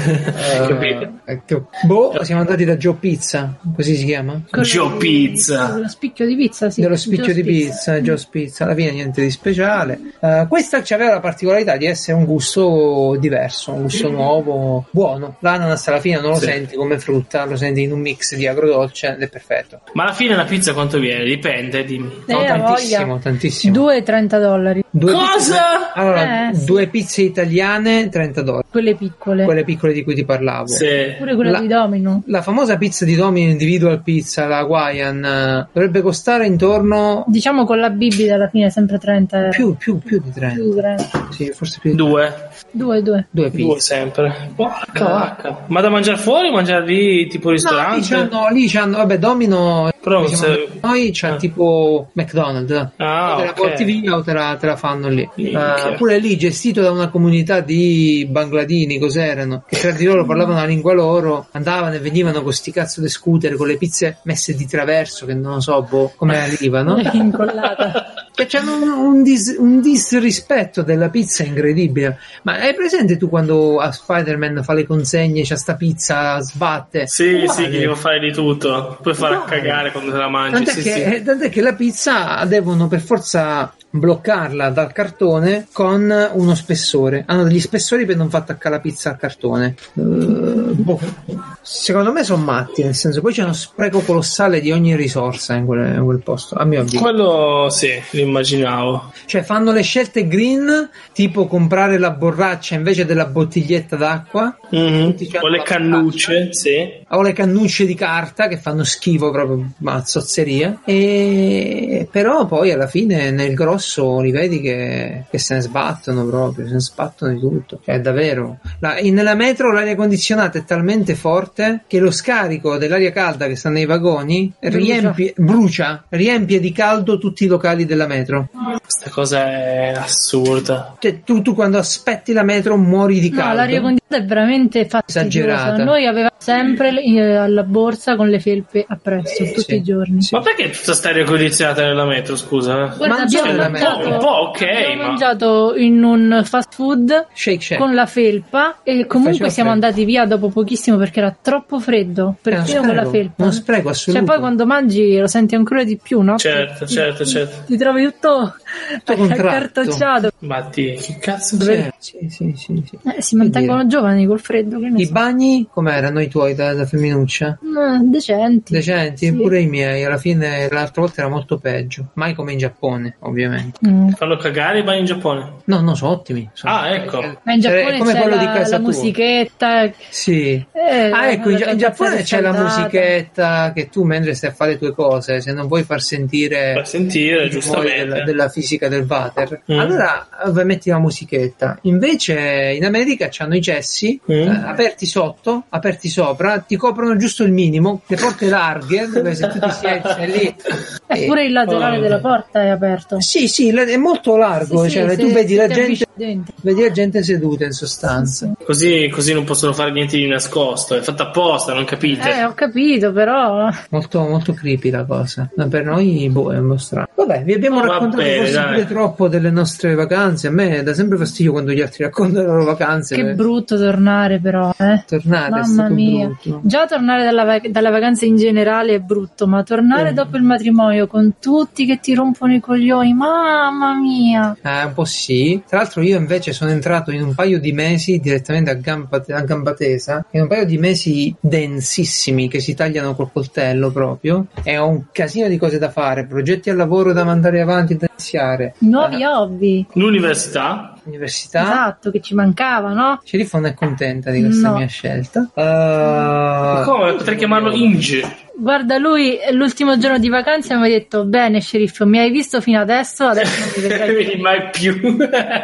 Capito? uh, boh, siamo andati da Joe Pizza, così si chiama? Joe Pizza. Dello spicchio di pizza, sì. Dello spicchio Joe's di pizza, Joe's Pizza, alla fine niente di speciale. Uh, questa ci aveva la particolarità di essere un gusto diverso, un gusto nuovo, buono. L'ananas alla fine non lo Sì. senti come frutta, lo senti in un mix di agrodolce ed è perfetto. Ma alla fine la pizza quanto viene? Dipende, dimmi. Eh, No, ha tantissimo, voglia. tantissimo. due e trenta dollari. Due Cosa? pizze- allora, Eh, sì. due pizze italiane, trenta dollari. Quelle piccole. Quelle piccole di cui ti parlavo. Sì. Pure quella La- di Domino. La famosa pizza di Domino Individual Pizza, la Hawaiian, eh, dovrebbe costare intorno Diciamo con la bibita alla fine sempre trenta euro. più, più, più di trenta. Più di trenta. Sì, forse più di Due. Due, due. due Due pizze. sempre. Porca vacca. Ma da mangiare fuori o mangiare lì tipo No, lì ristorante? c'hanno, lì c'hanno, vabbè, Domino, Però come siamo se- noi c'ha Ah. tipo McDonald's. Ah, O te la ok. porti via o te la, te la fanno lì. Minchia. Uh, pure lì gestito da una comunità di bangladini, cos'erano? Che tra di loro parlavano la lingua loro, andavano e venivano con sti cazzo di scooter con le pizze messe di traverso, che non so boh, come arrivano. Incollata. Che c'hanno un, un, dis, un disrispetto della pizza incredibile. Ma hai presente tu quando a Spider-Man fa le consegne, c'ha sta pizza, sbatte? Sì, Uguale. sì, che devo fare di tutto. Puoi fare a Uguale. cagare quando te la mangi. Tant'è, Sì, che, sì. eh, tant'è che la pizza devono per forza bloccarla dal cartone con uno spessore. Hanno degli spessori per non far attaccare la pizza al cartone. Uh, boh. Secondo me sono matti, nel senso, poi c'è uno spreco colossale di ogni risorsa in quel, in quel posto, a mio avviso. Quello sì, l'immaginavo. Cioè fanno le scelte green, tipo comprare la borraccia invece della bottiglietta d'acqua. Mhm. Tutti c'hanno O le la cannucce, borraccia. sì. O le cannucce di carta che fanno schifo proprio, ma zozzeria. E però poi alla fine nel grosso li vedi che, che se ne sbattono proprio, se ne sbattono di tutto. Cioè davvero. La, in, nella metro l'aria condizionata è talmente forte che lo scarico dell'aria calda che sta nei vagoni Brucia. riempie, brucia, riempie di caldo tutti i locali della metro. Questa cosa è assurda. Cioè tu, tu quando aspetti la metro muori di No, caldo. l'aria condizionata è veramente fastidiosa. Esagerata. Noi avevamo sempre le- eh, alla borsa con le felpe appresso tutti Sì. i giorni. Sì. Ma perché tutta sta aria condizionata nella metro, scusa? Guarda, Ma non solo abbiamo nella mangiato, metro. Un po', ok, abbiamo ma- mangiato in un fast food Shake Shack. con la felpa e comunque Faceva siamo freddo. andati via dopo pochissimo perché era troppo freddo, È uno perfino con la spreco, felpa. uno spreco assoluto. Cioè poi quando mangi lo senti ancora di più, no? Certo, certo, certo. Ti trovi tutto contratto. accartocciato. Ma ti, che cazzo Sì. c'è? Sì, sì, sì, sì. Eh, si mantengono giovani col freddo. Che ne I so. bagni com'erano i tuoi da, da femminuccia? No, decenti. Decenti? Sì. Pure i miei, alla fine l'altra volta era molto peggio. Mai come in Giappone, ovviamente. Mm. Fanno cagare i bagni in Giappone? No, no, sono ottimi. Sono... Ah, ecco. Ma in Cioè, Giappone è come c'è quello la, di casa la tua. musichetta. Sì. Eh, Ah, ecco, in, la in Giappone c'è la riscaldata. musichetta che tu mentre stai a fare le tue cose, se non vuoi far sentire, Fa sentire, i rumori giustamente. della, della fisica del water, Mm. allora eh, metti la musichetta. Invece in America c'hanno i cessi Mm. eh, aperti sotto, aperti sopra, ti coprono giusto il minimo, le porte larghe, dove se tu ti siedi sei lì. Eppure e- il laterale Oh. della porta è aperto. Sì, sì, è molto largo, Sì, cioè, sì, tu se- vedi se la ti gente, avvicini dentro. vedi la gente seduta in sostanza. Così, così non possono fare niente di nascosto. È fatta apposta, non capite? Eh, ho capito, però. Molto, molto creepy la cosa. Ma per noi boh, è un po' strano. Vabbè, vi abbiamo Oh, va raccontato bene, forse dai. pure troppo delle nostre vacanze. A me dà sempre fastidio quando gli altri raccontano le loro vacanze. Che per- brutto tornare, però, eh. Tornare è Mamma stato mia. brutto. Già tornare dalla, vac- dalla vacanza in generale è brutto, ma tornare Mm. dopo il matrimonio con tutti che ti rompono i coglioni, mamma mia. Eh, un po' sì. Tra l'altro io invece sono entrato in un paio di mesi direttamente a gamba, a gamba tesa, in un paio di mesi densissimi che si tagliano col coltello proprio, e ho un casino di cose da fare, progetti al lavoro da mandare avanti, da iniziare. Nuovi Eh, hobby. L'università? Università. Esatto, che ci mancava, no? Sceriffo non è contenta di questa No. mia scelta. Ma Uh, come? Potrei chiamarlo Inge. Guarda, lui l'ultimo giorno di vacanza mi ha detto: bene, sceriffo, mi hai visto fino adesso, adesso non mi vedrai più. Quindi mai più.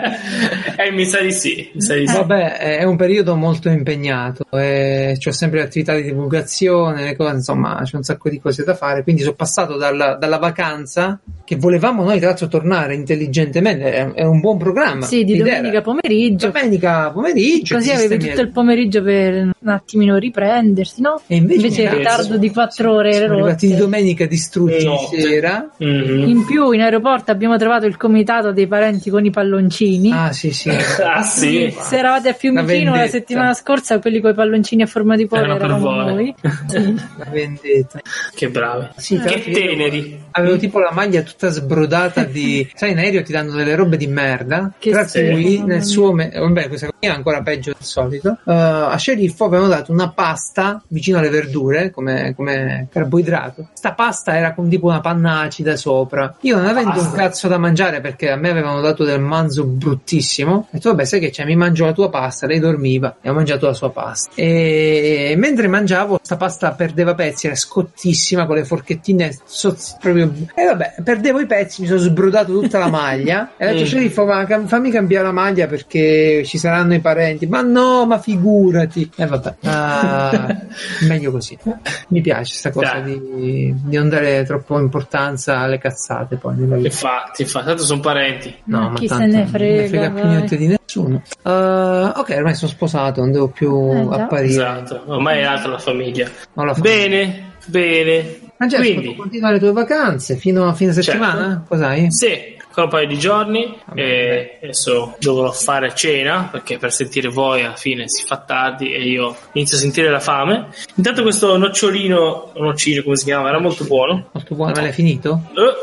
Eh, mi sa di sì. Mi sa di sì. Vabbè, è un periodo molto impegnato, e c'ho sempre le attività di divulgazione, le cose, insomma, c'è un sacco di cose da fare, quindi sono passato dalla, dalla vacanza, che volevamo noi tra l'altro tornare intelligentemente, è, è un buon programma. Sì, di L'idea domenica era- pomeriggio. Domenica pomeriggio. Così ti avevi sistemi- tutto il pomeriggio per un attimino riprendersi, no? E invece, Invece il cazzo, ritardo di quattro ore siamo rotte. arrivati di domenica distrutti Notte. di sera. Mhm. In più in aeroporto abbiamo trovato il comitato dei parenti con i palloncini. Ah, sì, sì. Ah, sì. Se eravate a Fiumicino La la, vendetta. settimana scorsa, quelli con i palloncini a forma di cuore Erano per eravamo voi. noi. Sì. La vendetta. Che bravi. Sì, tra Che l'altro io teneri. avevo tipo la maglia tutta sbrodata di, sai, in aereo ti danno delle robe di merda, Che tra schifo, cui mamma nel mia. suo me- vabbè, questa qui è ancora peggio del solito. Uh, a Sceriffo avevano dato una pasta vicino alle verdure come, come carboidrato. Sta pasta era con tipo una panna acida sopra. Io non avendo un Pasta. cazzo da mangiare, perché a me avevano dato del manzo bruttissimo, ho detto vabbè, sai che c'è, mi mangio la tua pasta. Lei dormiva e ho mangiato la sua pasta, e mentre mangiavo sta pasta perdeva pezzi, era scottissima con le forchettine sozz- proprio, e vabbè, perdevo i pezzi, mi sono sbrodato tutta la maglia e ho detto Mm. sceriffo, ma cam- fammi cambiare la maglia perché ci saranno i parenti. Ma no, ma figurati. E vabbè, ah, meglio così. Mi piace sta cosa Dai. di, di non dare troppo importanza alle cazzate poi nella vita. Infatti, infatti, tanto sono parenti. No, Ma ma chi se tanto ne non frega, me frega più vai. niente di nessuno. Uh, ok, ormai sono sposato, non devo più Eh, già. apparire. Esatto. Ormai è alta la famiglia. Ho la famiglia. Bene, bene. Ma già, Quindi, continuare le tue vacanze fino a fine settimana? Certo. Cos'hai? sì, ancora un paio di giorni. Vabbè, E adesso dovrò fare cena perché per sentire voi alla fine si fa tardi e io inizio a sentire la fame. Intanto questo nocciolino, noccino come si chiama, era molto buono. Molto buono, ma l'hai finito?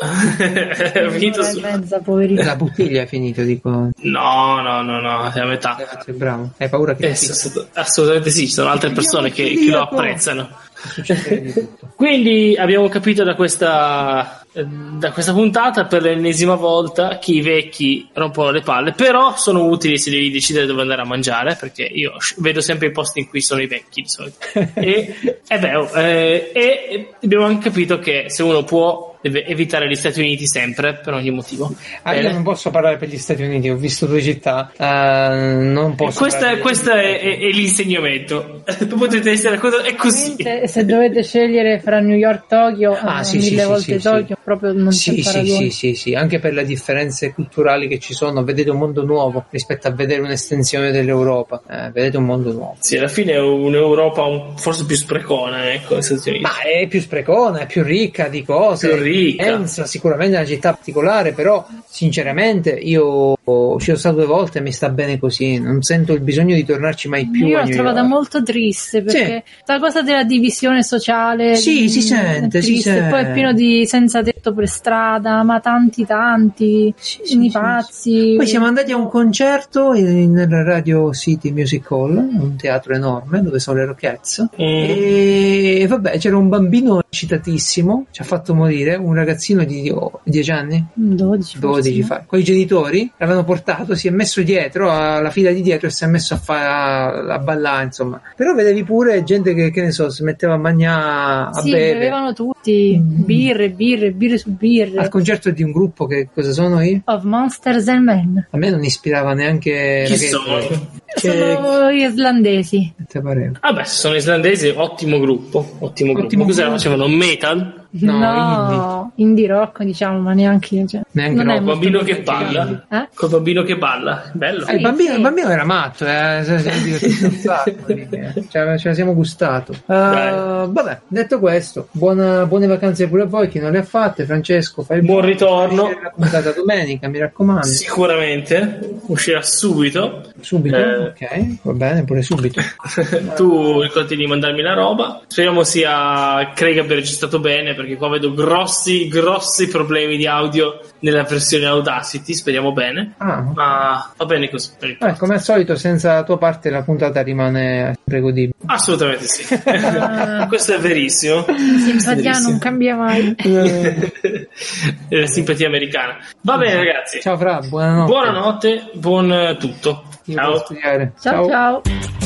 Eh, è finito Un'ora e su... mezza, poverino. La bottiglia è finito, dico. No, no, no, no, è a metà. Sei bravo. Hai paura che Eh, ti assolut- assolutamente sì, ci sono altre persone che, che lo apprezzano. succeda di tutto? Quindi abbiamo capito da questa, eh, da questa puntata per l'ennesima volta che i vecchi rompono le palle, però sono utili se devi decidere dove andare a mangiare, perché io sc- vedo sempre i posti in cui sono i vecchi di solito. e, e, beh, oh, eh, e abbiamo anche capito che se uno può deve evitare gli Stati Uniti sempre per ogni motivo. Ah, io Bene? non posso parlare per gli Stati Uniti, ho visto due città, eh, non posso. Questo, è, parlare- questo è, è- è l'insegnamento. Potete essere cosa è così. Se, se dovete scegliere fra New York e Tokyo, Ah, eh, sì, sì, mille sì, volte sì, sì. Tokyo, proprio non Sì, c'è sì, paragone. sì, sì, sì, anche per le differenze culturali che ci sono, vedete un mondo nuovo rispetto a vedere un'estensione dell'Europa, eh, vedete un mondo nuovo. Sì, alla fine è un'Europa un- forse più sprecona, ecco, gli Stati Uniti. Ma è più sprecona, è più ricca di cose, Più ricca. Enza sicuramente è una città particolare, però sinceramente io ci sono stato due volte e mi sta bene così, non sento il bisogno di tornarci mai più. Io a l'ho New trovata York. molto triste perché Sì. la cosa della divisione sociale Sì, mh, si sente, è si triste. sente. Poi è pieno di senza tetto per strada, ma tanti tanti Sì, sì, i sì, pazzi. Poi siamo andati a un concerto in- nel Radio City Music Hall, un teatro enorme dove sono le Rockettes, Mm. e vabbè, c'era un bambino eccitatissimo, ci ha fatto morire, un ragazzino di oh, dieci anni, dodici, dodici forse, fa, con i genitori l'avevano portato, si è messo dietro alla fila di dietro e si è messo a fare a ballare, insomma. Però vedevi pure gente che, che ne so, si metteva a mangiare, a sì, bere. bevevano tutti Mm. birre, birre, birre su birre. Al concerto di un gruppo che cosa sono io? Of Monsters and Men. A me non ispirava neanche Chi la che- sono? Che, Sono islandesi. che te pareva? Vabbè, se sono islandesi, ottimo gruppo. Ottimo, Ottimo gruppo. Cos'era? gruppo. Facevano metal? No, indie rock, diciamo, ma neanche. Cioè, Neanche non no, è Il molto bambino che musicale. balla? Eh? Col bambino che balla? Bello. Eh, il, bambino, sì. il bambino era matto, eh, se- se- se- se- un sacco, eh. ce, ce la siamo gustato. Uh, Dai. vabbè, detto questo, buona- buone vacanze pure a voi, chi non le ha fatte. Francesco, fai il Buon ritorno. la puntata domenica, mi raccomando. Sicuramente uscirà subito. Subito, Eh. ok, va bene, pure subito. Tu ricordi di mandarmi la roba. Speriamo sia Craig abbia registrato bene, perché qua vedo grossi, grossi problemi di audio nella versione Audacity. Speriamo bene. Ah, Ma va bene così. per il eh, caso. come al solito, senza la tua parte la puntata rimane sempre godibile. Assolutamente sì. Questo è verissimo. Simpatia Verissimo. non cambia mai. È la simpatia americana. Va bene, ragazzi. Ciao Fra, buonanotte. Buonanotte, buon tutto. Io Ciao. devo studiare. Ciao ciao.